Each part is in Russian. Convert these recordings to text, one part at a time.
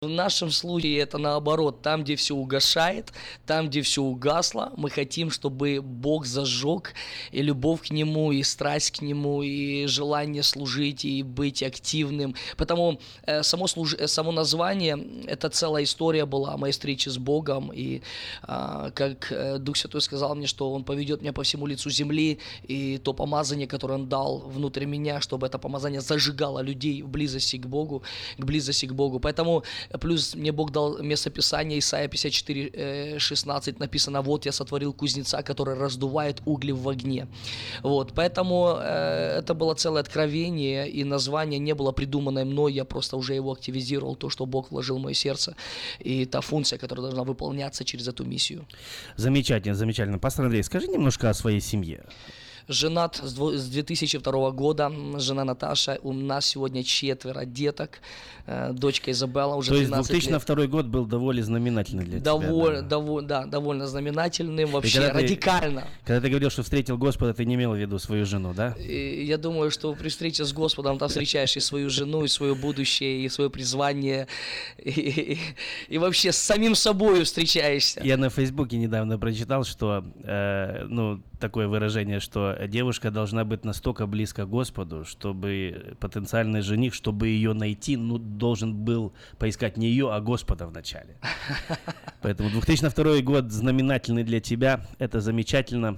В нашем случае это наоборот, там, где все угасает, там, где все угасло, мы хотим, чтобы Бог зажег и любовь к Нему, и страсть к Нему, и желание служить, и быть активным. Потому само название, это целая история была моей встречи с Богом, и как Дух Святой сказал мне, что Он поведет меня по всему лицу земли, и то помазание, которое Он дал внутрь меня, чтобы это помазание зажигало людей в близости к Богу, Поэтому плюс мне Бог дал местописание, Исайя 54:16 написано: «Вот я сотворил кузнеца, который раздувает угли в огне». Вот, поэтому это было целое откровение, и название не было придуманное мной, я просто уже его активизировал, то, что Бог вложил в мое сердце, и та функция, которая должна выполняться через эту миссию. Замечательно, замечательно. Пастор Андрей, скажи немножко о своей семье. Женат с 2002 года, жена Наташа, у нас сегодня 4 деток, дочка Изабелла уже 12 лет. То есть 2002 год был довольно знаменательный для тебя? Довольно знаменательным, вообще радикально. Когда ты говорил, что встретил Господа, ты не имел в виду свою жену, да? И я думаю, что при встрече с Господом ты встречаешь и свою жену, и свое будущее, и свое призвание, и вообще с самим собой встречаешься. Я на Фейсбуке недавно прочитал, что, такое выражение, что девушка должна быть настолько близко к Господу, чтобы потенциальный жених, чтобы ее найти, должен был поискать не ее, а Господа вначале. Поэтому 2002 год знаменательный для тебя, это замечательно.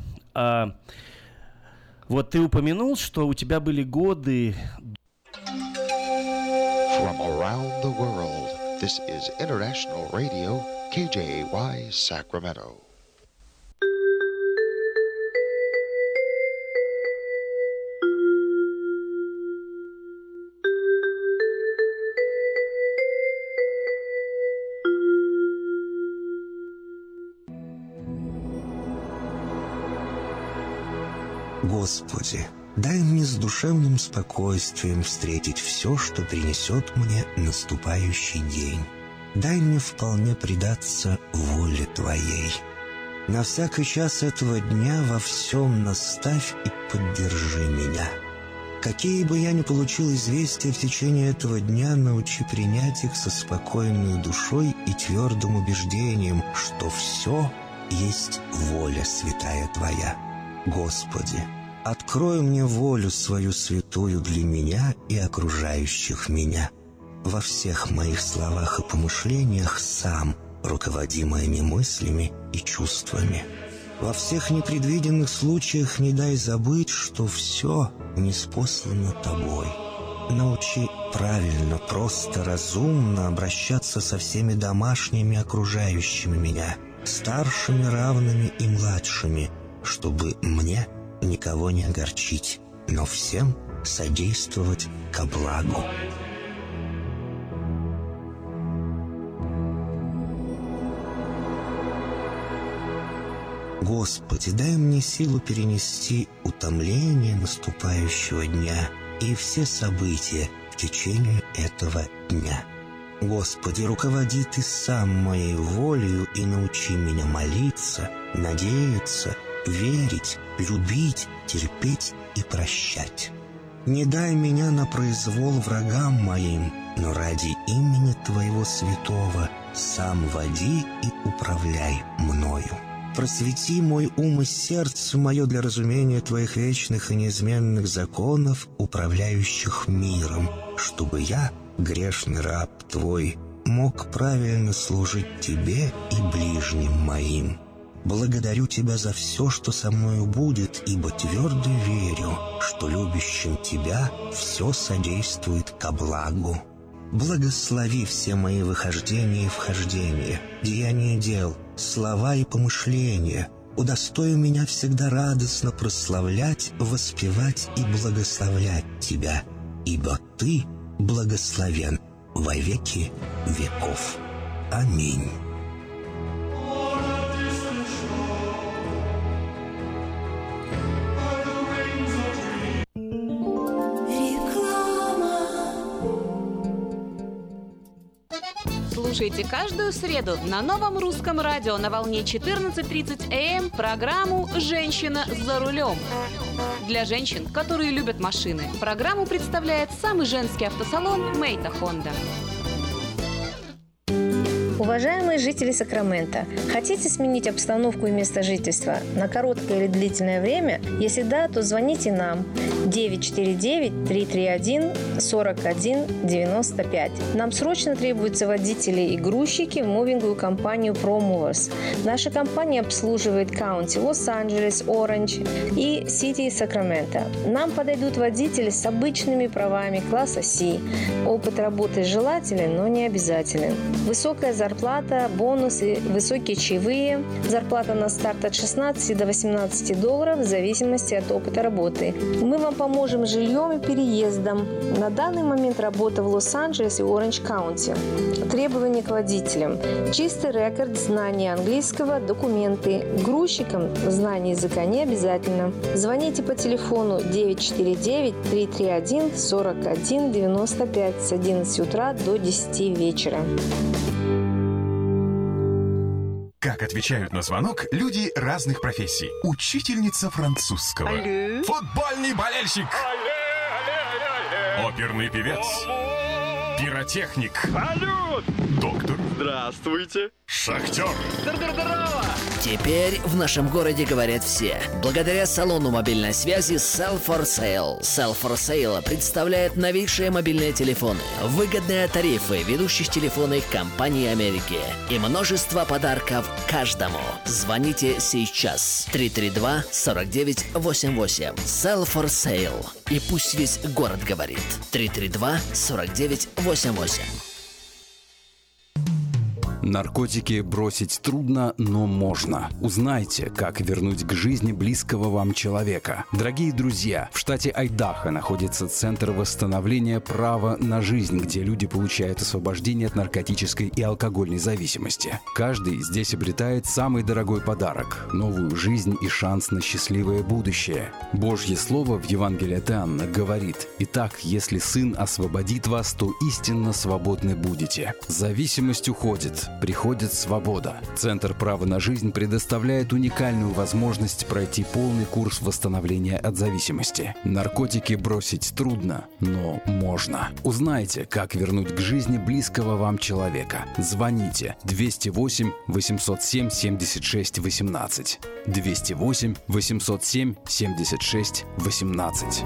Вот ты упомянул, что у тебя были годы... From around the world, this is International Radio, KJY, Sacramento. Господи, дай мне с душевным спокойствием встретить все, что принесет мне наступающий день. Дай мне вполне предаться воле Твоей. На всякий час этого дня во всем наставь и поддержи меня. Какие бы я ни получил известия в течение этого дня, научи принять их со спокойной душой и твердым убеждением, что все есть воля святая Твоя. Господи, открой мне волю свою святую для меня и окружающих меня. Во всех моих словах и помышлениях сам руководи моими мыслями и чувствами. Во всех непредвиденных случаях не дай забыть, что все ниспослано Тобой. Научи правильно, просто, разумно обращаться со всеми домашними окружающими меня, старшими, равными и младшими, чтобы мне никого не огорчить, но всем содействовать ко благу. Господи, дай мне силу перенести утомление наступающего дня и все события в течение этого дня. Господи, руководи Ты сам моей волею и научи меня молиться, надеяться, верить, любить, терпеть и прощать. Не дай меня на произвол врагам моим, но ради имени Твоего святого сам води и управляй мною. Просвети мой ум и сердце мое для разумения Твоих вечных и неизменных законов, управляющих миром, чтобы я, грешный раб Твой, мог правильно служить Тебе и ближним моим. Благодарю Тебя за все, что со мною будет, ибо твердо верю, что любящим Тебя все содействует ко благу. Благослови все мои выхождения и вхождения, деяния дел, слова и помышления. Удостой меня всегда радостно прославлять, воспевать и благословлять Тебя, ибо Ты благословен во веки веков. Аминь. Слушайте каждую среду на Новом Русском радио на волне 14:30 АМ программу «Женщина за рулем». Для женщин, которые любят машины, программу представляет самый женский автосалон «Мейта Хонда». Уважаемые жители Сакрамента, хотите сменить обстановку и место жительства на короткое или длительное время? Если да, то звоните нам 949-331-4195. Нам срочно требуются водители и грузчики в мувинговую компанию ProMovers. Наша компания обслуживает каунти Лос-Анджелес, Оранж и Сити Сакраменто. Нам подойдут водители с обычными правами класса C. Опыт работы желателен, но не обязателен. Высокая зарплата, бонусы, высокие чаевые. Зарплата на старт от $16 до $18 в зависимости от опыта работы. Мы вам поможем с жильем и переездом. На данный момент работа в Лос-Анджелес и Оранж Каунти. Требования к водителям. Чистый рекорд, знание английского, документы. Грузчикам знание языка не обязательно. Звоните по телефону 949-331-4195 с 11 утра до 10 вечера. Как отвечают на звонок люди разных профессий. Учительница французского. Алле. Футбольный болельщик. Алле. Оперный певец. Пиротехник. Салют! Доктор. Здравствуйте. Шахтер. Здорово! Теперь в нашем городе говорят все. Благодаря салону мобильной связи Sell for Sale. Sell for Sale представляет новейшие мобильные телефоны, выгодные тарифы ведущих телефонных компаний Америки и множество подарков каждому. Звоните сейчас. 332-4988. Sell for Sale. И пусть весь город говорит. 332-4988. Наркотики бросить трудно, но можно. Узнайте, как вернуть к жизни близкого вам человека. Дорогие друзья, в штате Айдахо находится Центр восстановления права на жизнь, где люди получают освобождение от наркотической и алкогольной зависимости. Каждый здесь обретает самый дорогой подарок – новую жизнь и шанс на счастливое будущее. Божье Слово в Евангелии от Иоанна говорит: «Итак, если Сын освободит вас, то истинно свободны будете». Зависимость уходит. Приходит свобода. Центр права на жизнь предоставляет уникальную возможность пройти полный курс восстановления от зависимости. Наркотики бросить трудно, но можно. Узнайте, как вернуть к жизни близкого вам человека. Звоните 208-807-76-18. 208-807-76-18.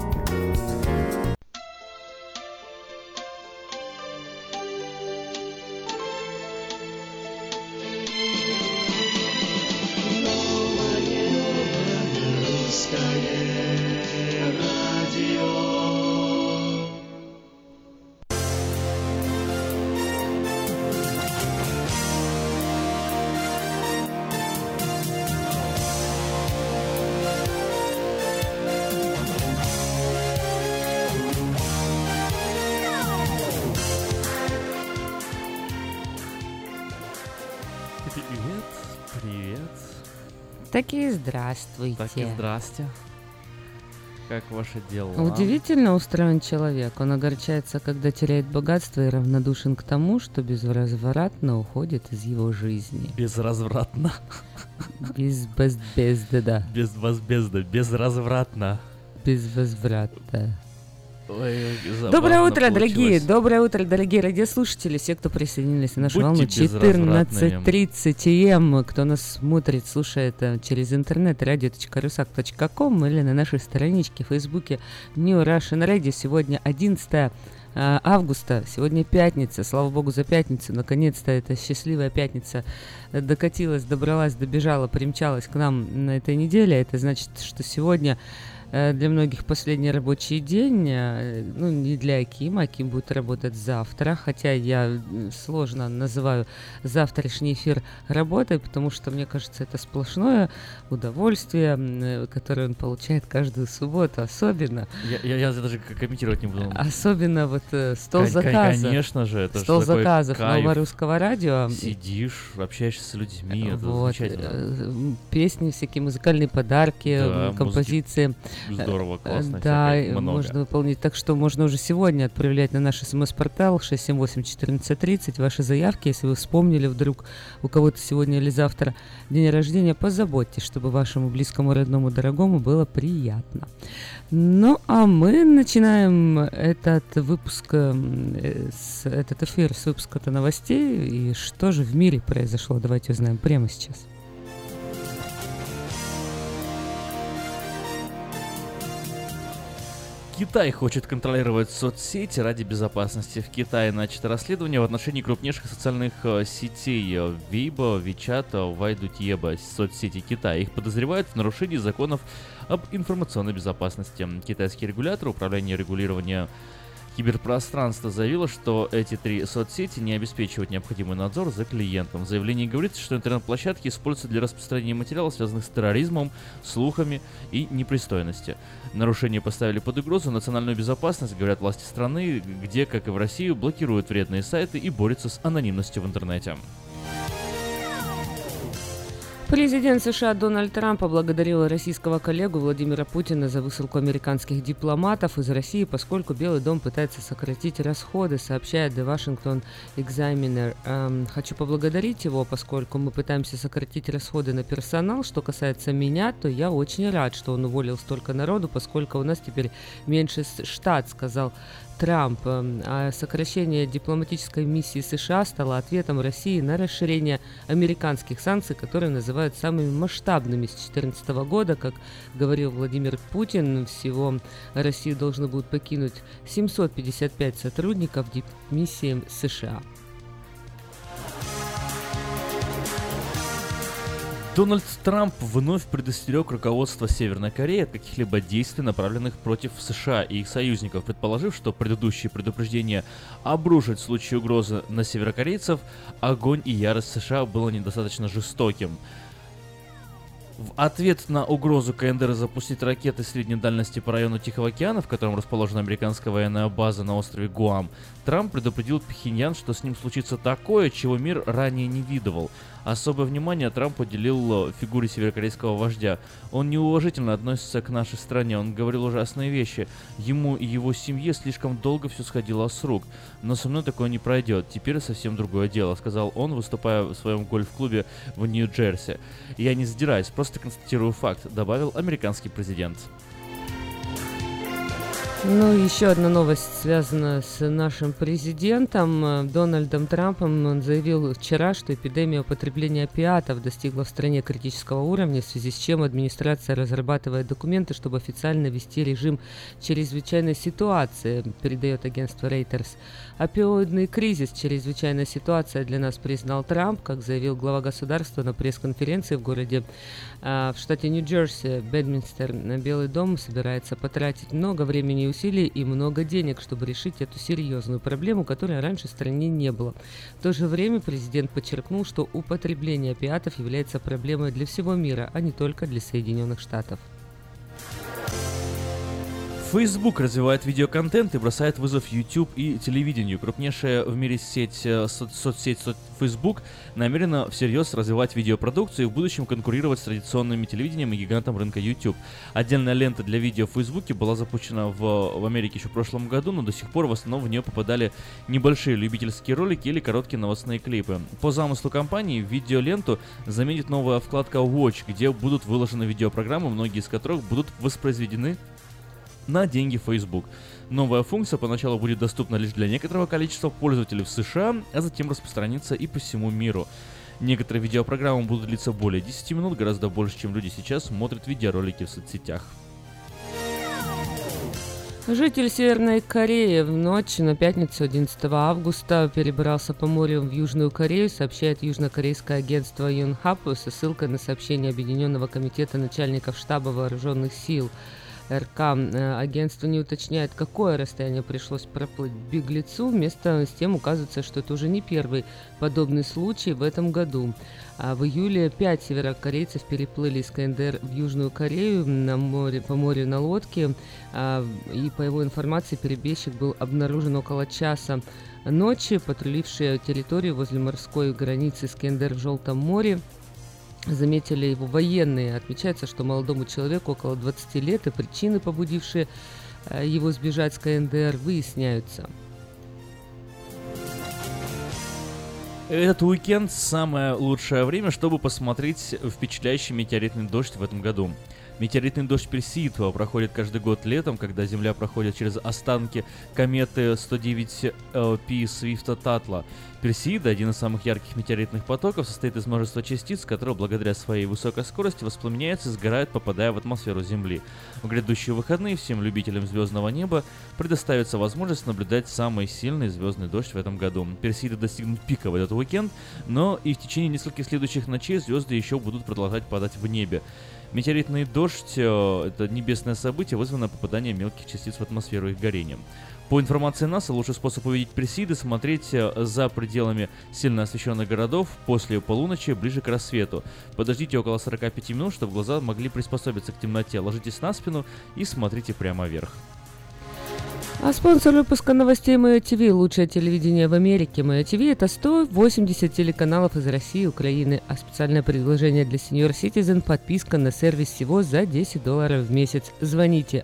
Таки здравствуйте. Так и здрасте. Как ваши дела? Удивительно устроен человек. Он огорчается, когда теряет богатство, и равнодушен к тому, что безвозвратно уходит из его жизни. Безразвратно. Безвозвратно. Безразвратно. Безвозвратно. Ой, Доброе утро, дорогие радиослушатели, все, кто присоединились на нашу волну 14:30 АМ, кто нас смотрит, слушает через интернет radio.rusak.com или на нашей страничке в Фейсбуке New Russian Radio. Сегодня 11 августа, сегодня пятница, слава богу за пятницу, наконец-то эта счастливая пятница докатилась, добралась, добежала, примчалась к нам на этой неделе. Это значит, что сегодня для многих последний рабочий день, ну, не для Акима. Аким будет работать завтра, хотя я сложно называю завтрашний эфир работой, потому что, мне кажется, это сплошное удовольствие, которое он получает каждую субботу, особенно. Я даже комментировать не буду. Особенно вот стол заказов. Конечно же, это стол заказов кайф. Нового Русского радио. Сидишь, общаешься с людьми, это вот, замечательно. Песни, всякие музыкальные подарки, да, композиции. Музыки. Здорово, классно. Да, можно выполнить. Так что можно уже сегодня отправлять на наш смс-портал 678-1430 ваши заявки. Если вы вспомнили вдруг у кого-то сегодня или завтра день рождения, позаботьтесь, чтобы вашему близкому, родному, дорогому было приятно. Ну, а мы начинаем этот выпуск, этот эфир с выпуска новостей. И что же в мире произошло? Давайте узнаем прямо сейчас. Китай хочет контролировать соцсети ради безопасности. В Китае начато расследование в отношении крупнейших социальных сетей Weibo, WeChat, Вайдутьеба, соцсети Китая. Их подозревают в нарушении законов об информационной безопасности. Китайский регулятор Управления регулирования киберпространства заявило, что эти три соцсети не обеспечивают необходимый надзор за клиентом. В заявлении говорится, что интернет-площадки используются для распространения материалов, связанных с терроризмом, слухами и непристойностью. Нарушения поставили под угрозу национальную безопасность, говорят власти страны, где, как и в России, блокируют вредные сайты и борются с анонимностью в интернете. Президент США Дональд Трамп поблагодарил российского коллегу Владимира Путина за высылку американских дипломатов из России, поскольку Белый дом пытается сократить расходы, сообщает The Washington Examiner. Хочу поблагодарить его, поскольку мы пытаемся сократить расходы на персонал. Что касается меня, то я очень рад, что он уволил столько народу, поскольку у нас теперь меньше штат, сказал Трамп. А сокращение дипломатической миссии США стало ответом России на расширение американских санкций, которые называют самыми масштабными с 2014 года. Как говорил Владимир Путин, всего Россию должны будут покинуть 755 сотрудников дипмиссии США. Дональд Трамп вновь предостерег руководство Северной Кореи от каких-либо действий, направленных против США и их союзников, предположив, что предыдущие предупреждения обрушить в случае угрозы на северокорейцев, огонь и ярость США было недостаточно жестоким. В ответ на угрозу КНДР запустить ракеты средней дальности по району Тихого океана, в котором расположена американская военная база на острове Гуам, Трамп предупредил Пхеньян, что с ним случится такое, чего мир ранее не видывал. Особое внимание Трамп уделил фигуре северокорейского вождя. Он неуважительно относится к нашей стране, он говорил ужасные вещи. Ему и его семье слишком долго все сходило с рук. Но со мной такое не пройдет, теперь совсем другое дело, сказал он, выступая в своем гольф-клубе в Нью-Джерси. Я не задираюсь, просто констатирую факт, добавил американский президент. Ну, еще одна новость связана с нашим президентом Дональдом Трампом. Он заявил вчера, что эпидемия употребления опиатов достигла в стране критического уровня, в связи с чем администрация разрабатывает документы, чтобы официально ввести режим чрезвычайной ситуации, передает агентство Reuters. Опиоидный кризис, чрезвычайная ситуация для нас, признал Трамп, как заявил глава государства на пресс-конференции в городе в штате Нью-Джерси, Бэдминстер. Белый дом собирается потратить много времени и усилий и много денег, чтобы решить эту серьезную проблему, которой раньше в стране не было. В то же время президент подчеркнул, что употребление опиатов является проблемой для всего мира, а не только для Соединенных Штатов. Facebook развивает видеоконтент и бросает вызов YouTube и телевидению. Крупнейшая в мире соцсеть Facebook намерена всерьез развивать видеопродукцию и в будущем конкурировать с традиционным телевидением и гигантом рынка YouTube. Отдельная лента для видео в Facebook была запущена в Америке еще в прошлом году, но до сих пор в основном в нее попадали небольшие любительские ролики или короткие новостные клипы. По замыслу компании в видеоленту заменит новая вкладка Watch, где будут выложены видеопрограммы, многие из которых будут воспроизведены на деньги Facebook. Новая функция поначалу будет доступна лишь для некоторого количества пользователей в США, а затем распространится и по всему миру. Некоторые видеопрограммы будут длиться более 10 минут, гораздо больше, чем люди сейчас смотрят видеоролики в соцсетях. Житель Северной Кореи в ночь на пятницу 11 августа перебрался по морю в Южную Корею, сообщает южнокорейское агентство Yonhap со ссылкой на сообщение Объединенного комитета начальников штаба вооруженных сил РК. Агентство не уточняет, какое расстояние пришлось проплыть беглецу. Вместо с тем указывается, что это уже не первый подобный случай в этом году. В июле 5 северокорейцев переплыли из КНДР в Южную Корею по морю на лодке. И по его информации, перебежчик был обнаружен около часа ночи. Патрулившие территорию возле морской границы с КНДР в Желтом море заметили его военные. Отмечается, что молодому человеку около 20 лет, и причины, побудившие его сбежать с КНДР, выясняются. Этот уикенд – самое лучшее время, чтобы посмотреть впечатляющий метеоритный дождь в этом году. Метеоритный дождь Персеида проходит каждый год летом, когда Земля проходит через останки кометы 109P Свифта-Татла. Персеида, один из самых ярких метеоритных потоков, состоит из множества частиц, которые благодаря своей высокой скорости воспламеняются и сгорают, попадая в атмосферу Земли. В грядущие выходные всем любителям звездного неба предоставится возможность наблюдать самый сильный звездный дождь в этом году. Персеида достигнут пика в этот уикенд, но и в течение нескольких следующих ночей звезды еще будут продолжать падать в небе. Метеоритный дождь – это небесное событие, вызванное попаданием мелких частиц в атмосферу и их горением. По информации НАСА, лучший способ увидеть Персеиды – смотреть за пределами сильно освещенных городов после полуночи, ближе к рассвету. Подождите около 45 минут, чтобы глаза могли приспособиться к темноте. Ложитесь на спину и смотрите прямо вверх. А спонсор выпуска новостей Мое ТВ, лучшее телевидение в Америке. Мое ТВ — это 180 телеканалов из России и Украины. А специальное предложение для Senior Citizen — подписка на сервис всего за $10 в месяц. Звоните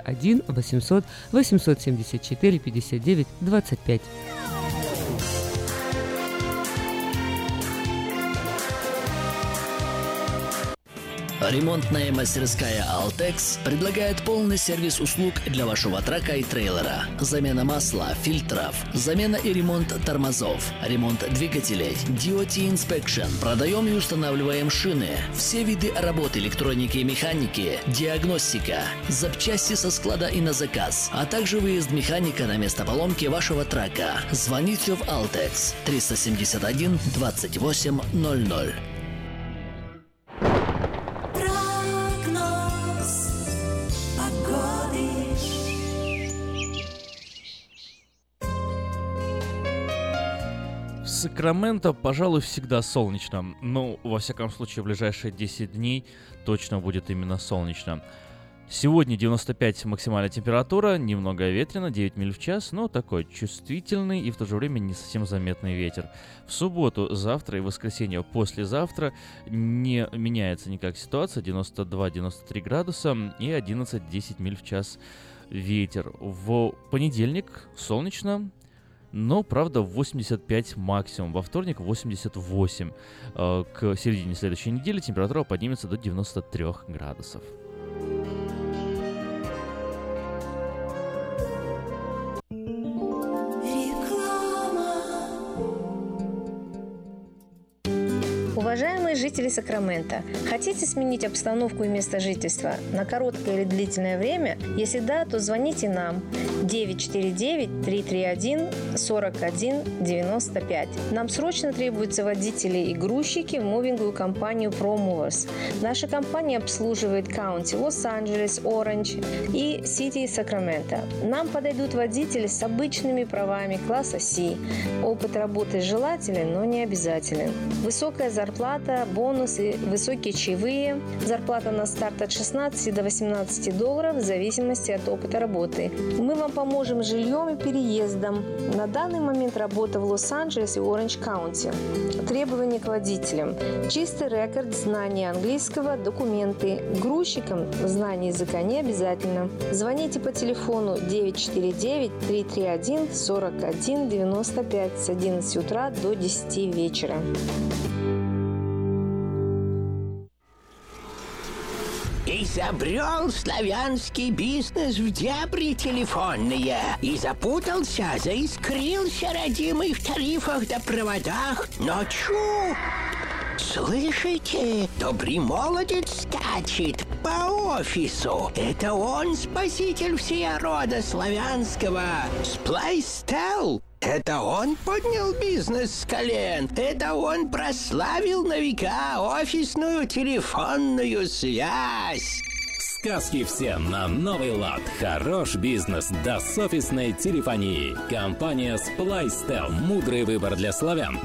1-800-874-59-25. Ремонтная мастерская «Алтекс» предлагает полный сервис услуг для вашего трака и трейлера. Замена масла, фильтров, замена и ремонт тормозов, ремонт двигателей, DOT Inspection. Продаем и устанавливаем шины, все виды работ электроники и механики, диагностика, запчасти со склада и на заказ, а также выезд механика на место поломки вашего трака. Звоните в «Алтекс» 371 28 00. В Сакраменто, пожалуй, всегда солнечно. Ну, во всяком случае, в ближайшие 10 дней точно будет именно солнечно. Сегодня 95 максимальная температура, немного ветрено, 9 миль в час, но такой чувствительный и в то же время не совсем заметный ветер. В субботу, завтра и воскресенье послезавтра не меняется никак ситуация, 92-93 градуса и 11-10 миль в час ветер. В понедельник солнечно, но, правда, 85 максимум. Во вторник 88. К середине следующей недели температура поднимется до 93 градусов. Уважаемые жители Сакрамента, хотите сменить обстановку и место жительства на короткое или длительное время? Если да, то звоните нам 949-331-4195. Нам срочно требуются водители и грузчики в мувинговую компанию ProMovers. Наша компания обслуживает каунти Лос-Анджелес, Оранж и Сити Сакраменто. Нам подойдут водители с обычными правами класса C. Опыт работы желателен, но не обязателен. Высокая зарплата, бонусы, высокие чаевые. Зарплата на старт от $16 до $18 в зависимости от опыта работы. Мы вам поможем с жильем и переездом. На данный момент работа в Лос-Анджелесе и Оранж-Каунти. Требования к водителям. Чистый рекорд, знание английского, документы. Грузчикам знание языка не обязательно. Звоните по телефону 949-331-4195 с 11 утра до 10 вечера. Изобрел славянский бизнес в дебри телефонные и запутался, заискрился родимый в тарифах да проводах. Но чу! Слышите? Добрый молодец скачет по офису. Это он спаситель всея рода славянского. Сплайстел. Это он поднял бизнес с колен. Это он прославил на века офисную телефонную связь. Сказки все на новый лад. Хорош бизнес да с офисной телефонии. Компания Splystel. Мудрый выбор для славян.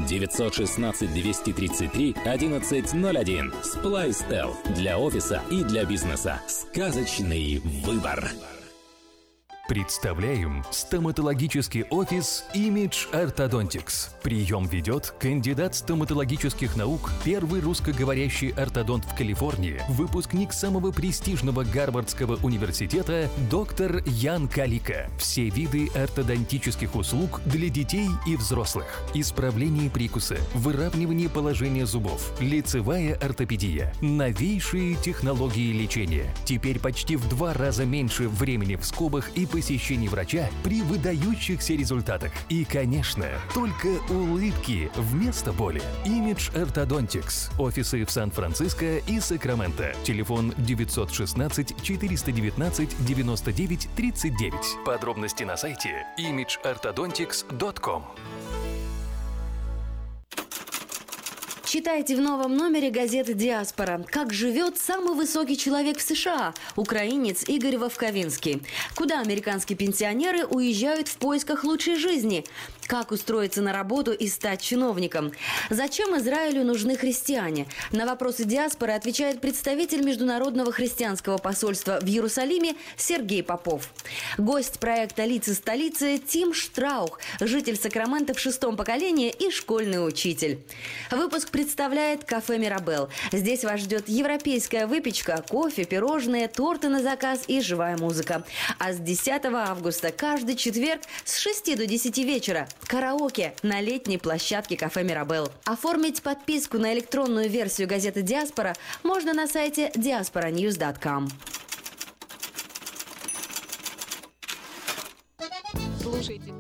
916-233-1101. Splystel. Для офиса и для бизнеса. Сказочный выбор. Представляем стоматологический офис Image Orthodontics. Прием ведет кандидат стоматологических наук, первый русскоговорящий ортодонт в Калифорнии, выпускник самого престижного Гарвардского университета доктор Ян Калика. Все виды ортодонтических услуг для детей и взрослых. Исправление прикуса, выравнивание положения зубов, лицевая ортопедия, новейшие технологии лечения. Теперь почти в 2 раза меньше времени в скобах и посещений врача при выдающихся результатах. И, конечно, только улыбки вместо боли. Image Orthodontics. Офисы в Сан-Франциско и Сакраменто. Телефон 916-419-99-39. Подробности на сайте imageorthodontics.com. Читайте в новом номере газеты «Диаспора». Как живет самый высокий человек в США – украинец Игорь Вовковинский. Куда американские пенсионеры уезжают в поисках лучшей жизни? Как устроиться на работу и стать чиновником? Зачем Израилю нужны христиане? На вопросы «Диаспоры» отвечает представитель Международного христианского посольства в Иерусалиме Сергей Попов. Гость проекта «Лица столицы» Тим Штраух, житель Сакрамента в 6-м поколении и школьный учитель. Выпуск представляет кафе «Мирабелл». Здесь вас ждет европейская выпечка, кофе, пирожные, торты на заказ и живая музыка. А с 10 августа каждый четверг с 6 до 10 вечера караоке на летней площадке кафе «Мирабелл». Оформить подписку на электронную версию газеты «Диаспора» можно на сайте diasporanews.com. Слушайте.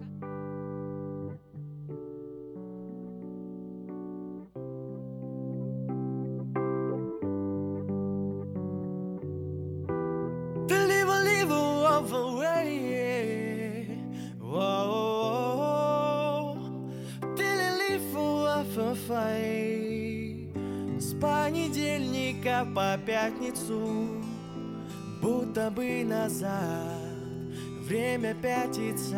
С понедельника по пятницу, будто бы назад, время пятится.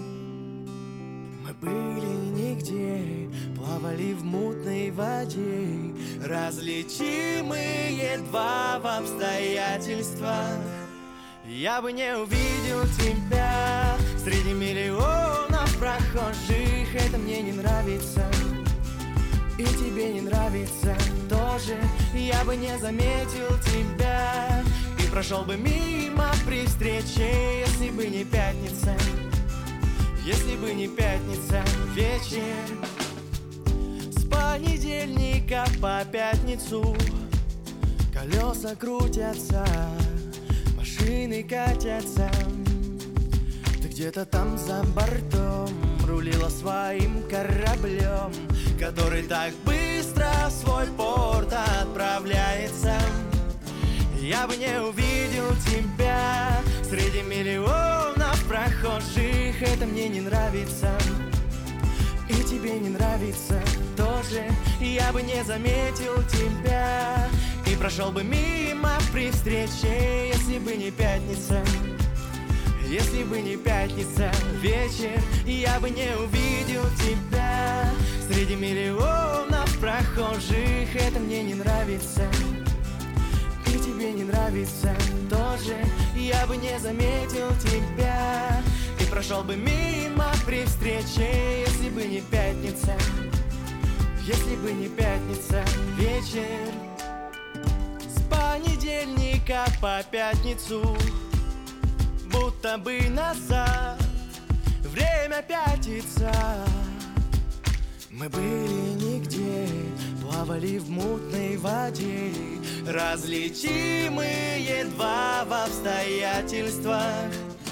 Мы были нигде, плавали в мутной воде, различимые едва в обстоятельствах. Я бы не увидел тебя среди миллионов прохожих. Это мне не нравится, и тебе не нравится тоже. Я бы не заметил тебя и прошел бы мимо при встрече, если бы не пятница, если бы не пятница вечер. С понедельника по пятницу колеса крутятся, машины катятся. Ты где-то там за бортом рулила своим кораблем, который так быстро в свой порт отправляется. Я бы не увидел тебя среди миллионов прохожих. Это мне не нравится, и тебе не нравится тоже. Я бы не заметил тебя и прошел бы мимо при встрече, если бы не пятница, если бы не пятница вечер. Я бы не увидел тебя среди миллионов прохожих. Это мне не нравится, и тебе не нравится тоже. Я бы не заметил тебя и прошел бы мимо при встрече, если бы не пятница, если бы не пятница вечер. С понедельника по пятницу, будто бы назад, время пятится. Мы были нигде, плавали в мутной воде, различимые едва в обстоятельствах.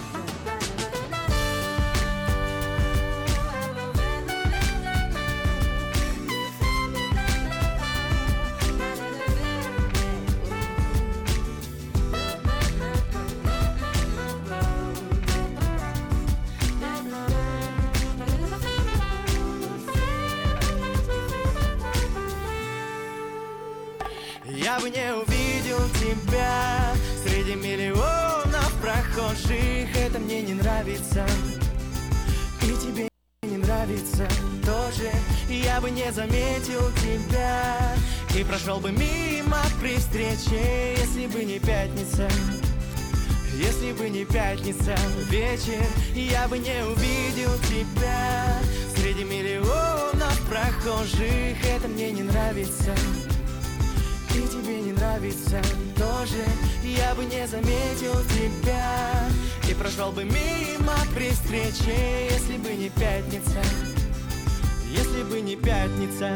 Я бы не увидел тебя среди миллионов прохожих. Это мне не нравится, и тебе не нравится тоже. Я бы не заметил тебя и прошел бы мимо при встрече, если бы не пятница, Если бы не пятница, вечер, я бы не увидел тебя среди миллионов прохожих. Это мне не нравится, и тебе не нравится тоже. Я бы не заметил тебя и прошел бы мимо при встрече, если бы не пятница, если бы не пятница,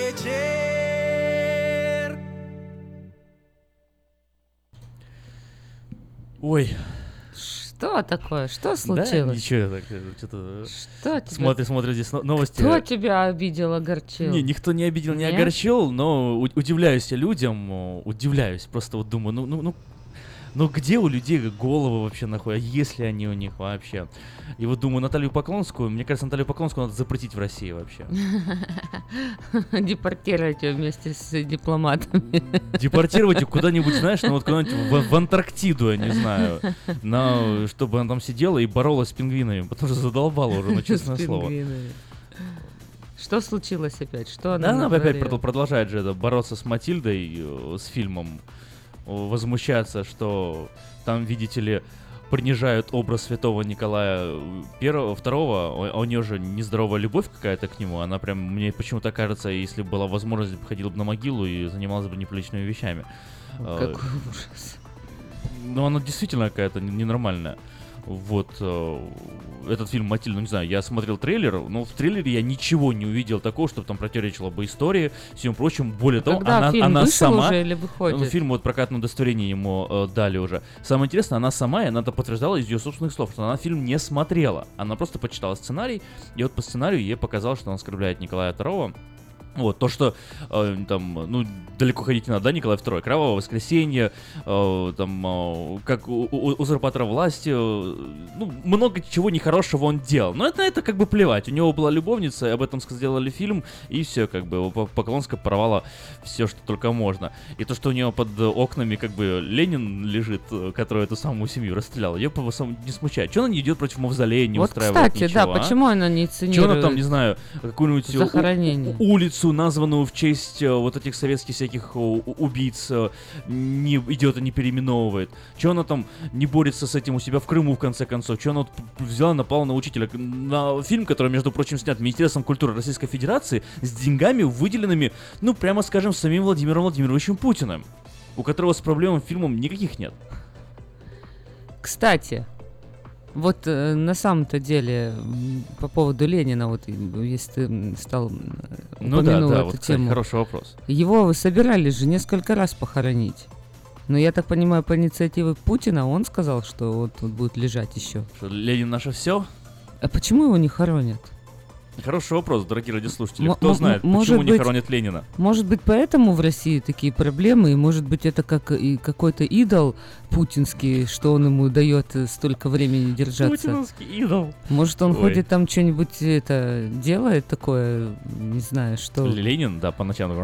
вечер. Ой. Что такое? Что случилось? Да, ничего, так, что-то... Что тебя... Смотрю здесь новости. Кто тебя обидел, огорчил? Не, никто не обидел, не Нет? огорчил, но удивляюсь я людям, удивляюсь, просто вот думаю, ну где у людей головы вообще нахуй, а если они у них вообще? И вот думаю, Наталью Поклонскую, мне кажется, Наталью Поклонскую надо запретить в России вообще. Депортировать ее вместе с дипломатами. Депортировать ее куда-нибудь, знаешь, ну вот куда-нибудь в Антарктиду, я не знаю, чтобы она там сидела и боролась с пингвинами, потому что задолбала уже, ну честное слово. Что случилось опять? Что она опять продолжает же это, бороться с Матильдой, с фильмом, возмущаться, что там, видите ли, принижают образ святого Николая II, а у нее же нездоровая любовь какая-то к нему, она прям, мне почему-то кажется, если была возможность, ходила бы на могилу и занималась бы неприличными вещами. Какой ужас. Ну, она действительно какая-то ненормальная. Вот, этот фильм «Матильда», ну не знаю, я смотрел трейлер, но в трейлере я ничего не увидел такого, чтобы там противоречило бы истории, всем прочим. Более того, она сама... Уже или выходит? Ну, фильм вот прокатное удостоверение ему дали уже. Самое интересное, она сама, и она это подтверждала из ее собственных слов, что она фильм не смотрела. Она просто почитала сценарий, и вот по сценарию ей показалось, что он оскорбляет Николая II. Вот, то, что там, ну, далеко ходить не надо, да, Николай II, Кровавое воскресенье, там, как узурпатор власти, ну, много чего нехорошего он делал. Но это как бы плевать, у него была любовница, об этом сделали фильм, и все, как бы, Поклонская порвала все, что только можно. И то, что у него под окнами, как бы, Ленин лежит, который эту самую семью расстрелял, ее не смущает. Чего она не идет против мавзолея, не вот, устраивает кстати, ничего, да, почему она не инициирует чего она там, не знаю, какую-нибудь улицу, названную в честь вот этих советских всяких убийц, не идет и не переименовывает? Чего она там не борется с этим у себя в Крыму, в конце концов? Чего она вот взяла, напала на учителя? На фильм, который, между прочим, снят Министерством культуры Российской Федерации с деньгами, выделенными, ну, прямо скажем, самим Владимиром Владимировичем Путиным, у которого с проблемой фильмом никаких нет. Кстати, вот на самом-то деле по поводу Ленина, вот если ты стал упомянул эту вот, тему, кстати, хороший вопрос. Его собирались же несколько раз похоронить. Но я так понимаю, по инициативе Путина он сказал, что вот тут будет лежать еще. Что Ленин наше все? А почему его не хоронят? Хороший вопрос, дорогие радиослушатели. Кто знает, почему не хоронят Ленина? Может быть, поэтому в России такие проблемы, и может быть, это как и какой-то идол путинский, что он ему дает столько времени держаться. Путинский идол. Может, он ходит там что-нибудь это делает такое, не знаю, что... Ленин, да, по ночам.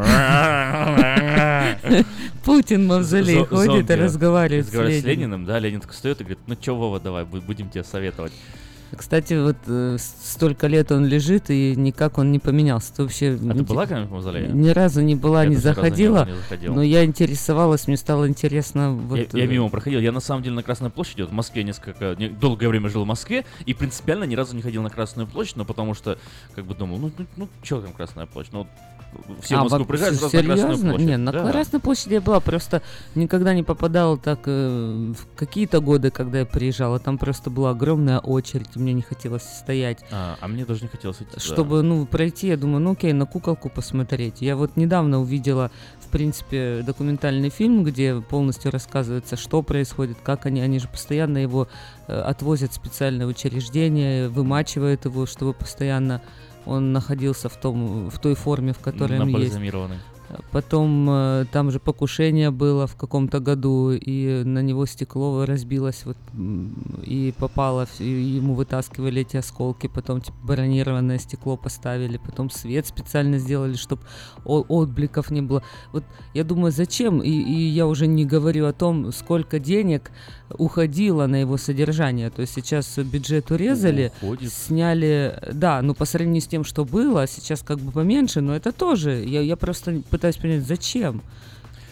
Путин в мавзолей ходит и разговаривает с Лениным. Да, Ленин так встает и говорит, ну чё, Вова, давай, будем тебе советовать. Кстати, вот столько лет он лежит, и никак он не поменялся. Ты вообще... А ты была когда-нибудь в мавзолее? Ни разу не была, я не заходила. Но я интересовалась, мне стало интересно. Вот, я мимо проходил. Я на самом деле на Красной площади, вот в Москве долгое время жил в Москве, и принципиально ни разу не ходил на Красную площадь, но потому что, как бы думал, ну что там Красная площадь? Ну, все в Москву приезжают, сразу на Красную площадь. Не, на Красной площади я была, просто никогда не попадала так в какие-то годы, когда я приезжала. Там просто была огромная очередь, мне не хотелось стоять. А мне даже не хотелось идти. Чтобы, пройти, я думаю, окей, на куколку посмотреть. Я вот недавно увидела, в принципе, документальный фильм, где полностью рассказывается, что происходит, как они же постоянно его отвозят в специальное учреждение, вымачивают его, чтобы постоянно он находился в той форме, в которой он есть. Потом там же покушение было в каком-то году, и на него стекло разбилось, вот, и попало, и ему вытаскивали эти осколки, потом бронированное стекло поставили, потом свет специально сделали, чтобы отбликов не было. Вот я думаю, зачем? И я уже не говорю о том, сколько денег уходило на его содержание. То есть сейчас бюджет урезали, сняли, да, по сравнению с тем, что было, сейчас как бы поменьше, но это тоже, я просто пытаюсь понять, зачем?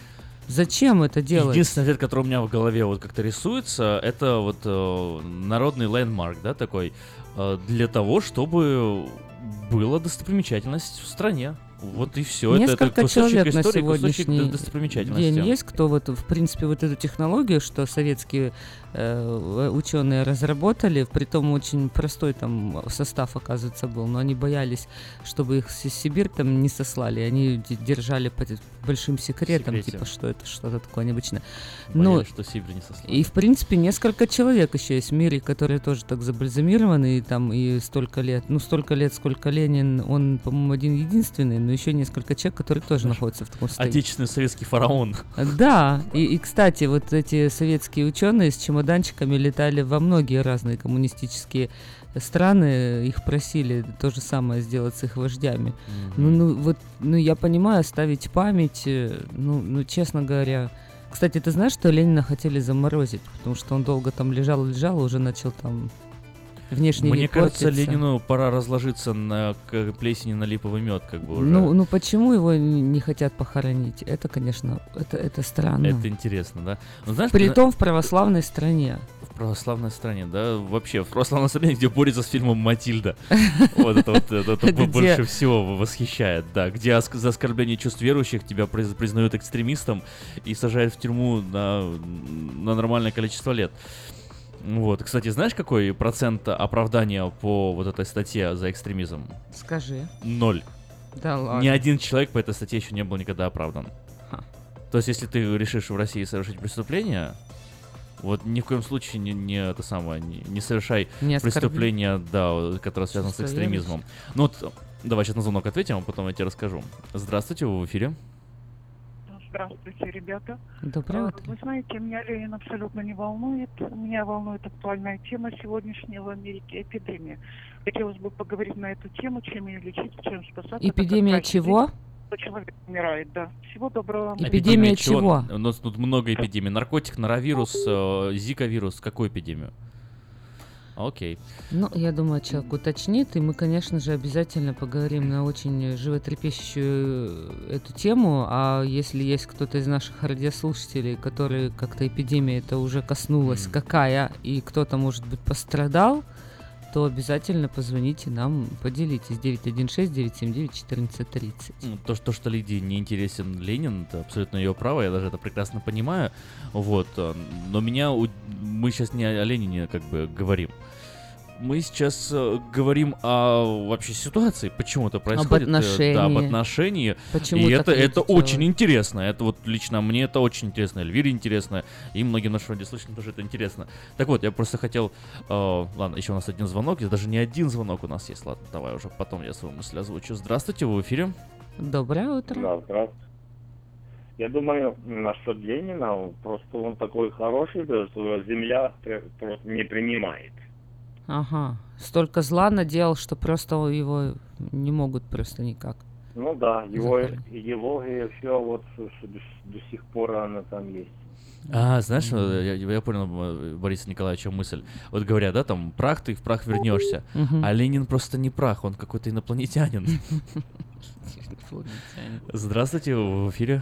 Зачем это делать? Единственный ответ, который у меня в голове вот как-то рисуется, это вот народный лендмарк, да, такой, для того, чтобы была достопримечательность в стране. Вот и все. Несколько это человек на истории, сегодняшний день есть, кто вот, в принципе, вот эту технологию, что советские ученые разработали, притом очень простой там состав, оказывается, был, но они боялись, чтобы их в Сибирь там не сослали, они держали под большим секретом, типа, что это что-то такое необычное. Боялись, что Сибирь не сослали. И, в принципе, несколько человек еще есть в мире, которые тоже так забальзамированы, и там и столько лет, сколько Ленин, он, по-моему, один-единственный, но еще несколько человек, которые тоже находятся в таком состоянии. Отечественный советский фараон. Да, и, кстати, вот эти советские ученые с чемоданчиками летали во многие разные коммунистические страны, их просили то же самое сделать с их вождями. Я понимаю, оставить память, честно говоря. Кстати, ты знаешь, что Ленина хотели заморозить, потому что он долго там лежал, уже начал там внешний вид портиться. Мне кажется, Ленину пора разложиться на плесени на липовый мед, как бы уже. Почему его не хотят похоронить? Это, конечно, это странно. Это интересно, да? Знаешь, Притом в православной стране. В православной стране, да? Вообще, в православной стране, где борется с фильмом «Матильда». Вот это больше всего восхищает, да. Где за оскорбление чувств верующих тебя признают экстремистом и сажают в тюрьму на нормальное количество лет. Вот, кстати, знаешь, какой процент оправдания по вот этой статье за экстремизм? Скажи. 0. Да ладно. Ни один человек по этой статье еще не был никогда оправдан. То есть, если ты решишь в России совершить преступление, вот ни в коем случае не совершай преступления, да, которые связаны с экстремизмом. Ну вот, давай сейчас на звонок ответим, а потом я тебе расскажу. Здравствуйте, вы в эфире. Здравствуйте, ребята. Доброе утро. Вы знаете, меня Ленин абсолютно не волнует. Меня волнует актуальная тема сегодняшняя в Америке — эпидемия. Хотелось бы поговорить на эту тему, чем ее лечить, чем спасаться. Эпидемия чего? Человек умирает, да. Всего доброго. Эпидемия чего? У нас тут много эпидемий. Наркотик, норовирус, зика-вирус. Какую эпидемию? Окей. Я думаю, человек уточнит, и мы, конечно же, обязательно поговорим на очень животрепещущую эту тему, а если есть кто-то из наших радиослушателей, который как-то эпидемия это уже коснулась, какая, и кто-то, может быть, пострадал, то обязательно позвоните нам, поделитесь. 916-979-1430. То, что Лидии не интересен Ленин, это абсолютно ее право, я даже это прекрасно понимаю. Вот. Но мы сейчас не о Ленине как бы говорим. Мы сейчас говорим о вообще ситуации, почему это происходит. Об отношении. Да, об отношении. Почему и это очень интересно. Это вот лично мне это очень интересно, Эльвире интересно, и многим нашим радиослушателям тоже это интересно. Так вот, я просто хотел... ладно, еще у нас один звонок, даже не один звонок у нас есть. Ладно, давай уже потом я свою мысль озвучу. Здравствуйте, вы в эфире. Доброе утро. Да, здравствуйте. Я думаю, насчет Ленина, просто он такой хороший, что земля просто не принимает. Ага. Столько зла наделал, что просто его не могут просто никак. Ну да, его и все вот до сих пор она там есть. Знаешь, я понял Бориса Николаевича мысль. Вот говорят, да, там прах, ты в прах вернешься. А Ленин просто не прах, он какой-то инопланетянин. Здравствуйте, вы в эфире.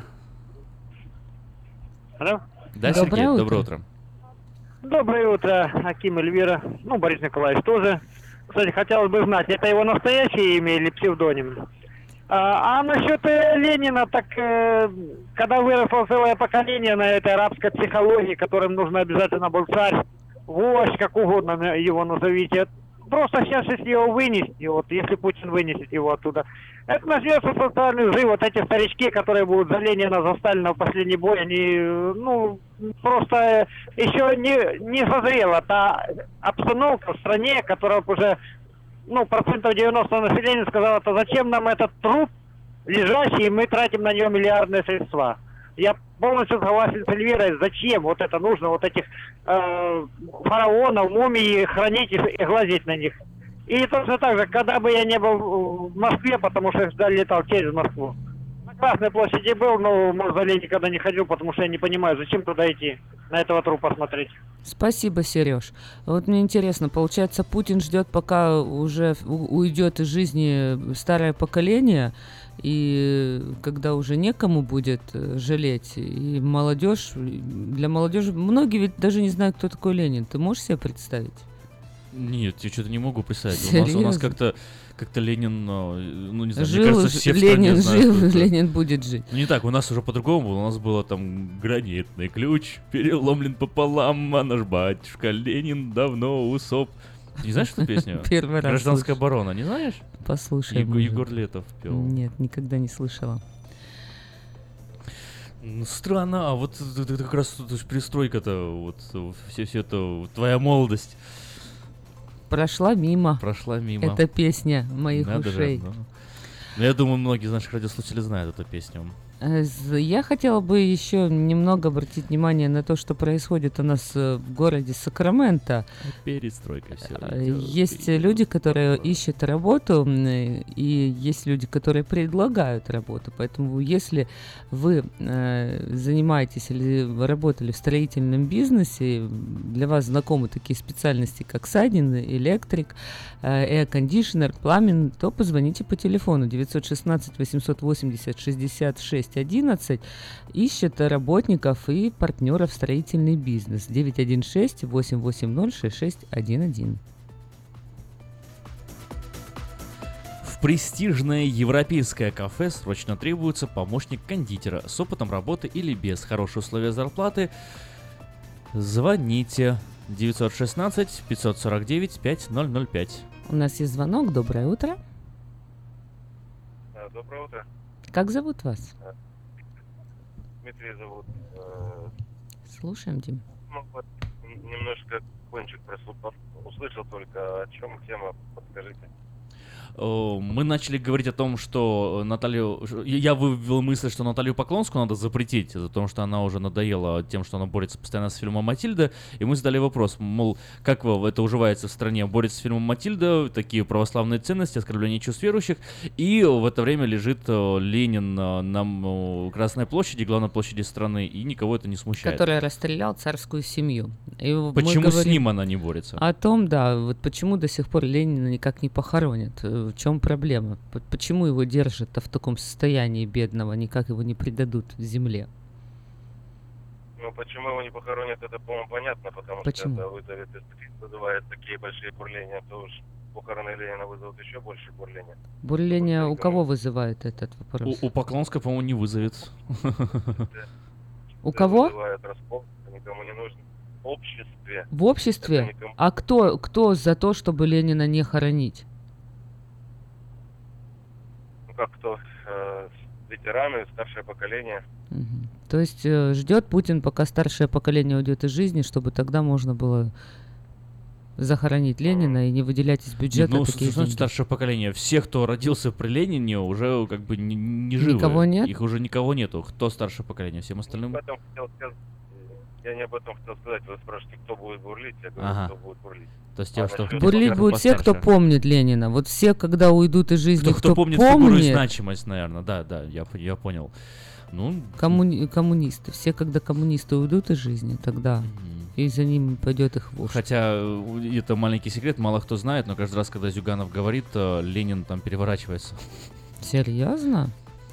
Алло. Да, Сергей, доброе утро. Доброе утро, Аким, Эльвира. Борис Николаевич тоже. Кстати, хотелось бы знать, это его настоящее имя или псевдоним? А насчет Ленина, так когда выросло целое поколение на этой арабской психологии, которым нужно обязательно был царь, вождь, как угодно его назовите, просто сейчас, если его вынести, вот если Путин вынесет его оттуда, это начнется социальный взрыв. Вот эти старички, которые будут за Ленина, за Сталина в последний бой, они, просто еще не созрела та обстановка в стране, которая уже, 90% населения сказала, то зачем нам этот труп лежащий, и мы тратим на него миллиардные средства. Я полностью согласен с Эльвирой, зачем вот это нужно, вот этих фараонов, мумий хранить и глазеть на них. И точно так же, когда бы я не был в Москве, потому что я всегда летал через Москву, Красной площади был, но в мавзолей никогда не ходил, потому что я не понимаю, зачем туда идти, на этого трупа смотреть. Спасибо, Сереж. Вот мне интересно, получается, Путин ждет, пока уже уйдет из жизни старое поколение, и когда уже некому будет жалеть, и молодежь, для молодежи, многие ведь даже не знают, кто такой Ленин. Ты можешь себе представить? Нет, я что-то не могу представить. У нас как-то Ленин, ну не знаю, жил, мне кажется, все Ленин в стране жил, знают, Ленин будет жить. Ну не так, у нас уже по-другому было. У нас было там гранитный ключ, переломлен пополам, а наш батюшка Ленин давно усоп. Не знаешь эту песню? Первый раз. Гражданская оборона, не знаешь? Послушай. Егор Летов пел. Нет, никогда не слышала. Странно, а вот это как раз перестройка-то, вот все это, твоя молодость. Прошла мимо. Это песня моих ушей. Я думаю, многие из наших радиослушателей знают эту песню. Я хотела бы еще немного обратить внимание на то, что происходит у нас в городе Сакраменто. Перестройка все. Есть люди, которые ищут работу, и есть люди, которые предлагают работу. Поэтому если вы занимаетесь или вы работали в строительном бизнесе, для вас знакомы такие специальности, как сайдинг, электрик, эйр-кондишнер, пламен, то позвоните по телефону 916-880-66-11, ищет работников и партнеров в строительный бизнес. 916-880-6611. В престижное европейское кафе срочно требуется помощник кондитера с опытом работы или без, хорошие условия зарплаты. Звоните 916-549-5005. У нас есть звонок. Доброе утро. Доброе утро. Как зовут вас? Дмитрий зовут. Слушаем, Дим. Ну, вот, немножко кончик услышал только, о чем тема, подскажите. Мы начали говорить о том, что Наталью... Я вывел мысль, что Наталью Поклонскую надо запретить, потому что она уже надоела тем, что она борется постоянно с фильмом «Матильда». И мы задали вопрос, мол, как это уживается в стране? Борется с фильмом «Матильда», такие православные ценности, оскорбление чувств верующих. И в это время лежит Ленин на Красной площади, главной площади страны, и никого это не смущает. Который расстрелял царскую семью. И почему с ним она не борется? О том, да, вот почему до сих пор Ленина никак не похоронят. В чем проблема? Почему его держат в таком состоянии бедного, никак его не предадут земле? Ну, почему его не похоронят, это, по-моему, понятно, потому что это вызывает такие большие бурления, то уж похороны Ленина вызовут еще больше бурления. Бурление у кого вызывает этот вопрос? У Поклонской, по-моему, не вызовет. У кого? Вызывает раскол, никому не нужно. В обществе. В обществе? А кто за то, чтобы Ленина не хоронить? Как кто? Ветераны, старшее поколение. То есть ждет Путин, пока старшее поколение уйдет из жизни, чтобы тогда можно было захоронить Ленина и не выделять из бюджета такие деньги. Старшее поколение. Все, кто родился при Ленине, уже как бы не живы. Никого нет? Их уже никого нету. Кто старшее поколение? Всем остальным? Я не об этом хотел сказать. Вы спрашиваете, кто будет бурлить? Я говорю, кто будет бурлить. То есть тем, что бурлить будут все, кто помнит Ленина. Вот все, когда уйдут из жизни, кто помнит фигуру и значимость, наверное. Да, я понял. Ну, коммунисты. Все, когда коммунисты уйдут из жизни, тогда и за ним пойдет их вождь. Хотя это маленький секрет, мало кто знает, но каждый раз, когда Зюганов говорит, Ленин там переворачивается. Серьезно?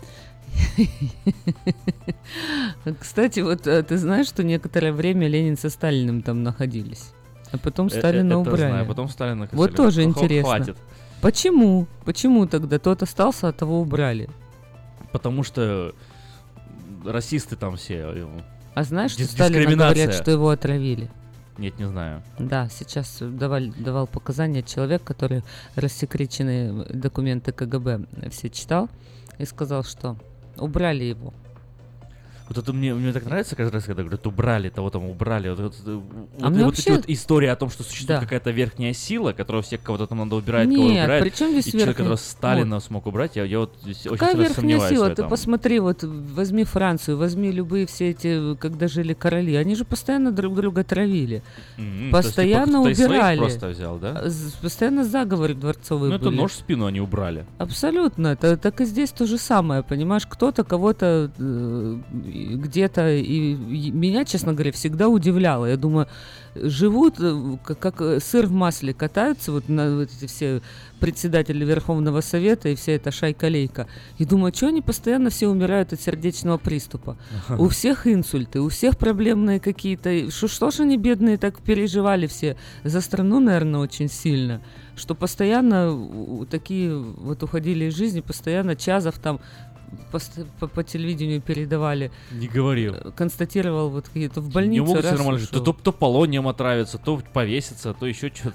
Кстати, вот ты знаешь, что некоторое время Ленин со Сталиным там находились, а потом Сталина убрали. Знаю, потом Сталина хотели. Вот тоже интересно. Хватит. Почему? Почему тогда тот остался, а того убрали? Потому что расисты там все. А знаешь, что Сталина говорят, что его отравили? Нет, не знаю. Да, сейчас давал показания человек, который рассекреченные документы КГБ все читал и сказал, что убрали его. Вот это мне так нравится каждый раз, когда говорят, убрали, того там убрали. Вот вообще... эти вот истории о том, что существует какая-то верхняя сила, которая всех кого-то там надо убирать, кого убирает. Причем здесь и человек, которого Сталина смог убрать, я вот здесь очень сильно сомневаюсь. Какая верхняя сила? В этом. Ты посмотри, вот возьми Францию, возьми любые все эти, когда жили короли, они же постоянно друг друга травили. Постоянно убирали. Просто взял, да? Постоянно заговоры дворцовые были. Это нож в спину они убрали. Абсолютно. Так и здесь то же самое, понимаешь? Кто-то кого-то где-то... И меня, честно говоря, всегда удивляло. Я думаю, живут, как сыр в масле катаются, вот эти все председатели Верховного Совета и вся эта шайка-лейка. И думаю, что они постоянно все умирают от сердечного приступа? У всех инсульты, у всех проблемные какие-то... Что ж они, бедные, так переживали все за страну, наверное, очень сильно, что постоянно такие вот уходили из жизни, постоянно Чазов там по телевидению передавали. Не говорил. Констатировал вот какие-то в больнице. Не могут все нормально жить. То полонием отравиться, то повеситься, то еще что-то.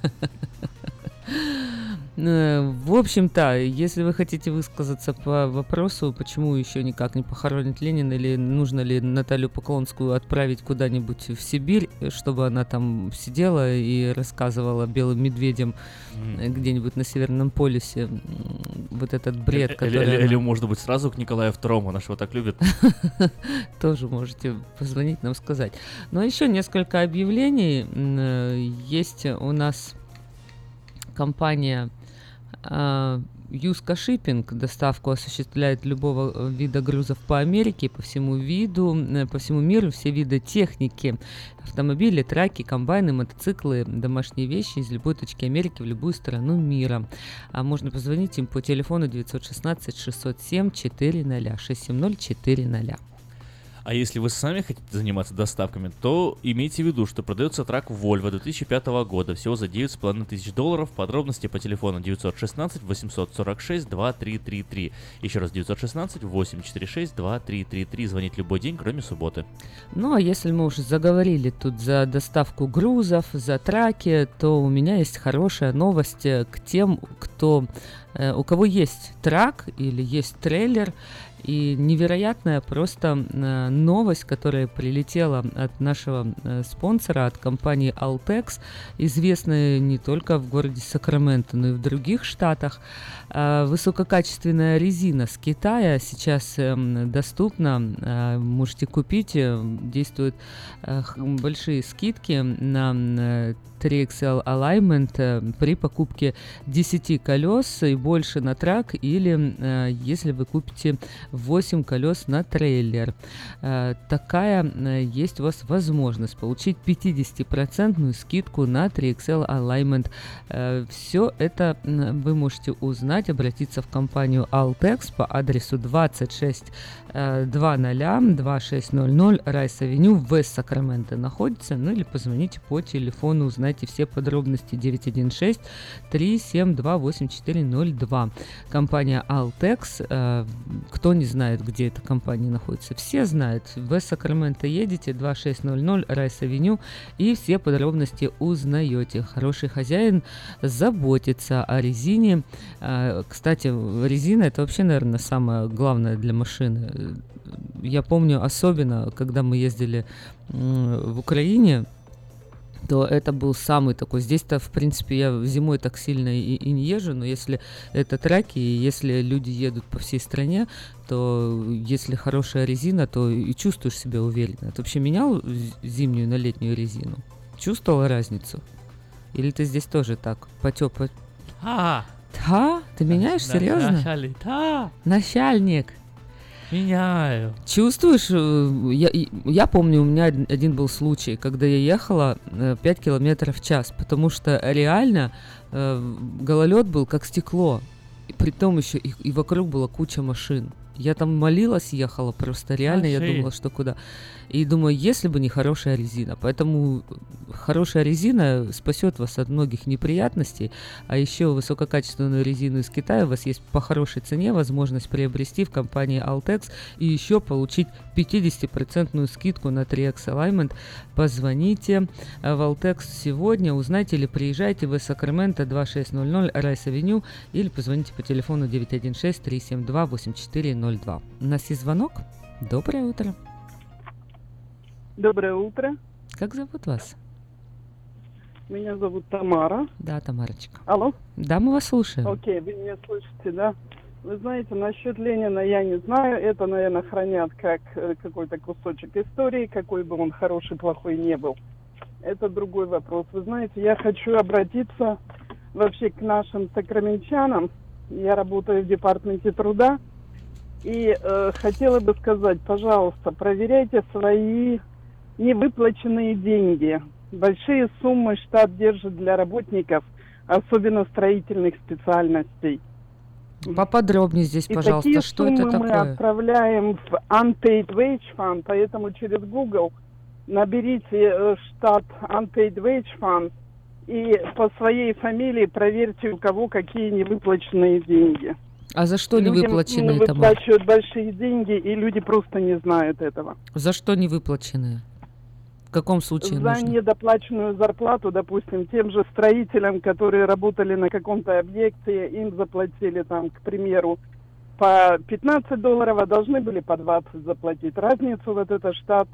В общем-то, если вы хотите высказаться по вопросу, почему еще никак не похоронит Ленина, или нужно ли Наталью Поклонскую отправить куда-нибудь в Сибирь, чтобы она там сидела и рассказывала белым медведям где-нибудь на Северном полюсе вот этот бред, который... Или, может быть, сразу к Николаю II, она же его так любит. Тоже можете позвонить нам сказать. Но еще несколько объявлений. Есть у нас компания Юска Шиппинг. Доставку осуществляет любого вида грузов по Америке, по всему миру, все виды техники, автомобили, траки, комбайны, мотоциклы, домашние вещи из любой точки Америки в любую страну мира. А можно позвонить им по телефону 916-607-400, 670-400. А если вы сами хотите заниматься доставками, то имейте в виду, что продается трак Volvo 2005 года всего за $9,5 тысяч. Подробности по телефону 916-846-2333. Еще раз 916-846-2333. Звонить любой день, кроме субботы. Ну, а если мы уже заговорили тут за доставку грузов, за траки, то у меня есть хорошая новость к тем, у кого есть трак или есть трейлер. И невероятная просто новость, которая прилетела от нашего спонсора, от компании Altex, известной не только в городе Сакраменто, но и в других штатах. Высококачественная резина с Китая сейчас доступна, можете купить, действуют большие скидки на 3XL Alignment при покупке 10 колес и больше на трак, или если вы купите 8 колес на трейлер. Такая есть у вас возможность получить 50% скидку на 3XL Alignment. Все это вы можете узнать, обратиться в компанию Altex по адресу 2600 2600 Райс-авеню в Вест-Сакраменто находится, ну или позвоните по телефону, узнайте все подробности 916-372-8402. Компания Altex. Кто не знает, где эта компания находится, все знают. В Вест-Сакраменто едете, 2600 Райс-авеню, и все подробности узнаете. Хороший хозяин заботится о резине. Кстати, резина — это вообще, наверное, самое главное для машины. Я помню, особенно, когда мы ездили в Украине, то это был самый такой. Здесь-то, в принципе, я зимой так сильно и не езжу, но если это траки, и если люди едут по всей стране, то если хорошая резина, то и чувствуешь себя уверенно. Ты вообще менял зимнюю на летнюю резину? Чувствовала разницу? Или ты здесь тоже так, потёп? Да? Ты меняешь? Серьезно? Начальник. Меняю. Чувствуешь? Я помню, у меня один был случай, когда я ехала 5 километров в час, потому что реально гололед был как стекло. И притом еще и вокруг была куча машин. Я там молилась, ехала просто реально, я думала, что куда. И думаю, если бы не хорошая резина. Поэтому хорошая резина спасет вас от многих неприятностей. А еще высококачественную резину из Китая у вас есть по хорошей цене возможность приобрести в компании Altex и еще получить 50% скидку на 3X Alignment. Позвоните в Altex сегодня, узнайте или приезжайте в Сакраменто 2600 Райс-авеню или позвоните по телефону 916-372-8402. У нас есть звонок? Доброе утро. Доброе утро. Как зовут вас? Меня зовут Тамара. Да, Тамарочка. Алло? Да, мы вас слушаем. Окей, вы меня слышите, да? Вы знаете, насчет Ленина я не знаю. Это, наверное, хранят как какой-то кусочек истории, какой бы он хороший, плохой не был. Это другой вопрос. Вы знаете, я хочу обратиться вообще к нашим сакраментчанам. Я работаю в департаменте труда. И хотела бы сказать, пожалуйста, проверяйте свои невыплаченные деньги. Большие суммы штат держит для работников, особенно строительных специальностей. Поподробнее здесь, пожалуйста, и что это такое? Мы отправляем в Unpaid Wage Fund, поэтому через Google наберите штат Unpaid Wage Fund и по своей фамилии проверьте, у кого какие невыплаченные деньги. А за что невыплаченные? Людям выплачивают большие деньги, и люди просто не знают этого. За что невыплаченные? В каком случае За нужно? недоплаченную зарплату, допустим, тем же строителям, которые работали на каком-то объекте, им заплатили там, к примеру, по $15, а должны были по 20 заплатить. Разницу вот этот штат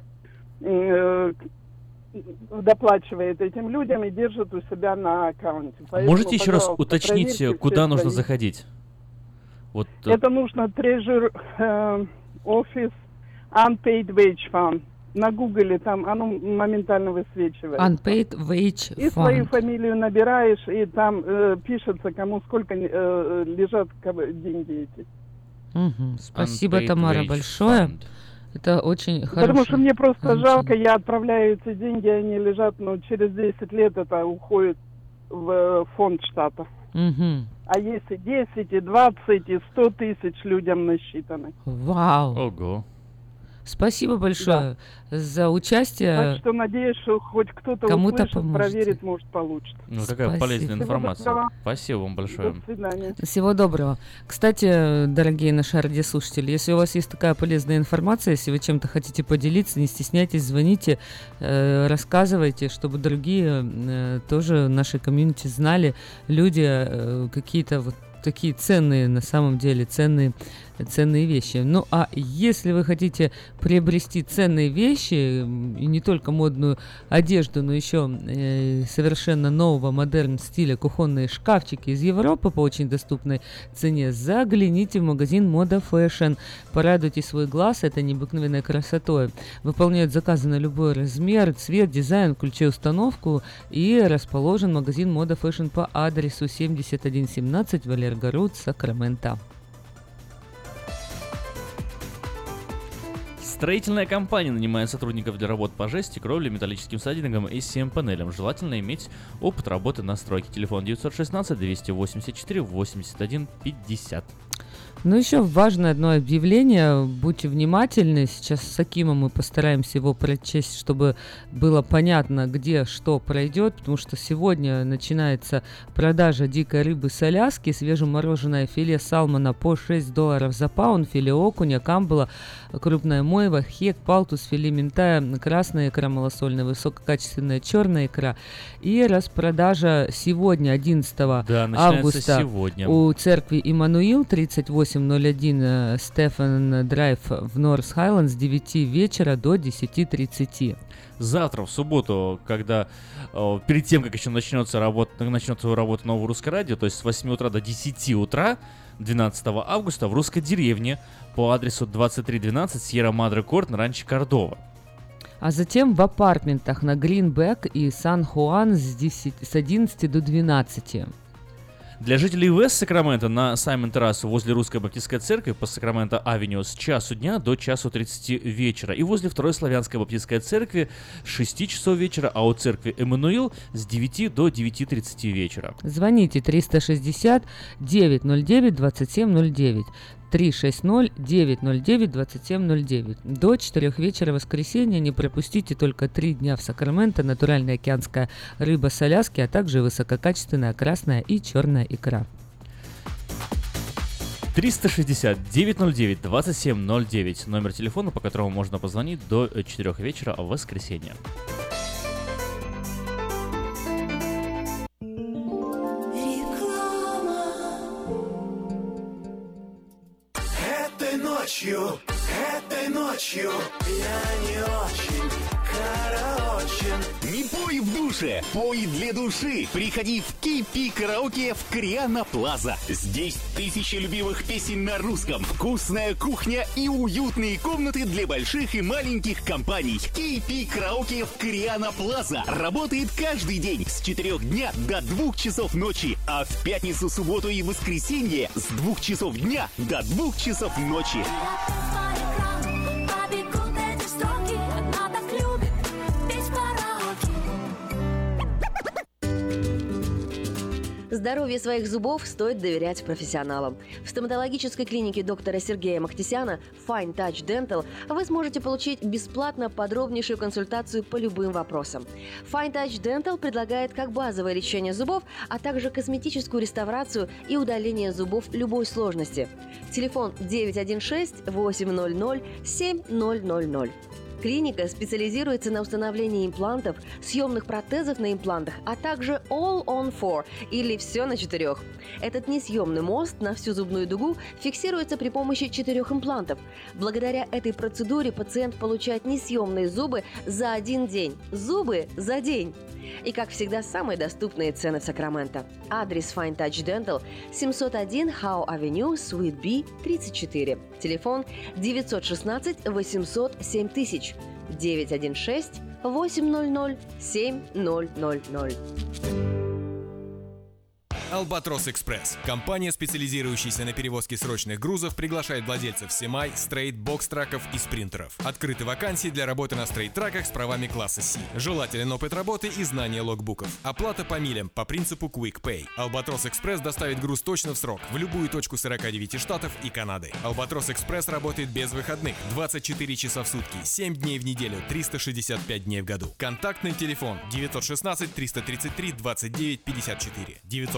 доплачивает этим людям и держит у себя на аккаунте. Поэтому, можете еще раз уточнить, куда нужно заходить? Вот, это нужно Treasury Office Unpaid Wage Fund. На Гугле там оно моментально высвечивается. Unpaid Wage Fund. И свою фамилию набираешь, и там пишется, кому сколько лежат деньги эти. Спасибо, Тамара, большое. Fund. Это очень хорошо. Потому что мне просто жалко, я отправляю эти деньги, они лежат, но через 10 лет это уходит в фонд штата. А если 10, и 20, и 100 тысяч людям насчитаны. Вау. Ого. Спасибо большое за участие. Так что надеюсь, что хоть кто-то кому-то услышит, проверит, может, получит. Ну, такая полезная информация. Спасибо вам большое. До свидания. Всего доброго. Кстати, дорогие наши радиослушатели, если у вас есть такая полезная информация, если вы чем-то хотите поделиться, не стесняйтесь, звоните, рассказывайте, чтобы другие тоже нашей комьюнити знали, люди какие-то вот такие ценные, на самом деле, ценные вещи. Ну, а если вы хотите приобрести ценные вещи, и не только модную одежду, но еще совершенно нового модерн стиля кухонные шкафчики из Европы по очень доступной цене, загляните в магазин Мода Fashion. Порадуйте свой глаз этой необыкновенной красотой. Выполняют заказы на любой размер, цвет, дизайн, включая установку, и расположен магазин Мода Fashion по адресу 7117 Валергород, Сакраменто. Строительная компания нанимает сотрудников для работ по жести, кровле, металлическим сайдингам и CM-панелям. Желательно иметь опыт работы на стройке. Телефон 916-284-81-50. Ну, еще важное одно объявление. Будьте внимательны. Сейчас с Акимом мы постараемся его прочесть, чтобы было понятно, где что пройдет, потому что сегодня начинается продажа дикой рыбы с Аляски. Свежемороженое филе салмона по $6 за паунд, филе окуня, камбала, крупная мойва, хек, палтус, филе минтая, красная икра малосольная, высококачественная черная икра. И распродажа сегодня, 11 августа, сегодня. У церкви Иммануил, 3801 Стефан Драйв в Норс Хайленд с 9 вечера до 10:30. Завтра, в субботу, когда перед тем, как еще начнет свою работу нового Русское радио, то есть с 8 утра до 10 утра, 12 августа, в Русской деревне по адресу 2312 Сьерра Мадре Корт на ранче Кордова. А затем в апартментах на Гринбек и Сан-Хуан с 11 до 12. Для жителей Вест Сакраменто на Саймон-террасу возле Русской Баптистской церкви по Сакраменто-авеню с часу дня до 1:30 вечера. И возле Второй Славянской Баптистской церкви с 6 часов вечера, а у церкви Эммануил с 9 до 9:30 вечера. Звоните 360-909-2709. 360-909-2709. До 4 вечера воскресенья не пропустите только 3 дня в Сакраменто, натуральная океанская рыба с Аляски, а также высококачественная красная и черная икра. 360-909-2709. Номер телефона, по которому можно позвонить до 4 вечера в воскресенье. Этой этой ночью я не очень караочен. Не пой в душе, пой для души. Приходи в KP Караоке в Криана Плаза. Здесь тысячи любимых песен на русском, вкусная кухня и уютные комнаты для больших и маленьких компаний. KP Караоке в Криана Плаза работает каждый день с 4 дня до 2 часов ночи, а в пятницу, субботу и воскресенье с 2 часов дня до 2 часов ночи. Здоровье своих зубов стоит доверять профессионалам. В стоматологической клинике доктора Сергея Махтисяна Fine Touch Dental вы сможете получить бесплатно подробнейшую консультацию по любым вопросам. Fine Touch Dental предлагает как базовое лечение зубов, а также косметическую реставрацию и удаление зубов любой сложности. Телефон 916-800-7000. Клиника специализируется на установлении имплантов, съемных протезов на имплантах, а также All on 4 или все на 4. Этот несъемный мост на всю зубную дугу фиксируется при помощи 4 имплантов. Благодаря этой процедуре пациент получает несъемные зубы за 1 день. Зубы за день! И, как всегда, самые доступные цены в Сакраменто. Адрес Fine Touch Dental 701 Howe Avenue, Suite B, 34. Телефон 916-800-7000. 916-800-7000. Albatros Express. Компания, специализирующаяся на перевозке срочных грузов, приглашает владельцев семай, стрейт, бокс-траков и спринтеров. Открыты вакансии для работы на стрейт-траках с правами класса C. Желателен опыт работы и знание логбуков. Оплата по милям по принципу Quick Pay. Albatros Express доставит груз точно в срок в любую точку 49 штатов и Канады. Albatros Express работает без выходных, 24 часа в сутки, 7 дней в неделю, 365 дней в году. Контактный телефон 916-333-29-54.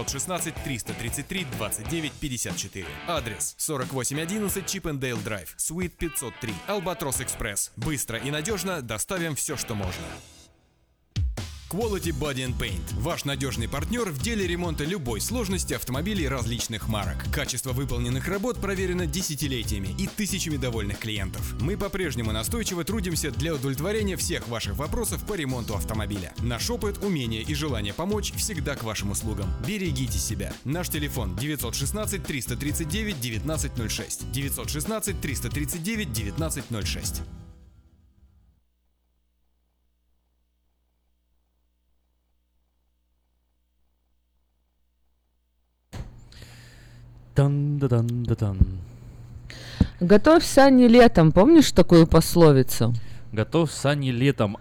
916-333-29-54. Адрес 4811 Чиппендейл Драйв, Суит 503. Albatros Express. Быстро и надежно доставим все, что можно. Quality Body and Paint. Ваш надежный партнер в деле ремонта любой сложности автомобилей различных марок. Качество выполненных работ проверено десятилетиями и тысячами довольных клиентов. Мы по-прежнему настойчиво трудимся для удовлетворения всех ваших вопросов по ремонту автомобиля. Наш опыт, умение и желание помочь всегда к вашим услугам. Берегите себя. Наш телефон 916-339-1906. 916-339-1906. Тан-да-дан-да-дан. Готовь сани летом. Помнишь такую пословицу? Готовь сани летом.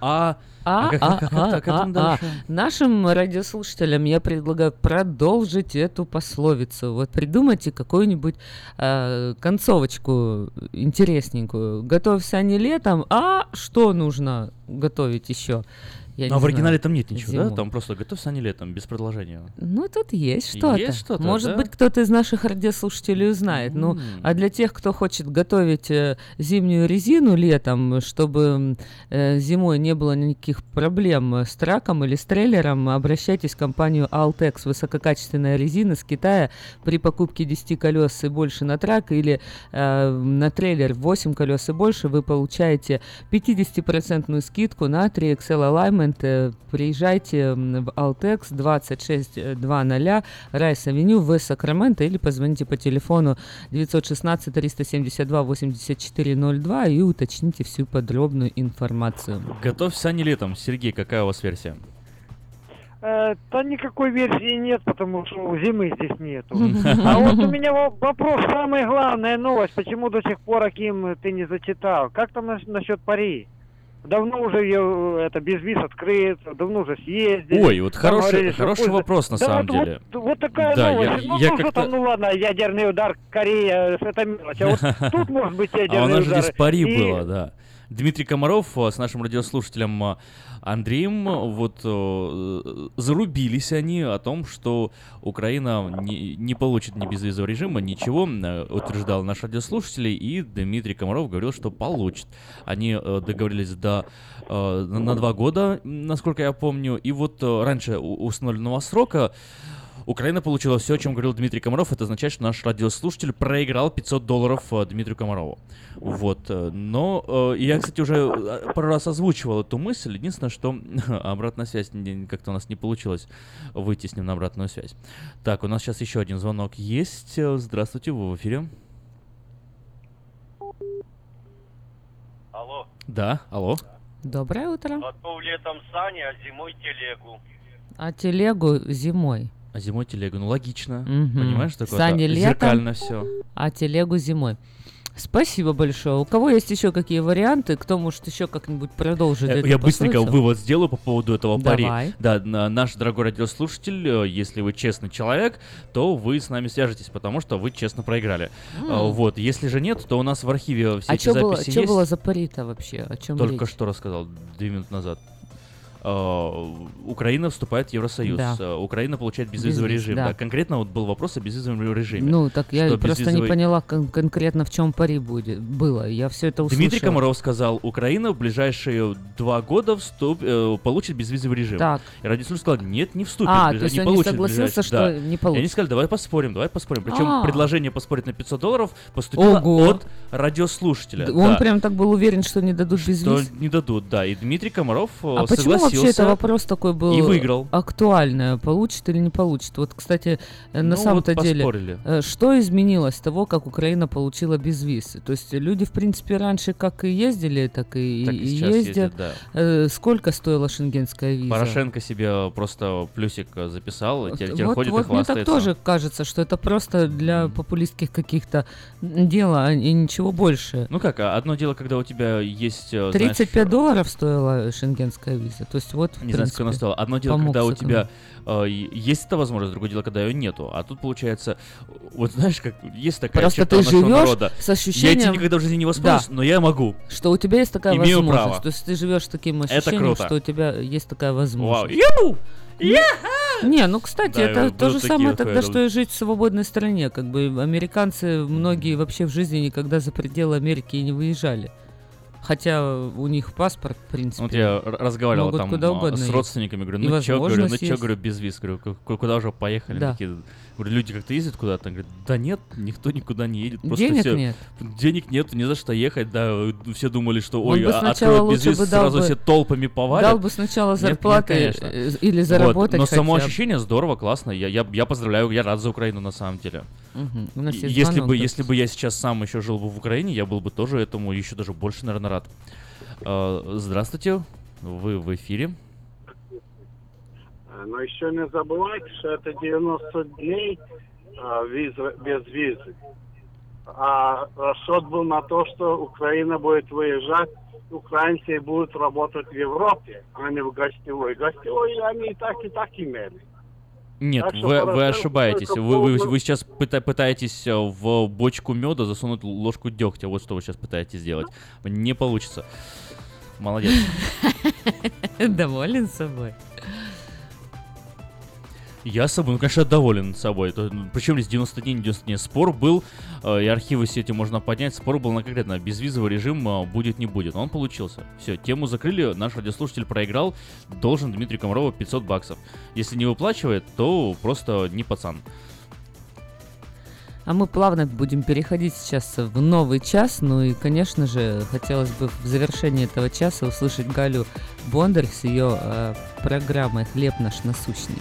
Нашим радиослушателям я предлагаю продолжить эту пословицу. Вот придумайте какую-нибудь концовочку интересненькую. Готовь сани летом, а что нужно готовить еще? Но в оригинале там нет ничего, да? Там просто готовь сани летом, без предложения. Ну, тут есть что-то. Есть что-то, может да? быть, кто-то из наших радиослушателей узнает. Ну, а для тех, кто хочет готовить зимнюю резину летом, чтобы зимой не было никаких проблем с траком или с трейлером, обращайтесь в компанию Altex. Высококачественная резина с Китая при покупке 10 колес и больше на трак или на трейлер 8 колес и больше вы получаете 50% скидку на 3XL Alignment. Приезжайте в Altex 2600 Райс-Авеню в Сакраменто или позвоните по телефону 916-372-8402 и уточните всю подробную информацию. Готовь сани летом. Сергей, какая у вас версия? Да никакой версии нет, потому что зимы здесь нету. А вот у меня вопрос, самая главная новость, почему до сих пор, Аким, ты не зачитал? Как там насчет Пари? Давно уже без виз открыт, давно уже съездили. Ой, вот хороший вопрос на самом деле. Вот такая новость. Ну ладно, ядерный удар Корея, это мелочь. А вот тут может быть ядерный удар. А у нас же здесь Пари было, да. Дмитрий Комаров с нашим радиослушателем Андреем зарубились они о том, что Украина не получит ни безвизового режима, ничего, утверждал наш радиослушатель, и Дмитрий Комаров говорил, что получит. Они договорились на 2 года, насколько я помню, и вот раньше установленного срока Украина получила все, о чем говорил Дмитрий Комаров. Это означает, что наш радиослушатель проиграл $500 Дмитрию Комарову. Вот. Но я, кстати, уже пару раз озвучивал эту мысль. Единственное, что обратная связь как-то у нас не получилось выйти с ним на обратную связь. Так, у нас сейчас еще один звонок есть. Здравствуйте, вы в эфире. Алло. Да, алло. Доброе утро. Готов летом сани, а зимой телегу. А телегу зимой. А зимой телегу, ну логично. Понимаешь, такое сани летом, зеркально все. А телегу зимой. Спасибо большое. У кого есть еще какие варианты? Кто может еще как-нибудь продолжить? Я быстренько вывод сделаю по поводу этого пари. Давай. Да, наш дорогой радиослушатель, если вы честный человек, то вы с нами свяжетесь, потому что вы честно проиграли. Вот, если же нет, то у нас в архиве все эти записи есть. А что было за пари-то вообще? О чем Только речь? Что рассказал 2 минуты назад. Украина вступает в Евросоюз, да. Украина получает безвизовый режим. Да. Да. Конкретно вот был вопрос о безвизовом режиме. Ну, так я просто не поняла конкретно, в чем пари было. Я все это услышала. Дмитрий Комаров сказал, Украина в ближайшие 2 года получит безвизовый режим. Так. И радиослушатель сказал, нет, не вступит. То есть он не согласился, что не получит. И они сказали, давай поспорим. Причем предложение поспорить на $500 поступило от радиослушателя. Он прям так был уверен, что не дадут безвиз? Что не дадут, да. И Дмитрий Комаров согласился. Вообще это вопрос такой был и выиграл. Актуальный, получит или не получит. Вот, кстати, на самом-то деле, что изменилось с того, как Украина получила безвиз? То есть люди, в принципе, раньше как и ездили, так и ездят. Да. Сколько стоила шенгенская виза? Порошенко себе просто плюсик записал, теперь ходит и хвастается. Мне так тоже кажется, что это просто для популистских каких-то дел, а ничего больше. Ну как, одно дело, когда у тебя есть... $35 стоила шенгенская виза. То есть вот, не знаю, сколько она стоила. Одно дело, когда у тебя есть эта возможность, другое дело, когда ее нету. А тут получается, вот знаешь, как есть такая просто черта нашего народа. С ощущением... Я этим никогда в жизни не воспользуюсь, но я могу. Что у тебя есть такая Имею возможность. Право. То есть ты живешь с таким ощущением, что у тебя есть такая возможность. Вау. Не, ну, кстати, да, это то же самое тогда, что и жить в свободной стране. Как бы американцы, многие вообще в жизни никогда за пределы Америки и не выезжали. Хотя у них паспорт, в принципе. Вот я разговаривал там с родственниками, говорю, ну чё, говорю, без виз, говорю, куда уже поехали? Да. Такие, говорю, люди как-то ездят куда-то? Говорят, да нет, никто никуда не едет. Просто денег все, нет. Денег нет, не за что ехать, да, все думали, что, ой, откроют без виз, сразу все толпами повалят. Дал бы сначала зарплаты или заработать. Вот. Но само ощущение здорово, классно, я поздравляю, я рад за Украину на самом деле. У нас есть если бы я сейчас сам еще жил бы в Украине, я был бы тоже этому еще даже больше, наверное, рад. Здравствуйте, вы в эфире. Но еще не забывайте, что это 90 дней без визы. А расчет был на то, что Украина будет выезжать, украинцы будут работать в Европе, а не в гостевой. Гостевой они и так имели. Нет, вы ошибаетесь. Вы сейчас пытаетесь в бочку меда засунуть ложку дегтя. Вот что вы сейчас пытаетесь сделать. Не получится. Молодец. Доволен собой? Я собой, конечно, доволен собой. Причем здесь 90 дней, 90 дней. Спор был, и архивы все эти можно поднять. Спор был на конкретно безвизовый режим, будет, не будет. Он получился. Все, тему закрыли, наш радиослушатель проиграл. Должен Дмитрию Комарову $500. Если не выплачивает, то просто не пацан. А мы плавно будем переходить сейчас в новый час. Ну и, конечно же, хотелось бы в завершении этого часа услышать Галю Бондарь с ее программой «Хлеб наш насущный».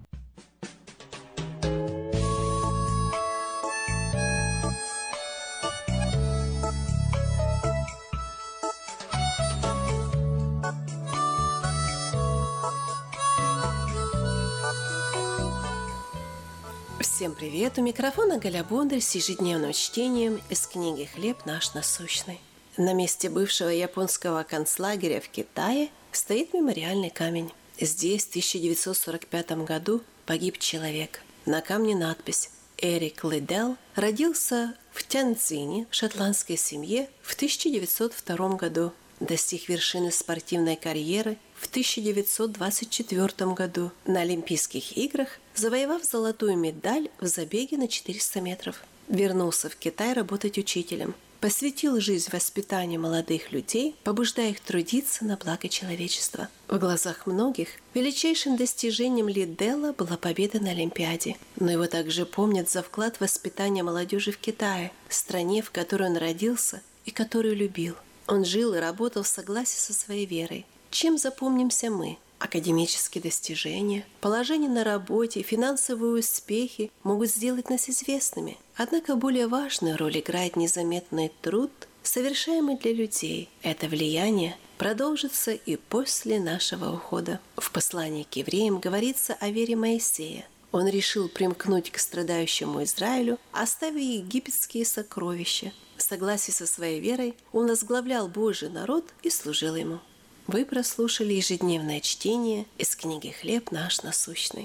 Всем привет! У микрофона Галя Бондарь с ежедневным чтением из книги «Хлеб наш насущный». На месте бывшего японского концлагеря в Китае стоит мемориальный камень. Здесь в 1945 году погиб человек. На камне надпись «Эрик Лидell родился в Тяньцзине в шотландской семье в 1902 году. Достиг вершины спортивной карьеры в 1924 году на Олимпийских играх, завоевав золотую медаль в забеге на 400 метров. Вернулся в Китай работать учителем. посвятил жизнь воспитанию молодых людей, побуждая их трудиться на благо человечества. В глазах многих величайшим достижением Лидделла была победа на Олимпиаде, но его также помнят за вклад в воспитание молодежи в Китае, стране, в которой он родился и которую любил. Он жил и работал в согласии со своей верой. Чем запомнимся мы? Академические достижения, положение на работе, финансовые успехи могут сделать нас известными. Однако более важную роль играет незаметный труд, совершаемый для людей. Это влияние продолжится и после нашего ухода. В послании к евреям говорится о вере Моисея. Он решил примкнуть к страдающему Израилю, оставив египетские сокровища. В согласии со своей верой он возглавлял Божий народ и служил ему. Вы прослушали ежедневное чтение из книги «Хлеб наш насущный».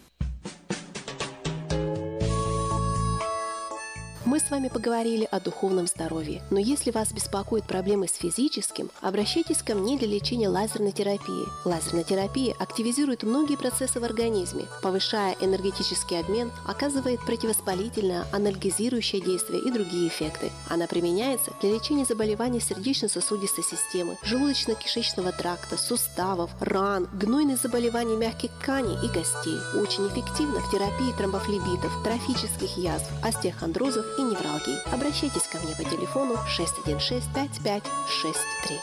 Мы с вами поговорили о духовном здоровье, но если вас беспокоят проблемы с физическим, обращайтесь ко мне для лечения лазерной терапии. Лазерная терапия активизирует многие процессы в организме, повышая энергетический обмен, оказывает противовоспалительное, анальгезирующее действие и другие эффекты. Она применяется для лечения заболеваний сердечно-сосудистой системы, желудочно-кишечного тракта, суставов, ран, гнойных заболеваний мягких тканей и костей. Очень эффективно в терапии тромбофлебитов, трофических язв, остеохондрозов и невралгии. Обращайтесь ко мне по телефону 616-5563.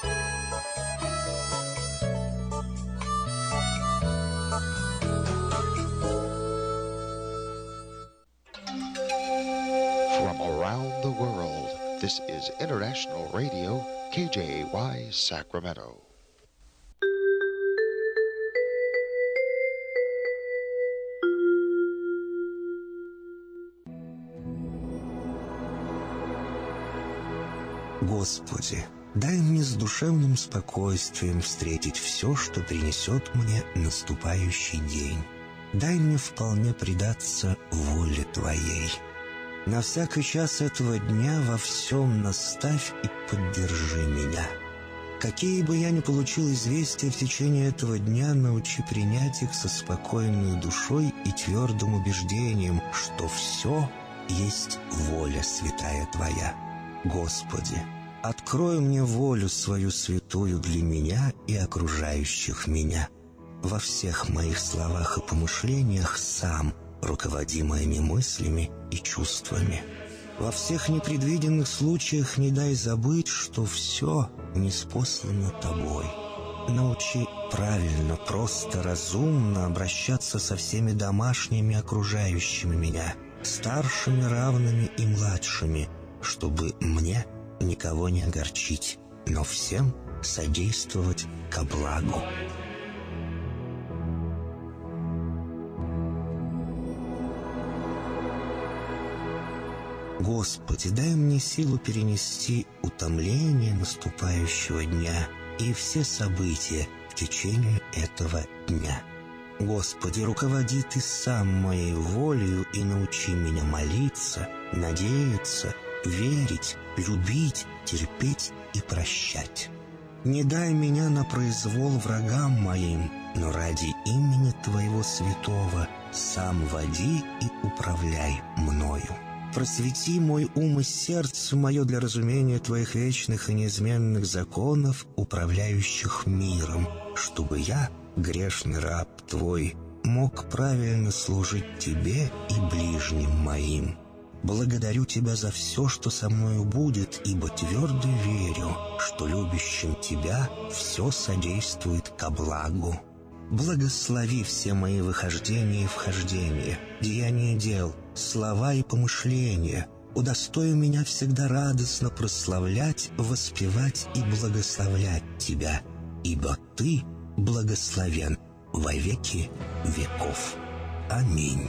From around the world, this is International Radio, KJY, Sacramento. Господи, дай мне с душевным спокойствием встретить все, что принесет мне наступающий день. Дай мне вполне предаться воле Твоей. На всякий час этого дня во всем наставь и поддержи меня. Какие бы я ни получил известия в течение этого дня, научи принять их со спокойной душой и твердым убеждением, что все есть воля святая Твоя. Господи, открой мне волю свою святую для меня и окружающих меня. Во всех моих словах и помышлениях сам руководи моими мыслями и чувствами. Во всех непредвиденных случаях не дай забыть, что все ниспослано Тобой. Научи правильно, просто, разумно обращаться со всеми домашними окружающими меня, старшими, равными и младшими, чтобы мне никого не огорчить, но всем содействовать ко благу. Господи, дай мне силу перенести утомление наступающего дня и все события в течение этого дня. Господи, руководи Ты сам моей волею и научи меня молиться, надеяться, верить, любить, терпеть и прощать. Не дай меня на произвол врагам моим, но ради имени Твоего святого сам води и управляй мною. Просвети мой ум и сердце мое для разумения Твоих вечных и неизменных законов, управляющих миром, чтобы я, грешный раб Твой, мог правильно служить Тебе и ближним моим. Благодарю Тебя за все, что со мною будет, ибо твердо верю, что любящим Тебя все содействует ко благу. Благослови все мои выхождения и вхождения, деяния дел, слова и помышления. Удостой меня всегда радостно прославлять, воспевать и благословлять Тебя, ибо Ты благословен во веки веков. Аминь.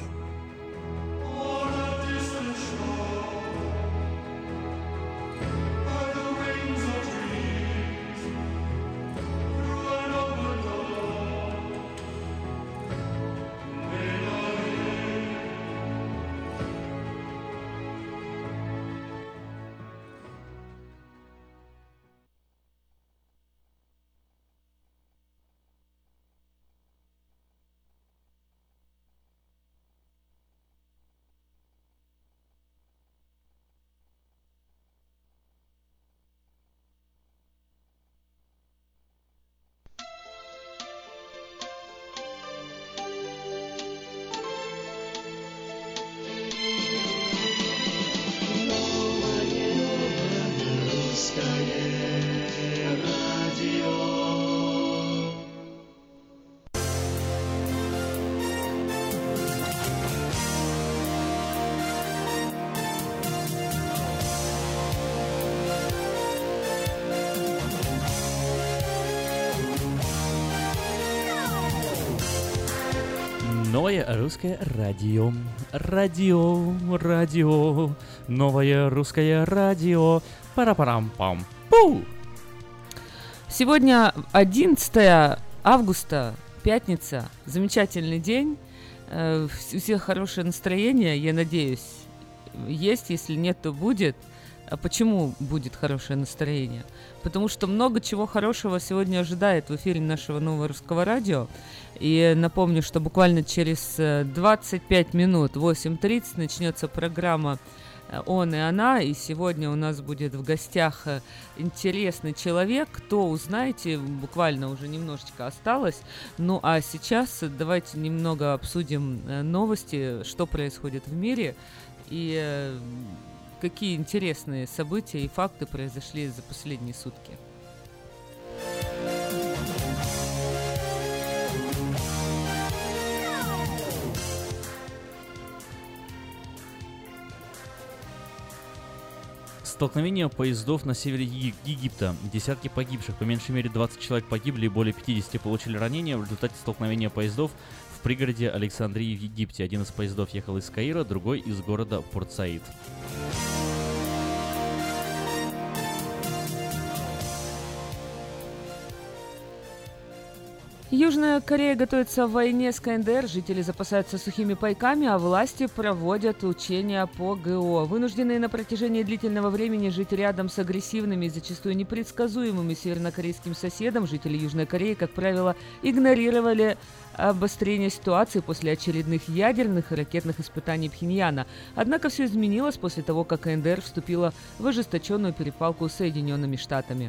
Новое русское радио. Радио. Новое русское радио. Пара-парам-пам. Пу! Сегодня 11 августа, пятница. Замечательный день. У всех хорошее настроение, я надеюсь. Есть, если нет, то будет. А почему будет хорошее настроение? Потому что много чего хорошего сегодня ожидает в эфире нашего нового русского радио. И напомню, что буквально через 25 минут, 8:30, начнется программа «Он и она». И сегодня у нас будет в гостях интересный человек. Кто, узнаете, буквально уже немножечко осталось. Ну а сейчас давайте немного обсудим новости, что происходит в мире. И какие интересные события и факты произошли за последние сутки. Столкновение поездов на севере Египта. Десятки погибших, по меньшей мере 20 человек погибли и более 50 получили ранения в результате столкновения поездов в пригороде Александрии в Египте. Один из поездов ехал из Каира, другой из города Порт-Саид. Южная Корея готовится к войне с КНДР, жители запасаются сухими пайками, а власти проводят учения по ГО. Вынужденные на протяжении длительного времени жить рядом с агрессивными и зачастую непредсказуемыми севернокорейским соседом, жители Южной Кореи, как правило, игнорировали обострение ситуации после очередных ядерных и ракетных испытаний Пхеньяна. Однако все изменилось после того, как КНДР вступила в ожесточенную перепалку с Соединенными Штатами.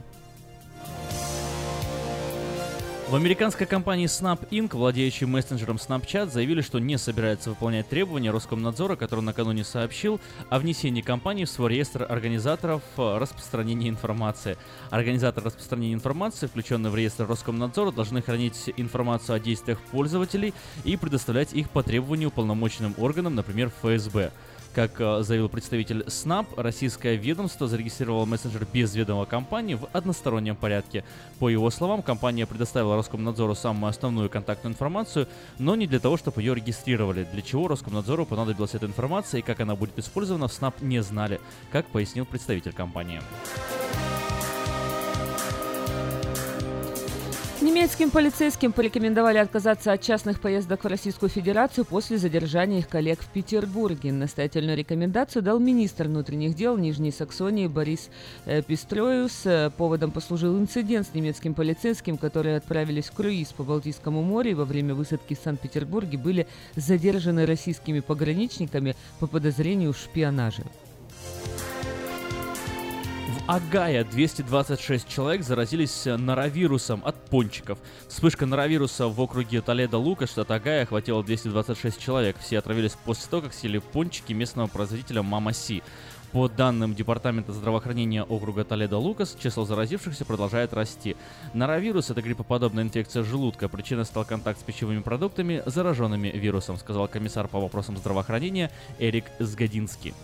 В американской компании Snap Inc., владеющей мессенджером Snapchat, заявили, что не собирается выполнять требования Роскомнадзора, который накануне сообщил о внесении компании в свой реестр организаторов распространения информации. Организаторы распространения информации, включенные в реестр Роскомнадзора, должны хранить информацию о действиях пользователей и предоставлять их по требованию уполномоченным органам, например, ФСБ. Как заявил представитель Snap, российское ведомство зарегистрировало мессенджер без ведома компании в одностороннем порядке. По его словам, компания предоставила Роскомнадзору самую основную контактную информацию, но не для того, чтобы ее регистрировали. Для чего Роскомнадзору понадобилась эта информация и как она будет использована, в Snap не знали, как пояснил представитель компании. Немецким полицейским порекомендовали отказаться от частных поездок в Российскую Федерацию после задержания их коллег в Петербурге. Настоятельную рекомендацию дал министр внутренних дел Нижней Саксонии Борис Пистроиус. Поводом послужил инцидент с немецким полицейским, которые отправились в круиз по Балтийскому морю и во время высадки в Санкт-Петербурге были задержаны российскими пограничниками по подозрению в шпионаже. В Огайо 226 человек заразились норовирусом от пончиков. Вспышка норовируса в округе Толедо-Лукас, штат Огайо, охватила 226 человек. Все отравились после того, как съели пончики местного производителя Мама Си. По данным Департамента здравоохранения округа Толедо-Лукас, число заразившихся продолжает расти. Норовирус – это гриппоподобная инфекция желудка. Причиной стал контакт с пищевыми продуктами, зараженными вирусом, сказал комиссар по вопросам здравоохранения Эрик Сгодинский.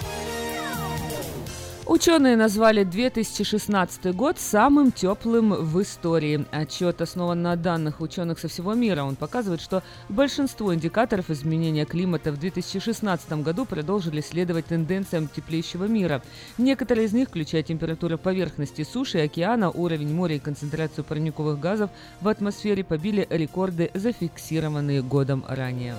Ученые назвали 2016 год самым теплым в истории. Отчет основан на данных ученых со всего мира. Он показывает, что большинство индикаторов изменения климата в 2016 году продолжили следовать тенденциям теплеющего мира. Некоторые из них, включая температуру поверхности суши и океана, уровень моря и концентрацию парниковых газов в атмосфере, побили рекорды, зафиксированные годом ранее.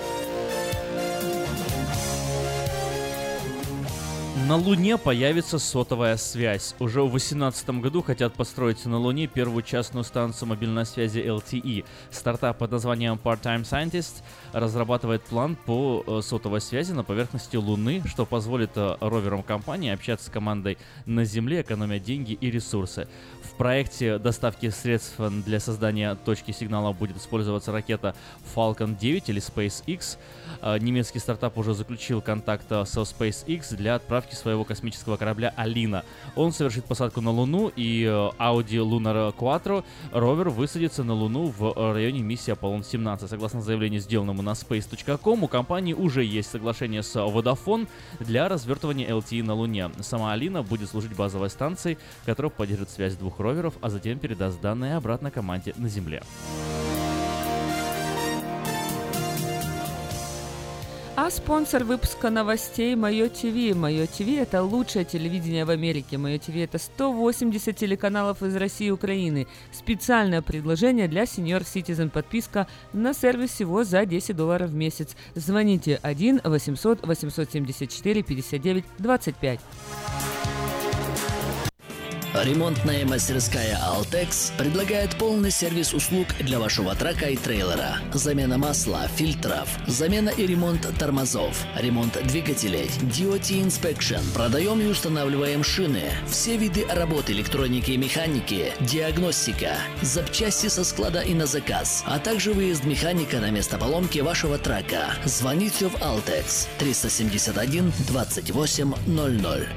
На Луне появится сотовая связь. Уже в 2018 году хотят построить на Луне первую частную станцию мобильной связи LTE. Стартап под названием Part-Time Scientist разрабатывает план по сотовой связи на поверхности Луны, что позволит роверам компании общаться с командой на Земле, экономя деньги и ресурсы. В проекте доставки средств для создания точки сигнала будет использоваться ракета Falcon 9 или SpaceX. Немецкий стартап уже заключил контакт со SpaceX для отправки своего космического корабля «Алина». Он совершит посадку на Луну, и Audi Lunar Quattro ровер высадится на Луну в районе миссии Аполлон-17. Согласно заявлению, сделанному на space.com, у компании уже есть соглашение с Vodafone для развертывания LTE на Луне. Сама «Алина» будет служить базовой станцией, которая поддержит связь двух роверов, а затем передаст данные обратно команде на Земле. А спонсор выпуска новостей Мое ТВ. Мое ТВ – это лучшее телевидение в Америке. Мое ТВ – это 180 телеканалов из России и Украины. Специальное предложение для Senior Citizen. Подписка на сервис всего за $10 в месяц. Звоните 1-800-874-59-25. Ремонтная мастерская «Алтекс» предлагает полный сервис услуг для вашего трака и трейлера. Замена масла, фильтров, замена и ремонт тормозов, ремонт двигателей, DOT Inspection. Продаем и устанавливаем шины, все виды работы электроники и механики, диагностика, запчасти со склада и на заказ, а также выезд механика на место поломки вашего трака. Звоните в «Алтекс» 371 28 00.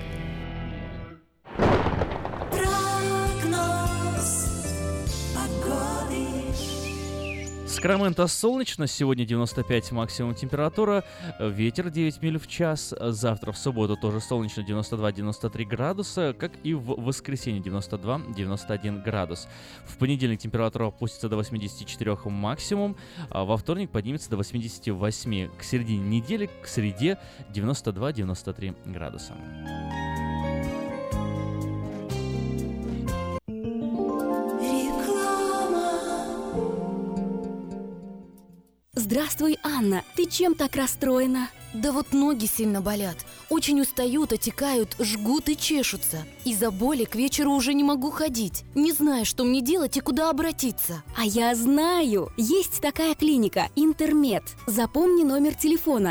Сакраменто солнечно, сегодня 95 максимум температура, ветер 9 миль в час, завтра в субботу тоже солнечно, 92-93 градуса, как и в воскресенье 92-91 градус. В понедельник температура опустится до 84 максимум, а во вторник поднимется до 88. К середине недели, к среде 92-93 градуса. Здравствуй, Анна. Ты чем так расстроена? Да вот ноги сильно болят. Очень устают, отекают, жгут и чешутся. Из-за боли к вечеру уже не могу ходить. Не знаю, что мне делать и куда обратиться. А я знаю! Есть такая клиника «Интермед». Запомни номер телефона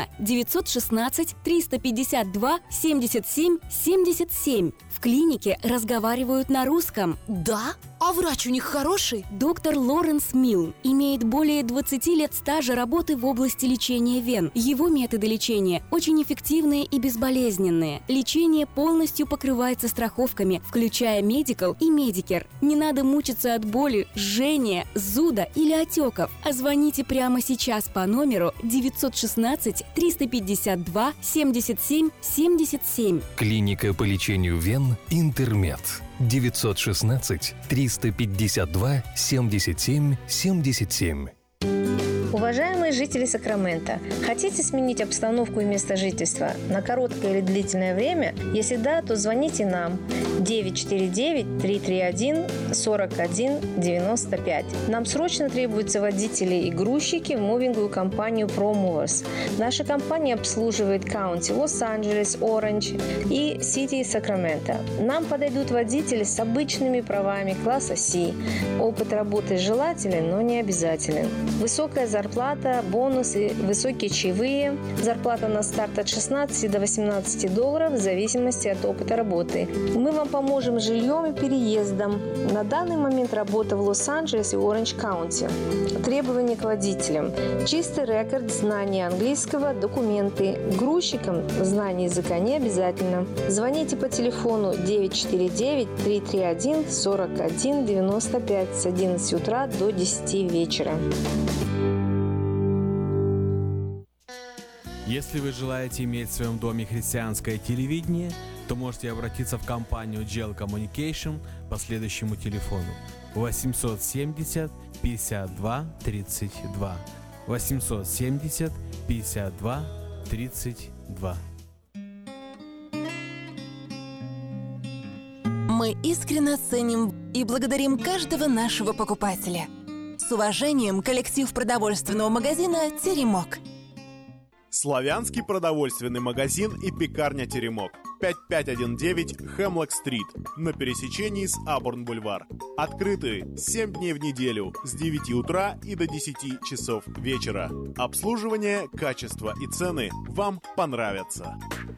916-352-77-77. В клинике разговаривают на русском. Да? А врач у них хороший? Доктор Лоренс Милн имеет более 20 лет стажа работы в области лечения вен. Его методы лечения очень эффективные и безболезненные. Лечение полностью покрывается страховками, включая Medical и Medicare. Не надо мучиться от боли, жжения, зуда или отеков. А звоните прямо сейчас по номеру 916-352-77-77. Клиника по лечению вен «Интермед». 916-352-77-77. Уважаемые жители Сакрамента, хотите сменить обстановку и место жительства на короткое или длительное время? Если да, то звоните нам 949-331-4195. Нам срочно требуются водители и грузчики в мувинговую компанию ProMovers. Наша компания обслуживает каунти Лос-Анджелес, Оранж и Сити Сакраменто. Нам подойдут водители с обычными правами класса C. Опыт работы желателен, но не обязателен. Высокая зарплата, бонусы, высокие чаевые. Зарплата на старт от $16 до $18 в зависимости от опыта работы. Мы вам поможем с жильем и переездом. На данный момент работа в Лос-Анджелесе и Оранж-Каунти. Требования к водителям. Чистый рекорд, знание английского, документы. Грузчикам знание языка не обязательно. Звоните по телефону 949-331-4195 с 11 утра до 10 вечера. Если вы желаете иметь в своем доме христианское телевидение, то можете обратиться в компанию GEL Communication по следующему телефону 870 52 32 870 52 32. Мы искренне ценим и благодарим каждого нашего покупателя. С уважением, коллектив продовольственного магазина «Теремок». Славянский продовольственный магазин и пекарня «Теремок». 5519 Хемлок-стрит на пересечении с Абурн-бульвар. Открыты 7 дней в неделю с 9 утра и до 10 часов вечера. Обслуживание, качество и цены вам понравятся.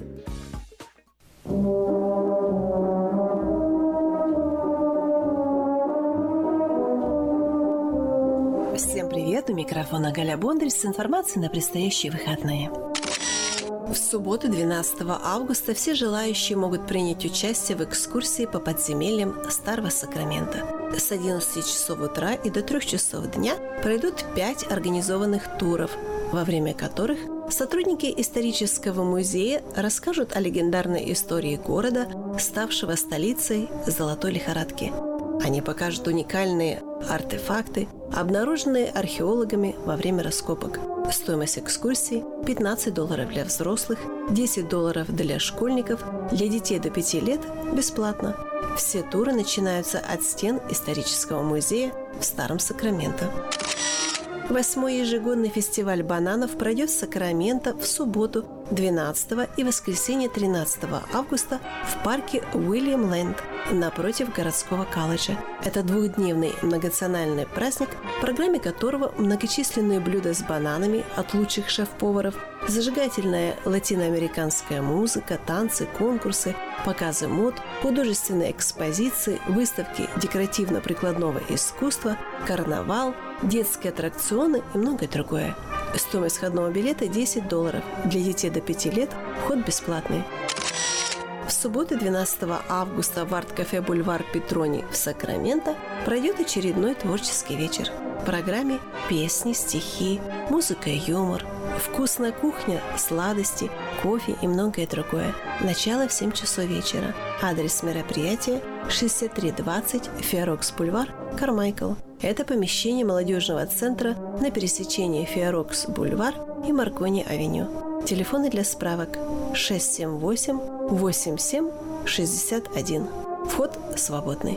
Всем привет! У микрофона Галя Бондарь с информацией на предстоящие выходные. В субботу, 12 августа, все желающие могут принять участие в экскурсии по подземельям Старого Сакрамента. С 11 часов утра и до 3 часов дня пройдут 5 организованных туров, во время которых сотрудники исторического музея расскажут о легендарной истории города, ставшего столицей Золотой лихорадки. Они покажут уникальные артефакты, обнаруженные археологами во время раскопок. Стоимость экскурсии – $15 для взрослых, $10 для школьников, для детей до 5 лет – бесплатно. Все туры начинаются от стен исторического музея в Старом Сакраменто. 8-й ежегодный фестиваль бананов пройдет в Сакраменто в субботу 12 и воскресенье 13 августа в парке Уильям-Ленд напротив городского колледжа. Это двухдневный многонациональный праздник, в программе которого многочисленные блюда с бананами от лучших шеф-поваров, зажигательная латиноамериканская музыка, танцы, конкурсы, показы мод, художественные экспозиции, выставки декоративно-прикладного искусства, карнавал, детские аттракционы и многое другое. Стоимость входного билета $10. Для детей до 5 лет вход бесплатный. В субботу 12 августа в арт-кафе «Бульвар Петрони» в Сакраменто пройдет очередной творческий вечер. В программе песни, стихи, музыка и юмор, вкусная кухня, сладости, кофе и многое другое. Начало в 7 часов вечера. Адрес мероприятия 6320 Фиорокс Бульвар, Кармайкл. Это помещение молодежного центра на пересечении Фиорокс Бульвар и Маркони-авеню. Телефоны для справок 678-87-61. Вход свободный.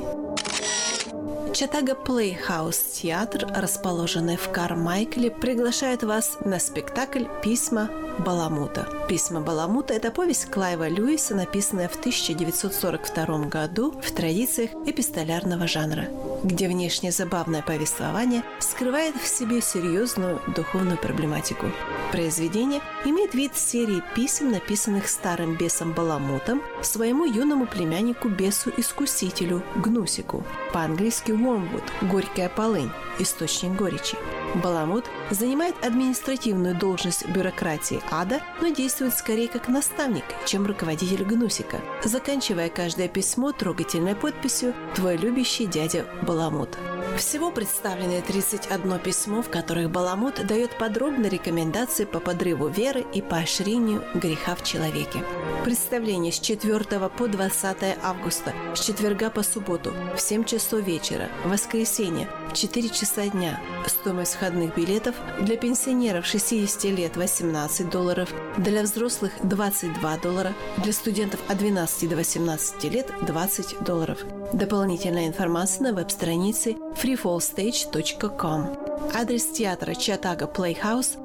Чатага Плейхаус театр, расположенный в Кармайкле, приглашает вас на спектакль «Письма Баламута». «Письма Баламута» – это повесть Клайва Льюиса, написанная в 1942 году в традициях эпистолярного жанра, где внешне забавное повествование скрывает в себе серьезную духовную проблематику. Произведение имеет вид серии писем, написанных старым бесом Баламутом своему юному племяннику-бесу-искусителю Гнусику. По-английски «Wormwood» – «горькая полынь», источник горечи. Баламут занимает административную должность бюрократии ада, но действует скорее как наставник, чем руководитель Гнусика, заканчивая каждое письмо трогательной подписью «Твой любящий дядя Баламут». Всего представлены 31 письмо, в которых Баламут дает подробные рекомендации по подрыву веры и поощрению греха в человеке. Представление с 4 по 20 августа, с четверга по субботу в 7 часов вечера, в воскресенье в 4 часа дня. Стоимость входных билетов для пенсионеров 60 лет $18, для взрослых $22, для студентов от 12 до 18 лет $20. Дополнительная информация на веб-странице freefallstage.com. Адрес театра Чатага Плейхаус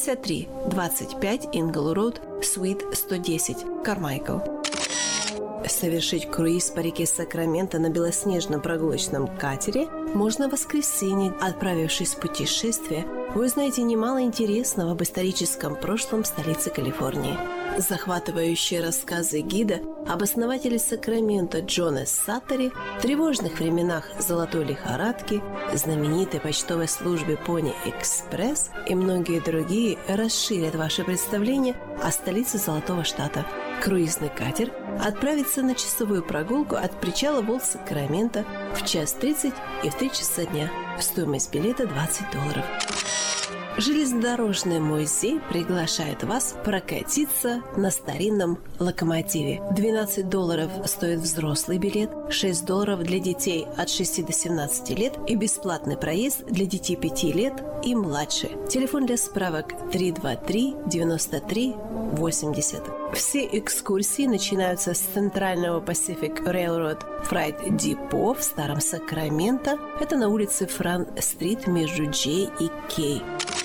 5325 Ингл Роуд, Суит 110, Кармайкл. Совершить круиз по реке Сакраменто на белоснежном прогулочном катере можно в воскресенье. Отправившись в путешествие, вы узнаете немало интересного об историческом прошлом столицы Калифорнии. Захватывающие рассказы гида об основателе Сакраменто Джоне Саттери, тревожных временах золотой лихорадки, знаменитой почтовой службе Pony Express и многие другие расширят ваше представление о столице Золотого Штата. Круизный катер отправится на часовую прогулку от причала Волт-Сакраменто в 1:30 и в 3 часа дня. Стоимость билета $20. Железнодорожный музей приглашает вас прокатиться на старинном локомотиве. $12 стоит взрослый билет, $6 для детей от 6 до 17 лет и бесплатный проезд для детей 5 лет и младше. Телефон для справок 323-93-80. Все экскурсии начинаются с центрального Pacific Railroad Freight Depot в Старом Сакраменто. Это на улице Франк-стрит между Джей и Кей.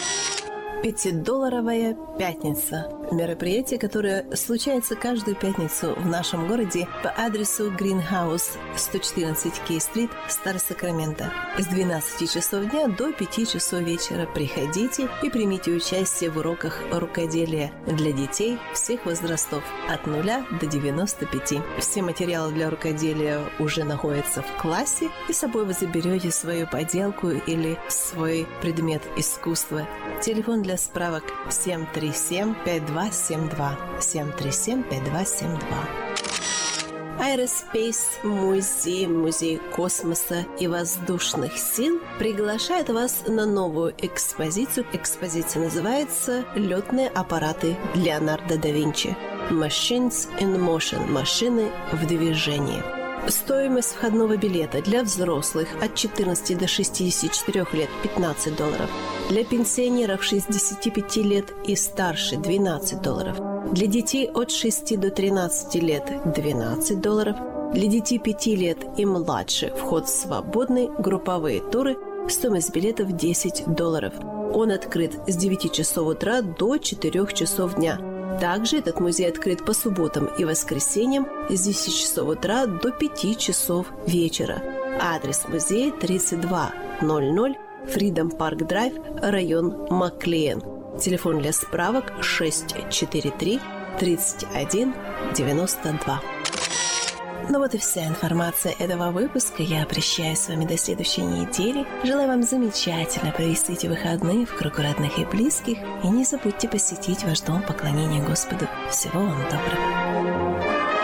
$5 пятница. Мероприятие, которое случается каждую пятницу в нашем городе по адресу Greenhouse 114 Кей-стрит, Старый Сакраменто. С 12 часов дня до 5 часов вечера приходите и примите участие в уроках рукоделия для детей всех возрастов от 0 до 95. Все материалы для рукоделия уже находятся в классе, и с собой вы заберете свою поделку или свой предмет искусства. Телефон для справок 737-5272. 737-5272. Aerospace музей космоса и воздушных сил приглашает вас на новую экспозицию. Экспозиция называется «Летные аппараты Леонардо да Винчи». Machines in Motion – машины в движении. Стоимость входного билета для взрослых от 14 до 64 лет $15, для пенсионеров 65 лет и старше $12, для детей от 6 до 13 лет $12, для детей 5 лет и младше вход свободный, групповые туры, стоимость билетов $10. Он открыт с 9 часов утра до 4 часов дня. Также этот музей открыт по субботам и воскресеньям с 10 часов утра до 5 часов вечера. Адрес музея 3200 Freedom Park Drive, район Маклиен. Телефон для справок 643 31 92. Ну вот и вся информация этого выпуска. Я прощаюсь с вами до следующей недели. Желаю вам замечательно провести эти выходные в кругу родных и близких. И не забудьте посетить ваш дом поклонения Господу. Всего вам доброго.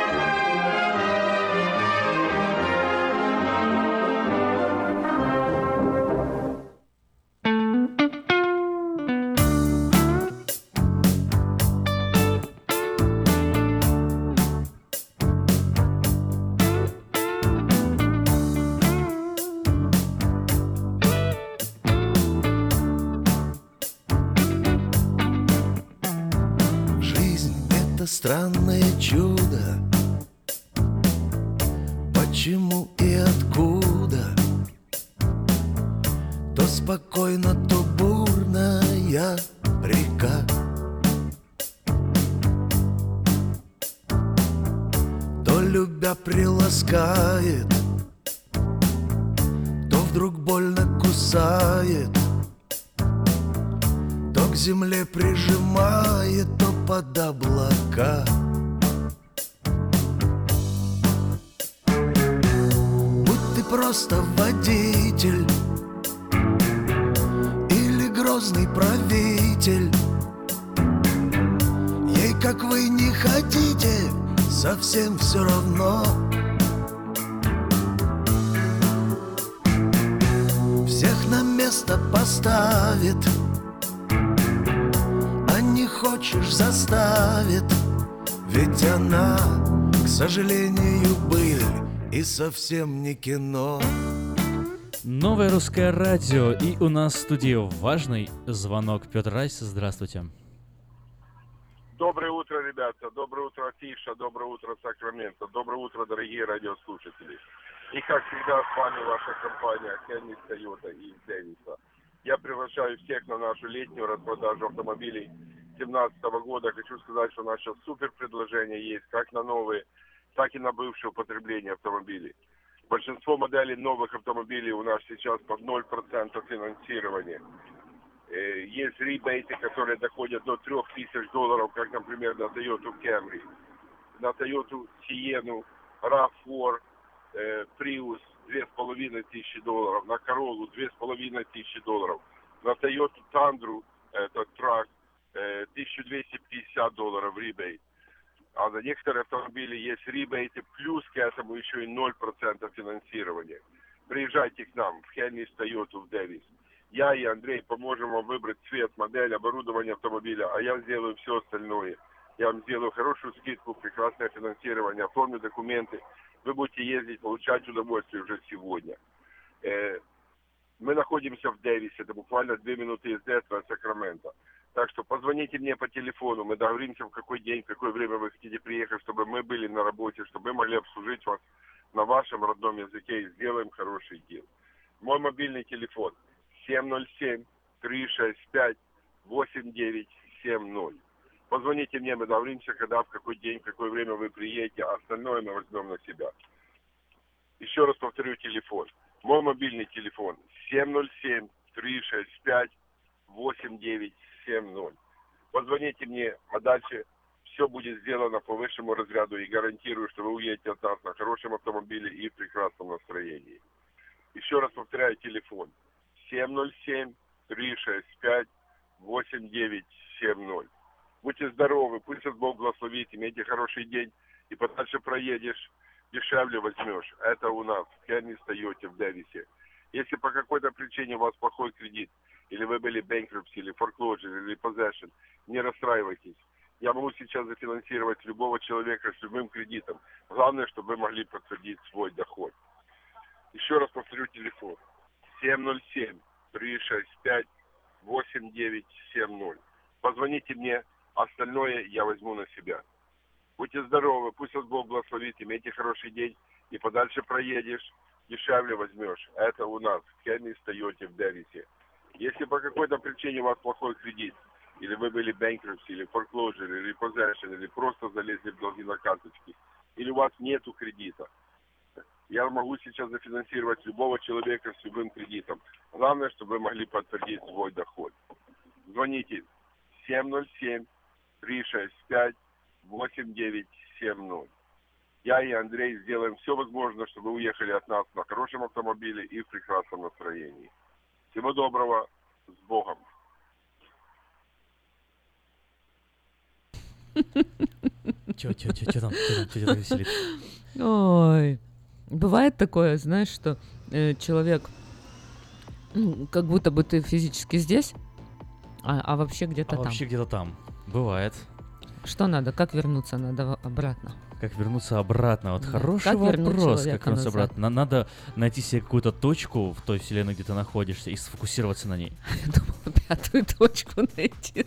Странное чудо, почему и откуда, то спокойно, то бурная река, то любя приласкает, то вдруг больно кусает, то к земле прижимает, то под облака. Будь ты просто водитель или грозный правитель, ей, как вы не хотите, совсем все равно. Всех на место поставит, хочешь, заставит, ведь она, к сожалению, быль и совсем не кино. Новое русское радио, и у нас в студии важный звонок. Петр Райс, здравствуйте. Доброе утро, ребята. Доброе утро, Афиша. Доброе утро, Сакраменто. Доброе утро, дорогие радиослушатели. И, как всегда, с вами ваша компания Хеннис Тойота из Дэвиса. Я приглашаю всех на нашу летнюю распродажу автомобилей 2017 года. Хочу сказать, что у нас сейчас супер предложения есть, как на новые, так и на бывшее употребление автомобилей. Большинство моделей новых автомобилей у нас сейчас под 0% финансирования. Есть ребейты, которые доходят до $3000, как, например, на Toyota Camry, на Toyota Sienna, RAV4, Prius $2500, на Corolla $2500, на Toyota Tundra, это трак, $1250 ребейт. А за некоторые автомобили есть ребейты, плюс к этому еще и 0% финансирования. Приезжайте к нам в Хеннис Тойоту в Дэвис. Я и Андрей поможем вам выбрать цвет, модель, оборудование автомобиля, а я сделаю все остальное. Я вам сделаю хорошую скидку, прекрасное финансирование, оформлю документы. Вы будете ездить, получать удовольствие уже сегодня. Мы находимся в Дэвисе, это буквально 2 минуты езды от Сакрамента. Так что позвоните мне по телефону, мы договоримся, в какой день, в какое время вы хотите приехать, чтобы мы были на работе, чтобы мы могли обслужить вас на вашем родном языке и сделаем хороший дел. Мой мобильный телефон 707-365-8970. Позвоните мне, мы договоримся, когда, в какой день, в какое время вы приедете, а остальное мы возьмем на себя. Еще раз повторю телефон. Мой мобильный телефон 707-365-8970. Позвоните мне, а дальше все будет сделано по высшему разряду и гарантирую, что вы уедете от нас на хорошем автомобиле и в прекрасном настроении. Еще раз повторяю телефон 707-365-8970. Будьте здоровы, пусть Бог благословит, имейте хороший день и подальше проедешь, дешевле возьмешь. Это у нас в Хеннис Тойоте в Дэвисе. Если по какой-то причине у вас плохой кредит, или вы были bankruptcy, или foreclosure, или possession, не расстраивайтесь. Я могу сейчас зафинансировать любого человека с любым кредитом. Главное, чтобы вы могли подтвердить свой доход. Еще раз повторю телефон. 707-365-8970. Позвоните мне, остальное я возьму на себя. Будьте здоровы, пусть вас Бог благословит, имейте хороший день, и подальше проедешь, дешевле возьмешь. Это у нас в Кенни Тойоте в Дэвисе. Если по какой-то причине у вас плохой кредит, или вы были bankruptcy, или foreclosure, или possession, или просто залезли в долги на карточки, или у вас нету кредита, я могу сейчас зафинансировать любого человека с любым кредитом. Главное, чтобы вы могли подтвердить свой доход. Звоните 707-365-8970. Я и Андрей сделаем все возможное, чтобы вы уехали от нас на хорошем автомобиле и в прекрасном настроении. Всего доброго, с Богом. Чё там веселит? Ой, бывает такое, знаешь, что человек, как будто бы ты физически здесь, а вообще где-то там. Вообще где-то там. Бывает. Что надо? Как вернуться надо обратно? Как вернуться обратно? Вот Да. хороший Как вопрос. Как вернуться назад? обратно? Надо найти себе какую-то точку в той вселенной, где ты находишься, и сфокусироваться на ней. Я думала, пятую точку найти.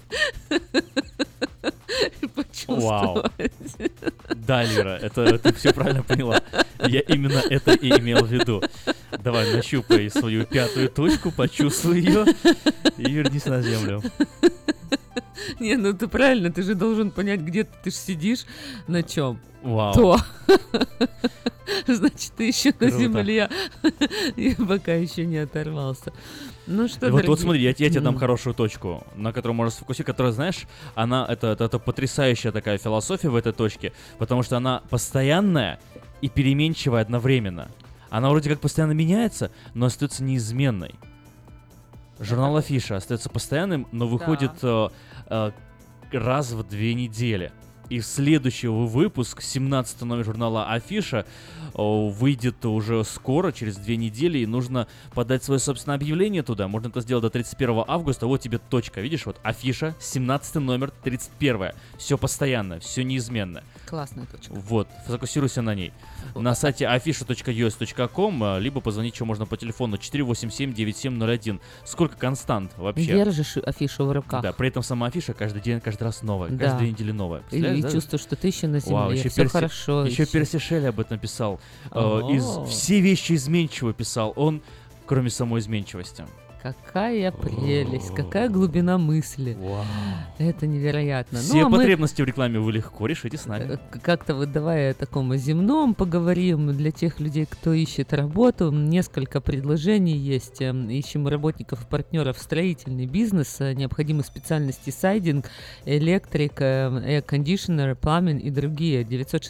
Вау. Да, Лера, это ты все правильно поняла. Я именно это и имел в виду. Давай, нащупай свою пятую точку, почувствуй ее и вернись на землю. Не, ну ты правильно, ты же должен понять, где ты ж сидишь, на чем. Вау. То. Значит, ты еще на Круто. земле и пока еще не оторвался. Ну что, вот смотри, я тебе дам хорошую точку, на которую можно сфокусировать, которая, знаешь, она это потрясающая такая философия в этой точке, потому что она постоянная и переменчивая одновременно. Она вроде как постоянно меняется, но остается неизменной. Журнал Афиша остается постоянным, но выходит раз в 2 недели. И следующий выпуск, 17 номер журнала Афиша, выйдет уже скоро, через 2 недели, и нужно подать свое собственное объявление туда. Можно это сделать до 31 августа. Вот тебе точка, видишь, вот Афиша, 17 номер, 31. Все постоянно, все неизменно. Классная точка. Вот, фокусируйся на ней. На сайте afisha.us.com, либо позвонить еще можно по телефону 487-9701. Сколько констант вообще? Держишь афишу в руках. Да, при этом сама афиша каждый день, каждый раз новая, Да. каждые 2 недели новая. И чувствуешь, что ты еще на земле, Вау, еще все хорошо. Еще Перси Шелли об этом писал. О. Все вещи изменчивы писал он, кроме самой изменчивости. Какая прелесть, какая глубина мысли. Вау. Это невероятно. Все Ну, а мы потребности в рекламе вы легко решите с нами. как-то вот давай о таком о земном поговорим. Для тех людей, кто ищет работу, несколько предложений есть. Ищем работников и партнеров в строительный бизнес. Необходимы специальности сайдинг, электрик, air-conditioner, пламен и другие.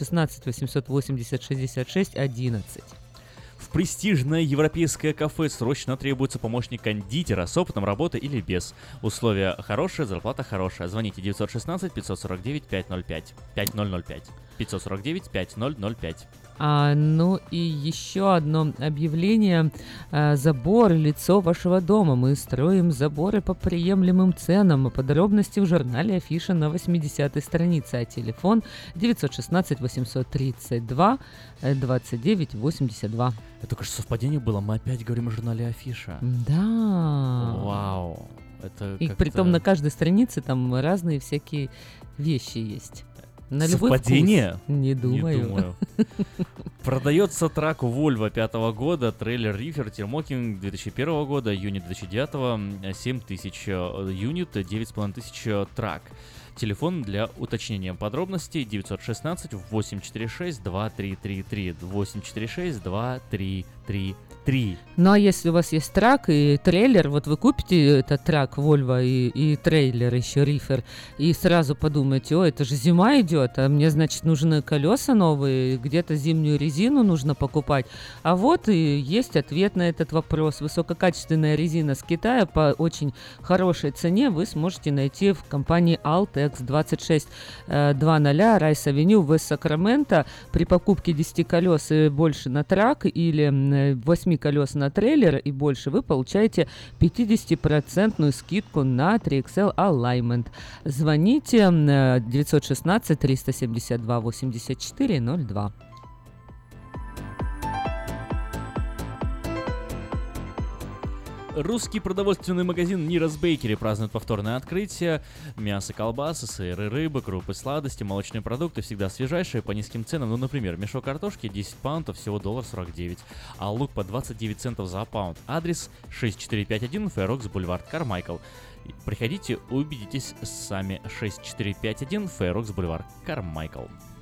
916-880-66-11. В престижное европейское кафе срочно требуется помощник кондитера с опытом работы или без. Условия хорошие, зарплата хорошая. Звоните 916-549-505. 5005. 549-5005. Ну и еще одно объявление. Забор, лицо вашего дома. Мы строим заборы по приемлемым ценам. Подробности в журнале Афиша на 80-й странице. А телефон 916-832-2982. Это только что совпадение было. Мы опять говорим о журнале Афиша. Да. Вау. Это и притом на каждой странице там разные всякие вещи есть. На совпадение? Любой вкус. Не думаю. Продается трак Volvo 5-го года, трейлер Reefer Thermocking 2001 года, юнит 2009, 7000 юнит, 9500 трак. Телефон для уточнения подробностей 916-846-2333, 846-2333. Ну а если у вас есть трак и трейлер, вот вы купите этот трак Volvo и трейлер еще Reefer, и сразу подумаете, это же зима идет, а мне, значит, нужны колеса новые, где-то зимнюю резину нужно покупать. А вот и есть ответ на этот вопрос. Высококачественная резина с Китая по очень хорошей цене вы сможете найти в компании Altex X2600 Райс-Авеню в Сакраменто. При покупке 10 колес и больше на трак или 8 колес на трейлер и больше вы получаете 50% скидку на 3XL Alignment. Звоните 916-372-8402. Русский продовольственный магазин Нирос Бейкери празднует повторное открытие. Мясо, колбасы, сыры, рыбы, крупы, сладости, молочные продукты всегда свежайшие по низким ценам. Ну, например, мешок картошки 10 паунтов всего $1.49, а лук по 29 центов за паунд. Адрес 6451 Фэрокс Бульвар, Кармайкл. Приходите, убедитесь сами. 6451 Фэрокс Бульвар, Кармайкл.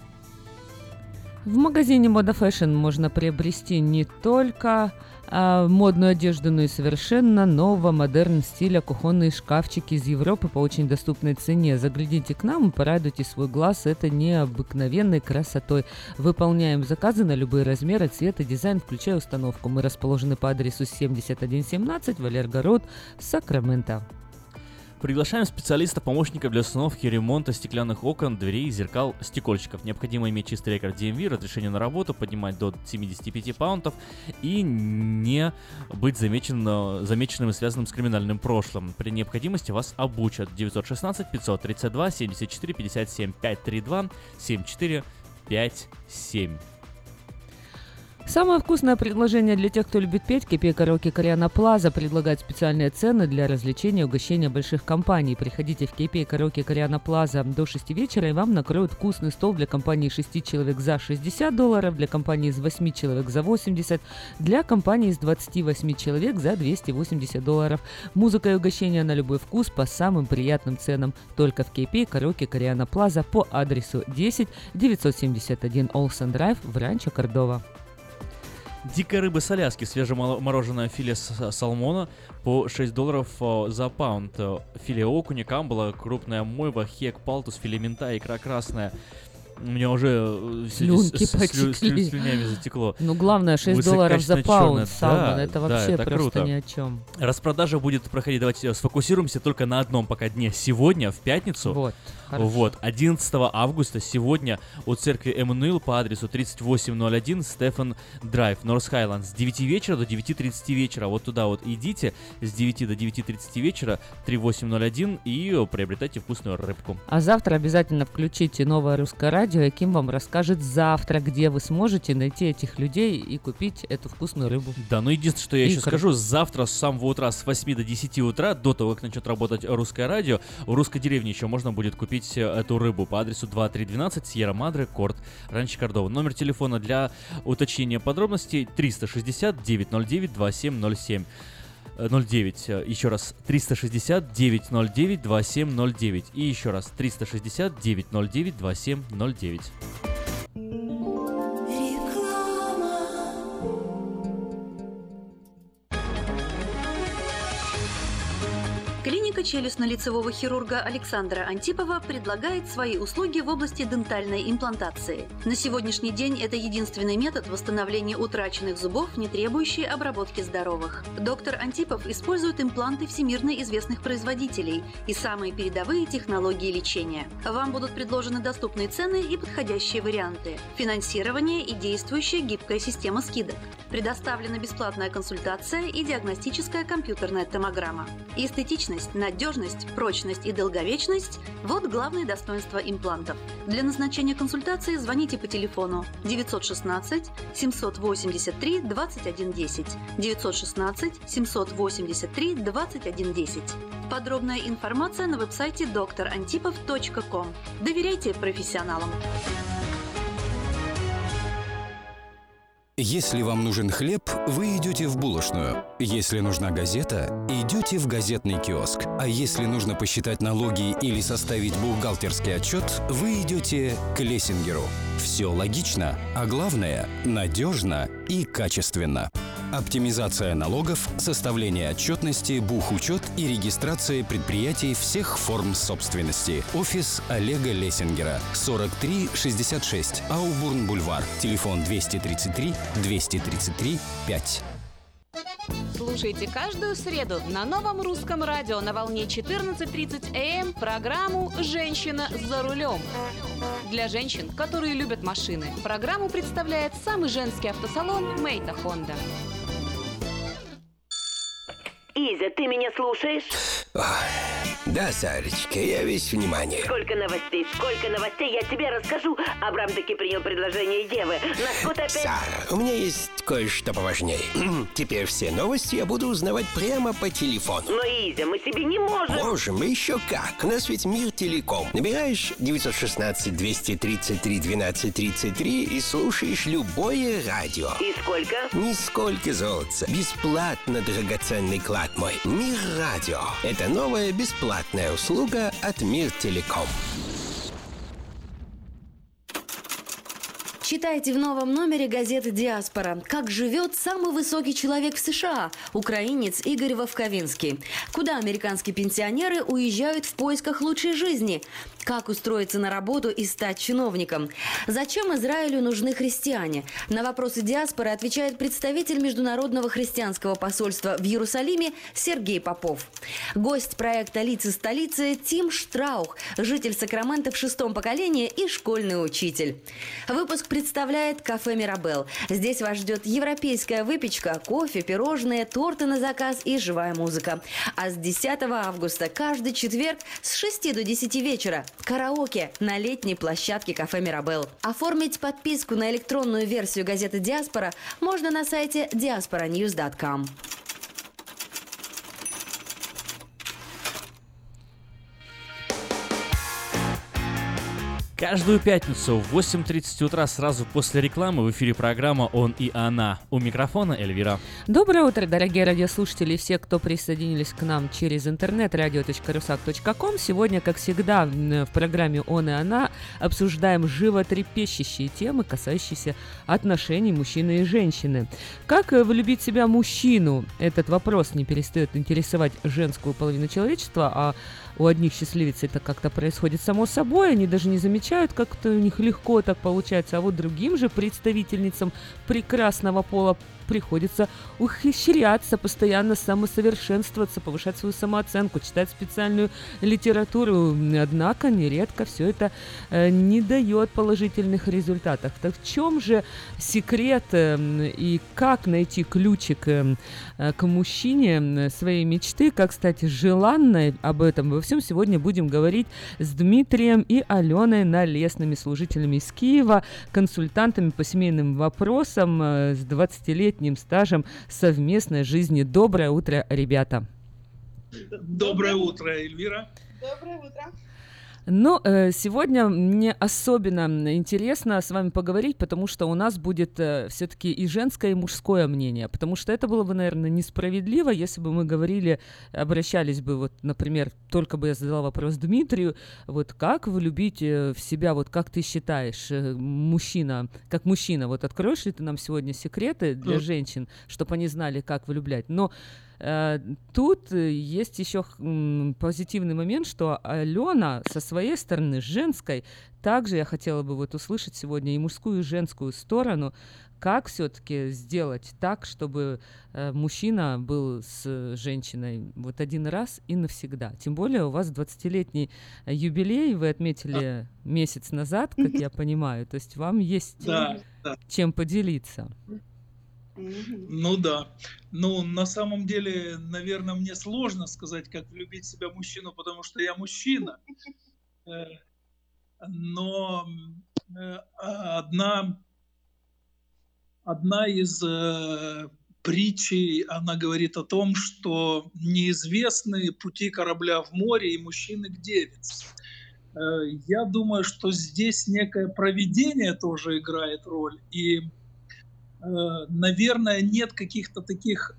В магазине Moda Fashion можно приобрести не только модную одежду, но и совершенно нового модерн стиля кухонные шкафчики из Европы по очень доступной цене. Заглядите к нам и порадуйте свой глаз это необыкновенной красотой. Выполняем заказы на любые размеры, цвет и дизайн, включая установку. Мы расположены по адресу 7117 Валерго Роуд, Сакраменто. Приглашаем специалиста-помощника для установки и ремонта стеклянных окон, дверей, зеркал, стекольщиков. Необходимо иметь чистый рекорд DMV, разрешение на работу, поднимать до 75 паунтов и не быть замеченным и связанным с криминальным прошлым. При необходимости вас обучат. 916-532-74-57, 532-74-57. Самое вкусное предложение для тех, кто любит петь. KP Караоке Кориана Плаза предлагает специальные цены для развлечения и угощения больших компаний. Приходите в KP Караоке Кориана Плаза до 6 вечера, и вам накроют вкусный стол для компании 6 человек за $60, для компании из 8 человек за $80, для компании из 28 человек за $280. Музыка и угощения на любой вкус по самым приятным ценам. Только в KP Караоке Кориана Плаза по адресу 10 971 Олсен Драйв в Ранчо Кордова. Дикая рыба с Аляски, свежемороженое филе салмона по $6 за паунд. Филе окуня, камбала, крупная мойва, хек, палтус, филе мента, икра красная. У меня уже слюнями затекло. Ну, главное, $6 за паунд салмон. Это вообще это просто круто. Ни о чем. Распродажа будет проходить, давайте сфокусируемся только на одном пока дне. Сегодня, в пятницу, вот 11 августа, сегодня у церкви Эммануил по адресу 3801 Стефан Драйв, Норс Хайленд, с 9 вечера до 9:30 вечера. Вот туда вот идите с 9 до 9:30 вечера, 3801, и приобретайте вкусную рыбку. А завтра обязательно включите новое русское радио. Ким вам расскажет завтра, где вы сможете найти этих людей и купить эту вкусную рыбу. Да, ну единственное, что я еще скажу, завтра с самого утра, с 8 до 10 утра, до того, как начнет работать русское радио, в русской деревне еще можно будет купить эту рыбу по адресу 2312 Сьерра Мадре Корт, Ранчо Кордова. Номер телефона для уточнения подробностей 360-909-2707. 09, еще раз 360-909-2709 и еще раз 360-909-2709. Клиника челюстно-лицевого хирурга Александра Антипова предлагает свои услуги в области дентальной имплантации. На сегодняшний день это единственный метод восстановления утраченных зубов, не требующий обработки здоровых. Доктор Антипов использует импланты всемирно известных производителей и самые передовые технологии лечения. Вам будут предложены доступные цены и подходящие варианты, финансирование и действующая гибкая система скидок. Предоставлена бесплатная консультация и диагностическая компьютерная томограмма. Эстетичность, надежность, прочность и долговечность – вот главные достоинства имплантов. Для назначения консультации звоните по телефону 916 783 2110, 916 783 2110. Подробная информация на веб-сайте drantipov.com. Доверяйте профессионалам. Если вам нужен хлеб, вы идете в булочную. Если нужна газета, идете в газетный киоск. А если нужно посчитать налоги или составить бухгалтерский отчет, вы идете к Лессингеру. Все логично, а главное – надежно и качественно. Оптимизация налогов, составление отчетности, бухучет и регистрация предприятий всех форм собственности. Офис Олега Лессингера. 4366 Аубурн-Бульвар. Телефон 233 233 5. Слушайте каждую среду на Новом русском радио на волне 14:30 АМ программу «Женщина за рулем». Для женщин, которые любят машины, программу представляет самый женский автосалон «Мейта Хонда». Изя, ты меня слушаешь? Да, Сарочка, я весь внимание. Сколько новостей, я тебе расскажу. Абрам таки принял предложение Евы. Наскот опять... Сара, у меня есть кое-что поважнее. Теперь все новости я буду узнавать прямо по телефону. Но, Изя, мы себе не можем. Можем, еще как. У нас ведь Мир Телеком. Набираешь 916-233-1233 и слушаешь любое радио. И сколько? Нисколько, золотца. Бесплатно, драгоценный клад мой. Мир Радио. Это новая бесплатная услуга от Мир Телеком. Читайте в новом номере газеты «Диаспора». Как живет самый высокий человек в США – украинец Игорь Вовковинский. Куда американские пенсионеры уезжают в поисках лучшей жизни? Как устроиться на работу и стать чиновником? Зачем Израилю нужны христиане? На вопросы диаспоры отвечает представитель Международного христианского посольства в Иерусалиме Сергей Попов. Гость проекта «Лица столицы» Тим Штраух, житель Сакрамента в 6-м поколении и школьный учитель. Выпуск представляет кафе «Мирабелл». Здесь вас ждет европейская выпечка, кофе, пирожные, торты на заказ и живая музыка. А с 10 августа каждый четверг с 6 до 10 вечера караоке на летней площадке кафе «Мирабелл». Оформить подписку на электронную версию газеты «Диаспора» можно на сайте diasporanews.com. Каждую пятницу в 8:30 утра сразу после рекламы в эфире программа «Он и она». У микрофона Эльвира. Доброе утро, дорогие радиослушатели и все, кто присоединились к нам через интернет radio.rusak.com. Сегодня, как всегда, в программе «Он и она» обсуждаем животрепещущие темы, касающиеся отношений мужчины и женщины. Как влюбить в себя мужчину? Этот вопрос не перестает интересовать женскую половину человечества, а у одних счастливец это как-то происходит само собой, они даже не замечают, как-то у них легко так получается, а вот другим же представительницам прекрасного пола приходится ухищряться, постоянно самосовершенствоваться, повышать свою самооценку, читать специальную литературу. Однако нередко все это не дает положительных результатов. Так в чем же секрет и как найти ключик к мужчине своей мечты, как стать желанной? Об этом во всем сегодня будем говорить с Дмитрием и Аленой Налесными, служителями из Киева, консультантами по семейным вопросам с 20-летним стажем совместной жизни. Доброе утро, ребята. Доброе утро, Эльвира. Доброе утро. Ну, сегодня мне особенно интересно с вами поговорить, потому что у нас будет все-таки и женское, и мужское мнение, потому что это было бы, наверное, несправедливо, если бы мы говорили, обращались бы, вот, например, только бы я задала вопрос Дмитрию, вот как влюбить в себя, вот как ты считаешь, мужчина, как мужчина, вот откроешь ли ты нам сегодня секреты для женщин, чтобы они знали, как влюблять, но тут есть еще позитивный момент, что Алена со своей стороны, женской, также я хотела бы вот услышать сегодня и мужскую, и женскую сторону, как все-таки сделать так, чтобы мужчина был с женщиной вот один раз и навсегда. Тем более у вас 20-летний юбилей, вы отметили месяц назад, как я понимаю, то есть вам есть чем поделиться. Ну да. Ну, на самом деле, наверное, мне сложно сказать, как влюбить в себя мужчину, потому что я мужчина. Но одна из притчей, она говорит о том, что неизвестны пути корабля в море и мужчины к девице. Я думаю, что здесь некое провидение тоже играет роль. И наверное, нет каких-то таких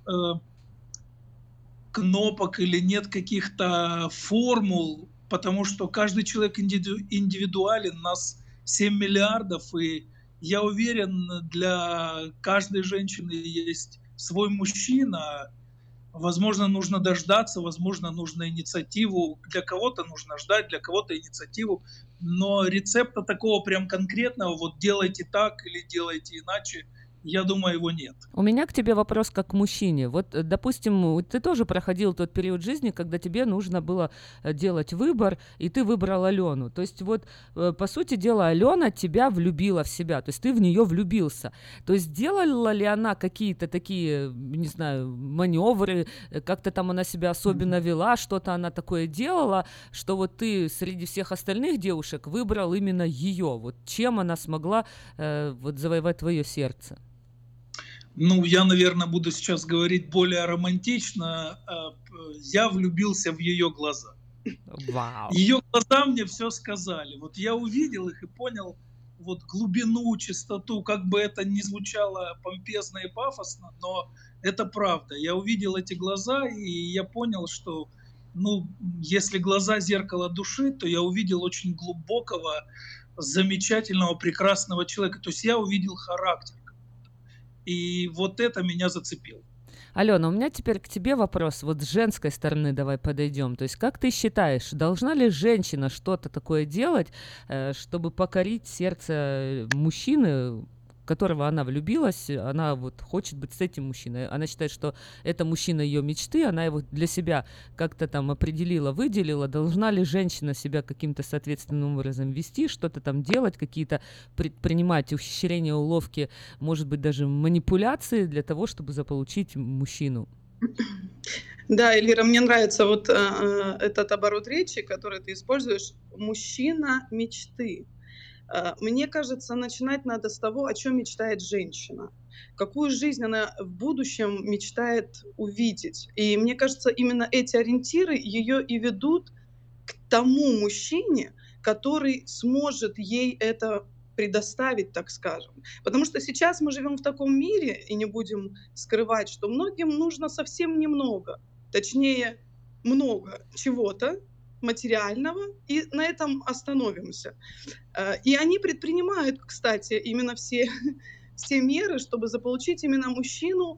кнопок или нет каких-то формул, потому что каждый человек индивидуален, нас 7 миллиардов, и я уверен, для каждой женщины есть свой мужчина. Возможно, нужно дождаться, возможно, нужно инициативу. Для кого-то нужно ждать, для кого-то инициативу. Но рецепта такого прям конкретного, вот делайте так или делайте иначе, я думаю, его нет. У меня к тебе вопрос как к мужчине. Вот, допустим, ты тоже проходил тот период жизни, когда тебе нужно было делать выбор, и ты выбрал Алену. То есть вот, по сути дела, Алена тебя влюбила в себя, то есть ты в нее влюбился. То есть делала ли она какие-то такие, не знаю, маневры, как-то там она себя особенно вела, что-то она такое делала, что вот ты среди всех остальных девушек выбрал именно ее. Вот чем она смогла вот завоевать твое сердце? Ну, я, наверное, буду сейчас говорить более романтично. Я влюбился в ее глаза. Вау. Ее глаза мне все сказали. Вот я увидел их и понял вот глубину, чистоту, как бы это ни звучало помпезно и пафосно, но это правда. Я увидел эти глаза, и я понял, что, ну, если глаза — зеркало души, то я увидел очень глубокого, замечательного, прекрасного человека. То есть я увидел характер. И вот это меня зацепило. Алена, у меня теперь к тебе вопрос. Вот с женской стороны давай подойдем. То есть как ты считаешь, должна ли женщина что-то такое делать, чтобы покорить сердце мужчины, в которого она влюбилась, она вот хочет быть с этим мужчиной. Она считает, что это мужчина ее мечты, она его для себя как-то там определила, выделила. Должна ли женщина себя каким-то соответственным образом вести, что-то там делать, какие-то предпринимать ухищрения, уловки, может быть, даже манипуляции для того, чтобы заполучить мужчину? Да, Эльвира, мне нравится вот этот оборот речи, который ты используешь. Мужчина мечты. Мне кажется, начинать надо с того, о чем мечтает женщина. Какую жизнь она в будущем мечтает увидеть. И мне кажется, именно эти ориентиры ее и ведут к тому мужчине, который сможет ей это предоставить, так скажем. Потому что сейчас мы живем в таком мире, и не будем скрывать, что многим нужно совсем немного. Точнее, много чего-то материального, и на этом остановимся. И они предпринимают, кстати, именно все меры, чтобы заполучить именно мужчину,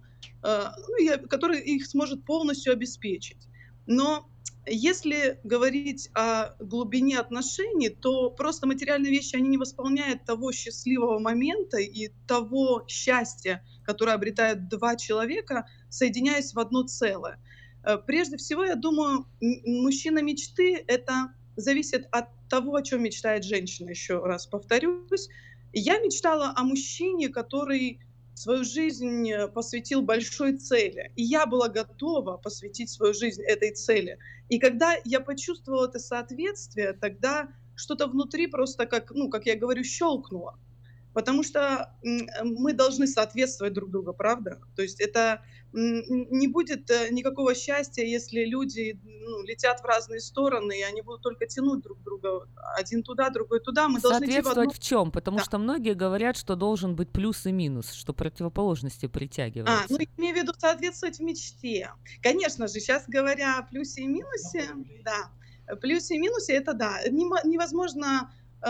который их сможет полностью обеспечить. Но если говорить о глубине отношений, то просто материальные вещи, они не восполняют того счастливого момента и того счастья, которое обретают два человека, соединяясь в одно целое. Прежде всего, я думаю, мужчина мечты — это зависит от того, о чем мечтает женщина, еще раз повторюсь. Я мечтала о мужчине, который свою жизнь посвятил большой цели. И я была готова посвятить свою жизнь этой цели. И когда я почувствовала это соответствие, тогда что-то внутри просто, как я говорю, щелкнуло. Потому что мы должны соответствовать друг другу, правда? То есть это не будет никакого счастья, если люди летят в разные стороны, и они будут только тянуть друг друга один туда, другой туда. Мы должны соответствовать в чем? Потому что многие говорят, что должен быть плюс и минус, что противоположности притягиваются. Я имею в виду соответствовать в мечте. Конечно же, сейчас говоря о плюсе и минусе, да, плюсе и минусе, это да, невозможно.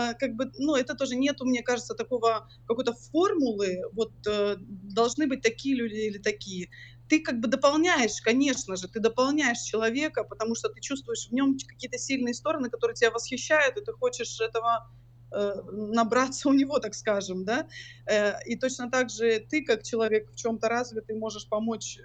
Это тоже нету, мне кажется, такого какой-то формулы, вот должны быть такие люди или такие. Ты дополняешь, конечно же, ты дополняешь человека, потому что ты чувствуешь в нем какие-то сильные стороны, которые тебя восхищают, и ты хочешь этого набраться у него, так скажем, да. И точно так же ты, как человек в чем-то развитый, можешь помочь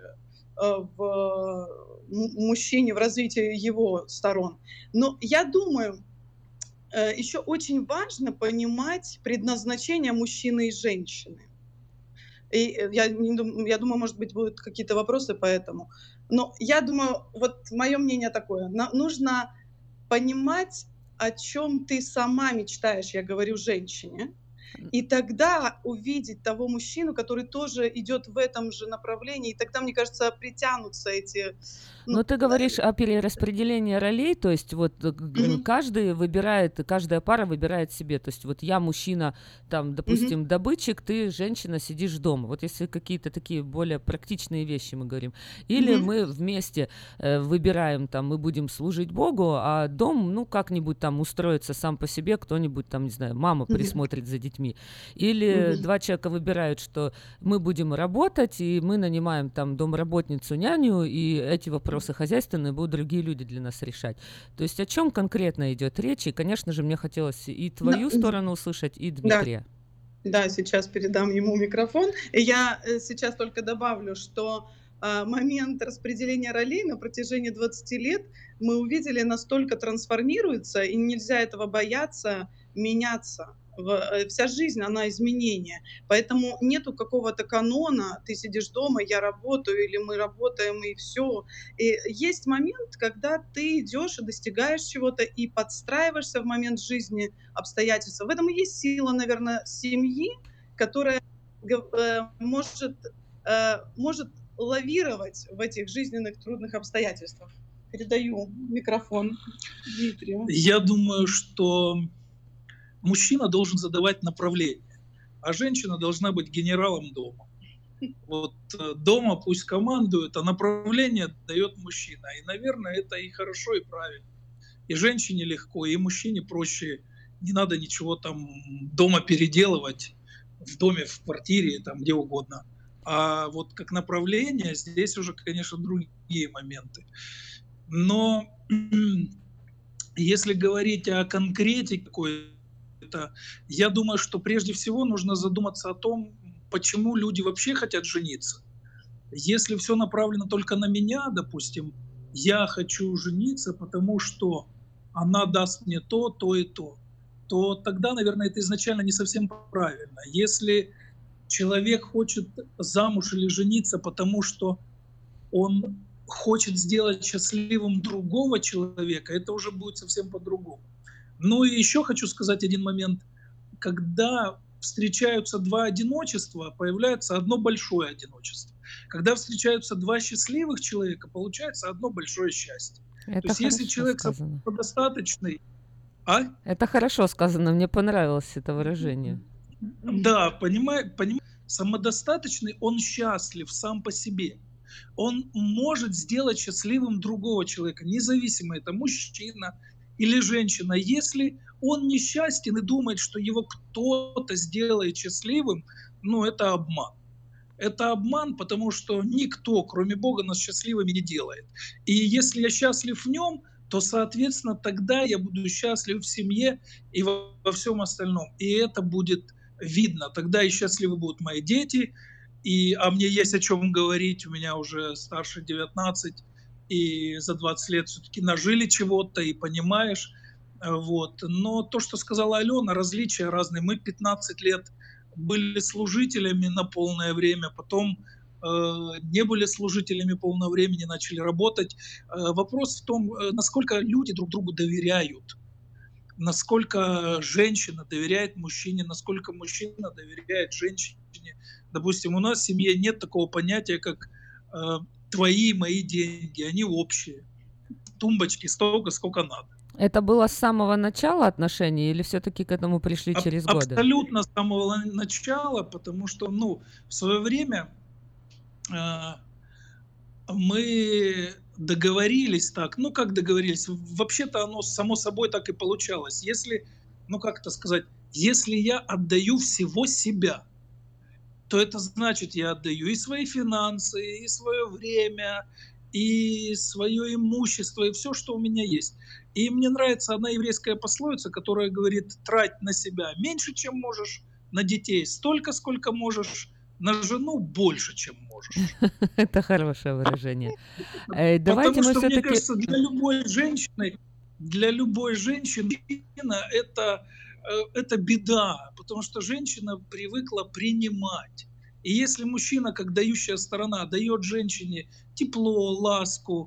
мужчине в развитии его сторон. Но я думаю, еще очень важно понимать предназначение мужчины и женщины. И я думаю, может быть, будут какие-то вопросы по этому. Но я думаю, вот мое мнение такое. Нужно понимать, о чем ты сама мечтаешь, я говорю женщине. И тогда увидеть того мужчину, который тоже идет в этом же направлении, и тогда, мне кажется, притянутся эти... Но ты говоришь о перераспределении ролей, то есть вот каждый выбирает, каждая пара выбирает себе, то есть вот я мужчина, там, допустим, добытчик, ты женщина, сидишь дома. Вот если какие-то такие более практичные вещи мы говорим. Или мы вместе выбираем, там, мы будем служить Богу, а дом, как-нибудь там устроится сам по себе, кто-нибудь там, не знаю, мама присмотрит за детьми. Или два человека выбирают, что мы будем работать, и мы нанимаем там домработницу, няню, и эти вопросы хозяйственные будут другие люди для нас решать. То есть о чем конкретно идет речь? И, конечно же, мне хотелось и твою сторону услышать, и Дмитрия. Да, сейчас передам ему микрофон. Я сейчас только добавлю, что момент распределения ролей на протяжении 20 лет мы увидели, настолько трансформируется, и нельзя этого бояться, меняться. Вся жизнь, она изменение. Поэтому нету какого-то канона, ты сидишь дома, я работаю, или мы работаем, и все. И есть момент, когда ты идешь и достигаешь чего-то, и подстраиваешься в момент жизни, обстоятельства. В этом и есть сила, наверное, семьи, которая может лавировать в этих жизненных трудных обстоятельствах. Передаю микрофон Дмитрию. Я думаю, что мужчина должен задавать направление, а женщина должна быть генералом дома. Вот дома пусть командует, а направление дает мужчина. И, наверное, это и хорошо, и правильно. И женщине легко, и мужчине проще. Не надо ничего там дома переделывать, в доме, в квартире, там где угодно. А вот как направление, здесь уже, конечно, другие моменты. Но если говорить о конкретике какой-то, я думаю, что прежде всего нужно задуматься о том, почему люди вообще хотят жениться. Если все направлено только на меня, допустим, я хочу жениться, потому что она даст мне то и то, то тогда, наверное, это изначально не совсем правильно. Если человек хочет замуж или жениться, потому что он хочет сделать счастливым другого человека, это уже будет совсем по-другому. Ну и еще хочу сказать один момент. Когда встречаются два одиночества, появляется одно большое одиночество. Когда встречаются два счастливых человека, получается одно большое счастье. Это то есть если человек сказано. самодостаточный... Это хорошо сказано, мне понравилось это выражение. Да, понимаете, самодостаточный, он счастлив сам по себе. Он может сделать счастливым другого человека, независимо, это мужчина или женщина. Если он несчастен и думает, что его кто-то сделает счастливым, ну, это обман. Это обман, потому что никто, кроме Бога, нас счастливыми не делает. И если я счастлив в нем, то, соответственно, тогда я буду счастлив в семье и во всем остальном. И это будет видно. Тогда и счастливы будут мои дети, а мне есть о чем говорить. У меня уже старше 19, и за 20 лет все-таки нажили чего-то, и понимаешь. Вот. Но то, что сказала Алена, различия разные. Мы 15 лет были служителями на полное время, потом не были служителями полного времени, начали работать. Вопрос в том, насколько люди друг другу доверяют, насколько женщина доверяет мужчине, насколько мужчина доверяет женщине. Допустим, у нас в семье нет такого понятия, как твои и мои деньги, они общие. Тумбочки столько, сколько надо. Это было с самого начала отношений или все-таки к этому пришли через годы? Абсолютно с самого начала, потому что, в свое время мы договорились так, как договорились, вообще-то оно само собой так и получалось. Если, если я отдаю всего себя, то это значит, я отдаю и свои финансы, и свое время, и свое имущество, и все, что у меня есть. И мне нравится одна еврейская пословица, которая говорит: трать на себя меньше, чем можешь, на детей столько, сколько можешь, на жену больше, чем можешь. Это хорошее выражение. Потому что, мне кажется, для любой женщины это беда, потому что женщина привыкла принимать. И если мужчина, как дающая сторона, дает женщине тепло, ласку,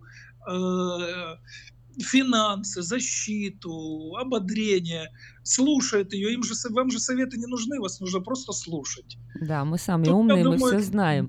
финансы, защиту, ободрение, слушает ее, вам же советы не нужны, вас нужно просто слушать. Да, мы сами умные, мы все знаем.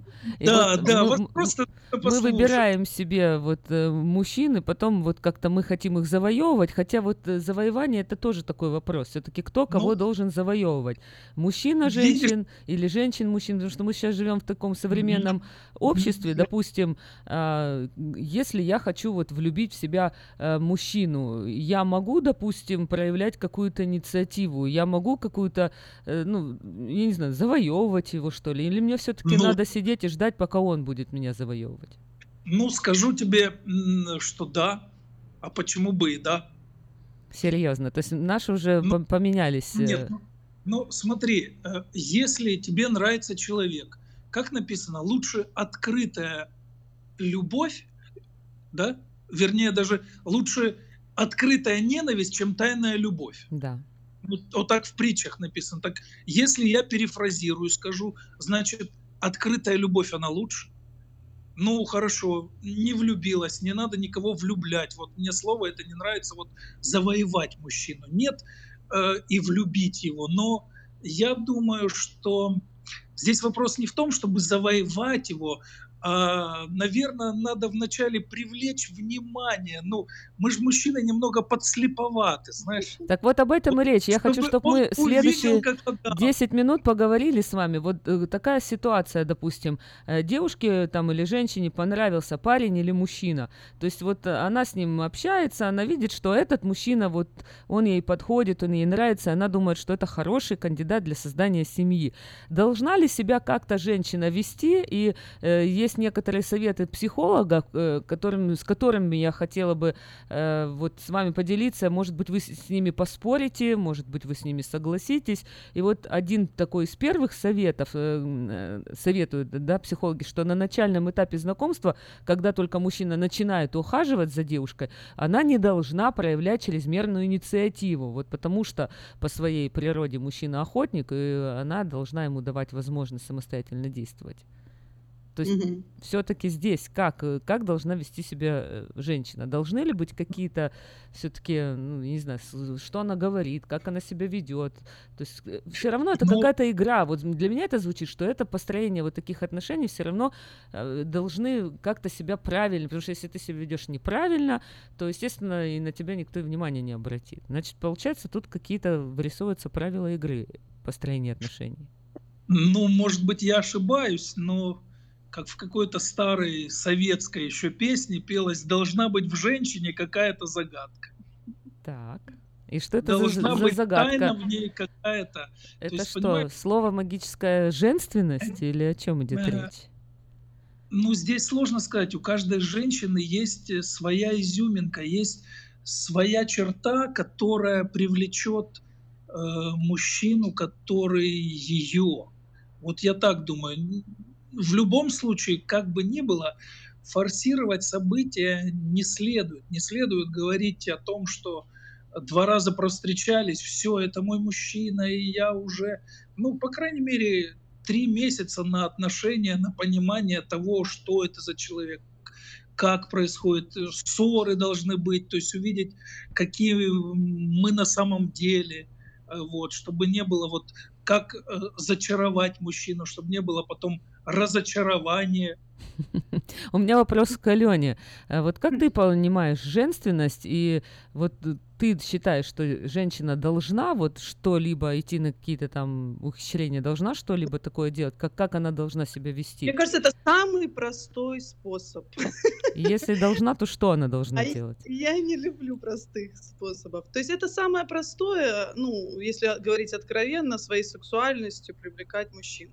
Мы выбираем себе мужчин, и потом как-то мы хотим их завоевывать, хотя завоевание это тоже такой вопрос. Все-таки кто кого должен завоевывать? Мужчина, женщин или женщин-мужчин? Потому что мы сейчас живем в таком современном обществе. Допустим, если я хочу влюбить в себя мужчину, я могу, допустим, проявлять какую-то инициативу, я могу какую-то, я не знаю, завоевывать его, что ли, или мне все-таки надо сидеть и ждать, пока он будет меня завоевывать? Скажу тебе, что да, а почему бы и да. Серьезно, то есть наши уже поменялись? Ну, смотри, если тебе нравится человек, как написано, лучше открытая любовь, да? Вернее, даже лучше открытая ненависть, чем тайная любовь. Да. Вот так в притчах написано. Так если я перефразирую, скажу, значит, открытая любовь, она лучше. Ну, хорошо, не влюбилась, не надо никого влюблять. Вот мне слово это не нравится, вот завоевать мужчину. Нет, и влюбить его. Но я думаю, что здесь вопрос не в том, чтобы завоевать его, наверное, надо вначале привлечь внимание. Ну, мы же мужчины немного подслеповаты, знаешь. Так вот об этом и речь. Я хочу, чтобы мы следующие 10 минут поговорили с вами. Вот такая ситуация, допустим, девушке там или женщине понравился парень или мужчина. То есть вот она с ним общается, она видит, что этот мужчина, вот он ей подходит, он ей нравится, она думает, что это хороший кандидат для создания семьи. Должна ли себя как-то женщина вести? И есть некоторые советы психолога, с которыми я хотела бы вот с вами поделиться. Может быть, вы с ними поспорите, может быть, вы с ними согласитесь. И вот один такой из первых советов советуют, да, психологи, что на начальном этапе знакомства, когда только мужчина начинает ухаживать за девушкой, она не должна проявлять чрезмерную инициативу, вот потому что по своей природе мужчина охотник, и она должна ему давать возможность самостоятельно действовать. То есть все-таки здесь как должна вести себя женщина? Должны ли быть какие-то все-таки, ну, не знаю, что она говорит, как она себя ведет? То есть все равно это какая-то игра. Вот для меня это звучит, что это построение вот таких отношений все равно должны как-то себя правильно, потому что если ты себя ведешь неправильно, то, естественно, и на тебя никто внимания не обратит. Значит, получается, тут какие-то вырисовываются правила игры построения отношений. Ну, может быть, я ошибаюсь, но как в какой-то старой советской еще песне пелось, должна быть в женщине какая-то загадка. Так. И что это должна за быть загадка? Тайна в ней какая-то. Это есть, что, понимаете, слово магическая женственность или о чем идет речь? Ну, здесь сложно сказать. У каждой женщины есть своя изюминка, есть своя черта, которая привлечет мужчину, который ее. Вот я так думаю. В любом случае, как бы ни было, форсировать события не следует. Не следует говорить о том, что 2 раза провстречались, все, это мой мужчина, и я уже, ну, по крайней мере, 3 месяца на отношения, на понимание того, что это за человек, как происходит, ссоры должны быть, то есть увидеть, какие мы на самом деле, вот, чтобы не было вот как зачаровать мужчину, чтобы не было потом разочарования. У меня вопрос к Алене. Вот как ты понимаешь женственность, и вот ты считаешь, что женщина должна вот что-либо идти на какие-то там ухищрения, должна что-либо такое делать? Как она должна себя вести? Мне кажется, это самый простой способ. Если должна, то что она должна делать? Я не люблю простых способов. То есть это самое простое, ну, если говорить откровенно, своей сексуальностью привлекать мужчину.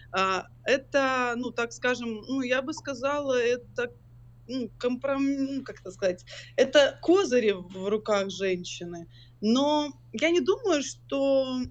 Это, ну, так скажем, ну, я бы сказала, это как это сказать, это козыри в руках женщины. Но я не думаю, что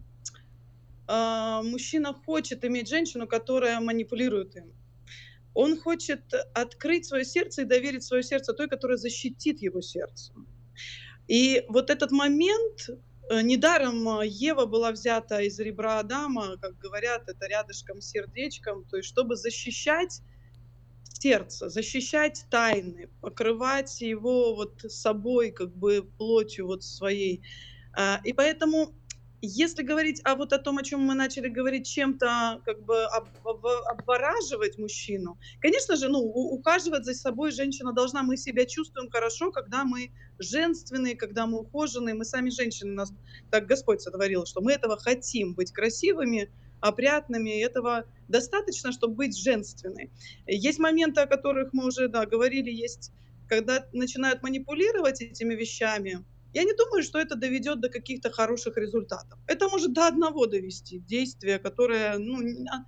мужчина хочет иметь женщину, которая манипулирует им. Он хочет открыть свое сердце и доверить свое сердце той, которая защитит его сердце. И вот этот момент, недаром Ева была взята из ребра Адама, как говорят, это рядышком с сердечком, то есть чтобы защищать сердце, защищать тайны, покрывать его вот собой, как бы плотью вот своей. И поэтому, если говорить о том, о чем мы начали говорить, чем-то как бы обвораживать мужчину, конечно же, ну, ухаживать за собой женщина должна. Мы себя чувствуем хорошо, когда мы женственные, когда мы ухоженные. Мы сами женщины, нас так Господь сотворил, что мы этого хотим, быть красивыми, опрятными, этого достаточно, чтобы быть женственной. Есть моменты, о которых мы уже говорили, есть, когда начинают манипулировать этими вещами. Я не думаю, что это доведет до каких-то хороших результатов. Это может до одного довести, действие, которое, ну,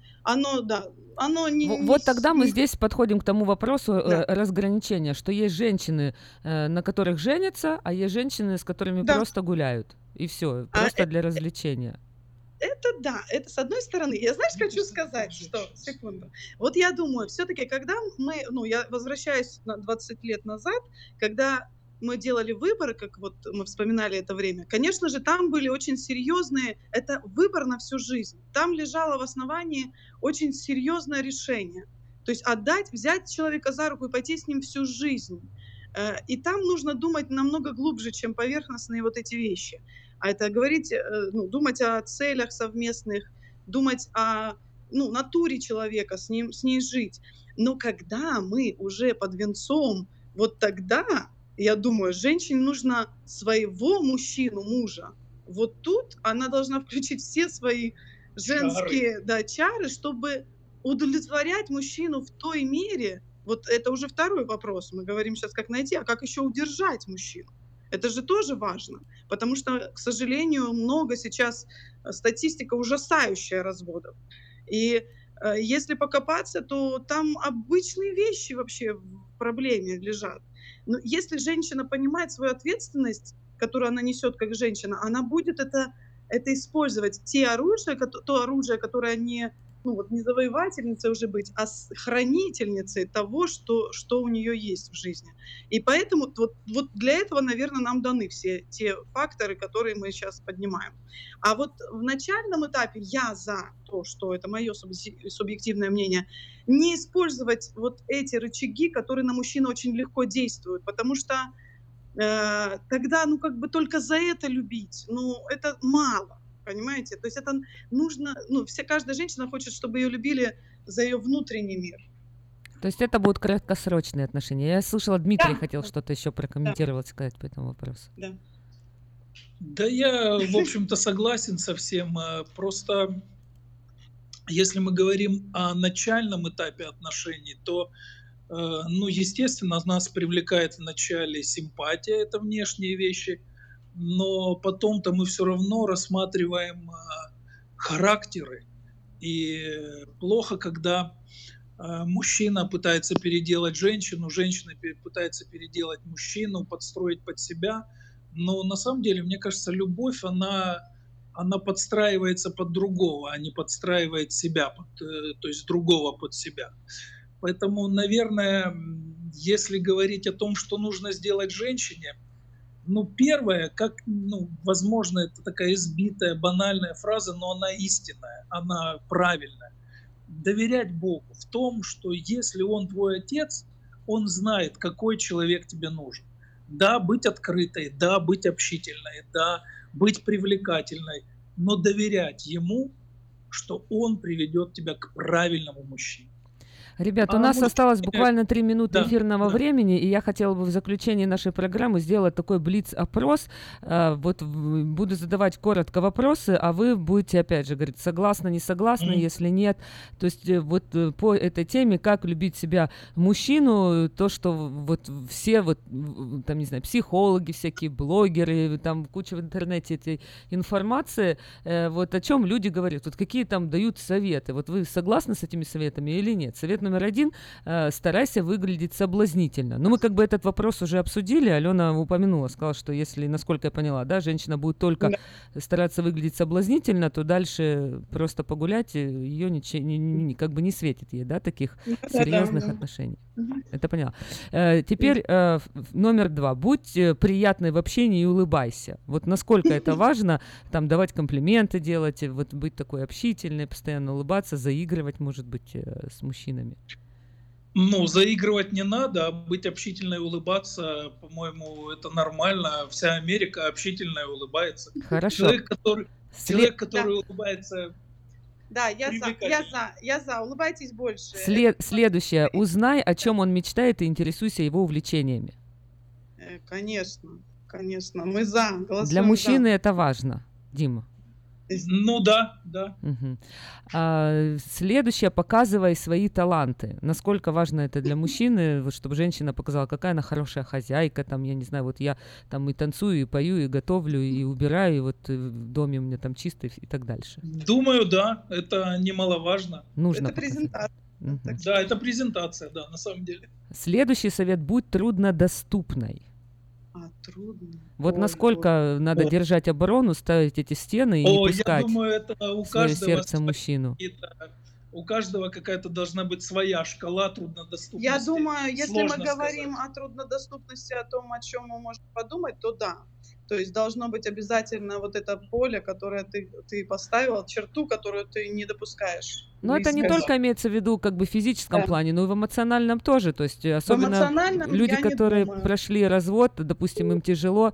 оно не... Вот тогда мы здесь подходим к тому вопросу разграничения, что есть женщины, на которых женятся, а есть женщины, с которыми просто гуляют. И все, просто для развлечения. это да, это с одной стороны. Я, знаешь, хочу сказать, что, секунду, вот я думаю, все-таки, когда мы, я возвращаюсь на 20 лет назад, когда мы делали выборы, как вот мы вспоминали это время, конечно же, там были очень серьезные, это выбор на всю жизнь. Там лежало в основании очень серьезное решение. То есть взять человека за руку и пойти с ним всю жизнь. И там нужно думать намного глубже, чем поверхностные вот эти вещи. А это думать о целях совместных, думать о натуре человека, с ней жить. Но когда мы уже под венцом, вот тогда, я думаю, женщине нужно своего мужчину, мужа. Вот тут она должна включить все свои женские чары, чтобы удовлетворять мужчину в той мере. Вот это уже второй вопрос. Мы говорим сейчас, как найти, а как еще удержать мужчину. Это же тоже важно, потому что, к сожалению, много сейчас статистика ужасающая разводов. И если покопаться, то там обычные вещи вообще в проблеме лежат. Но если женщина понимает свою ответственность, которую она несет как женщина, она будет это использовать. То оружие, которое не завоевательницей уже быть, а хранительницей того, что у нее есть в жизни. И поэтому вот для этого, наверное, нам даны все те факторы, которые мы сейчас поднимаем. А вот в начальном этапе я за то, что это мое субъективное мнение, не использовать вот эти рычаги, которые на мужчину очень легко действуют, потому что тогда, только за это любить, это мало. Понимаете? То есть это нужно, каждая женщина хочет, чтобы ее любили за ее внутренний мир. То есть это будут краткосрочные отношения. Я слышала, Дмитрий хотел что-то еще прокомментировать, сказать по этому вопросу. Да, я, в общем-то, согласен со всем. Просто, если мы говорим о начальном этапе отношений, то, естественно, нас привлекает вначале симпатия, это внешние вещи, но потом-то мы все равно рассматриваем характеры. И плохо, когда мужчина пытается переделать женщину, женщина пытается переделать мужчину, подстроить под себя. Но на самом деле, мне кажется, любовь, она подстраивается под другого, а не подстраивает себя, то есть другого под себя. Поэтому, наверное, если говорить о том, что нужно сделать женщине, первое, возможно, это такая избитая, банальная фраза, но она истинная, она правильная. Доверять Богу в том, что если Он твой отец, Он знает, какой человек тебе нужен. Да, быть открытой, да, быть общительной, да, быть привлекательной, но доверять Ему, что Он приведет тебя к правильному мужчине. Ребят, у нас осталось буквально 3 минуты эфирного времени, и я хотела бы в заключении нашей программы сделать такой блиц-опрос. Вот буду задавать коротко вопросы, а вы будете, опять же, говорить, согласны, не согласны, если нет. То есть вот по этой теме, как любить себя мужчину, то, что вот все, там, не знаю, психологи всякие, блогеры, там куча в интернете этой информации, вот о чем люди говорят, вот какие там дают советы. Вот вы согласны с этими советами или нет? Совет номер 1 – старайся выглядеть соблазнительно. Мы этот вопрос уже обсудили, Алена упомянула, сказала, что если, насколько я поняла, женщина будет только стараться выглядеть соблазнительно, то дальше просто погулять ее не светит ей, таких серьезных отношений. Это поняла. Теперь номер 2. Будь приятной в общении и улыбайся. Вот насколько это важно, там давать комплименты делать, вот быть такой общительной, постоянно улыбаться, заигрывать, может быть, с мужчинами. Заигрывать не надо, а быть общительной и улыбаться, по-моему, это нормально. Вся Америка общительная и улыбается. Хорошо. Человек, который улыбается... Да, я за. Улыбайтесь больше. Следующее. Узнай, о чем он мечтает, и интересуйся его увлечениями. Конечно. Мы за. Голосуем для мужчины это важно, Дима. Да. Угу. Следующее. Показывай свои таланты. Насколько важно это для мужчины, чтобы женщина показала, какая она хорошая хозяйка, там, я не знаю, вот я там и танцую, и пою, и готовлю, и убираю, и вот в доме у меня там чисто и так дальше. Думаю, да, это немаловажно. Нужно это презентация. Угу. Да, это презентация, да, на самом деле. Следующий совет. Будь труднодоступной. Трудно. Вот насколько надо держать оборону, ставить эти стены и не пускать я думаю, это у свое каждого сердце мужчину. У каждого какая-то должна быть своя шкала труднодоступности. Я думаю, если мы говорим о труднодоступности, о том, о чем мы можем подумать, то да. То есть должно быть обязательно вот это поле, которое ты поставил, черту, которую ты не допускаешь. Но это не только имеется в виду как бы в физическом плане, но и в эмоциональном тоже. То есть особенно люди, которые прошли развод, допустим, им тяжело,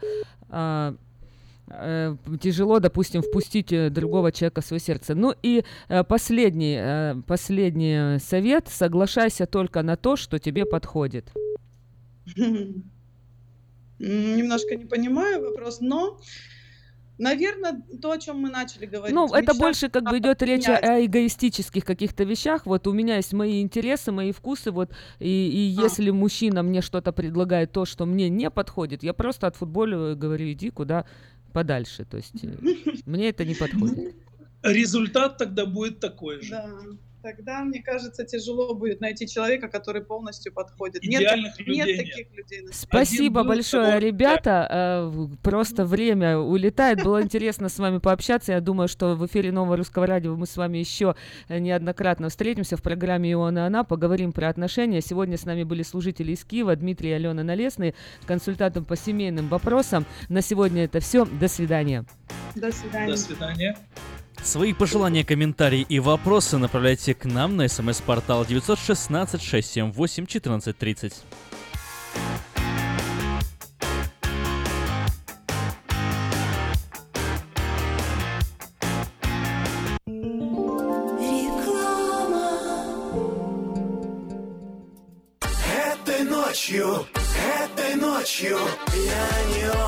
допустим, впустить другого человека в свое сердце. Ну и последний совет: соглашайся только на то, что тебе подходит. Немножко не понимаю вопрос, но, наверное, то, о чем мы начали говорить. Ну, это больше как бы идет речь о эгоистических каких-то вещах. Вот у меня есть мои интересы, мои вкусы, вот, и если мужчина мне что-то предлагает, то, что мне не подходит, я просто отфутболиваю и говорю: иди куда подальше. То есть мне это не подходит. Результат тогда будет такой же. Да. Тогда, мне кажется, тяжело будет найти человека, который полностью подходит. Нет таких людей. Спасибо большое, ребята. Просто время улетает. Было интересно с вами пообщаться. Я думаю, что в эфире Нового Русского Радио мы с вами еще неоднократно встретимся в программе «Он и она». Поговорим про отношения. Сегодня с нами были служители из Киева Дмитрий и Алена Налесные, консультантом по семейным вопросам. На сегодня это все. До свидания. До свидания. До свидания. Свои пожелания, комментарии и вопросы направляйте к нам на смс-портал 916-678-1430. Этой ночью я не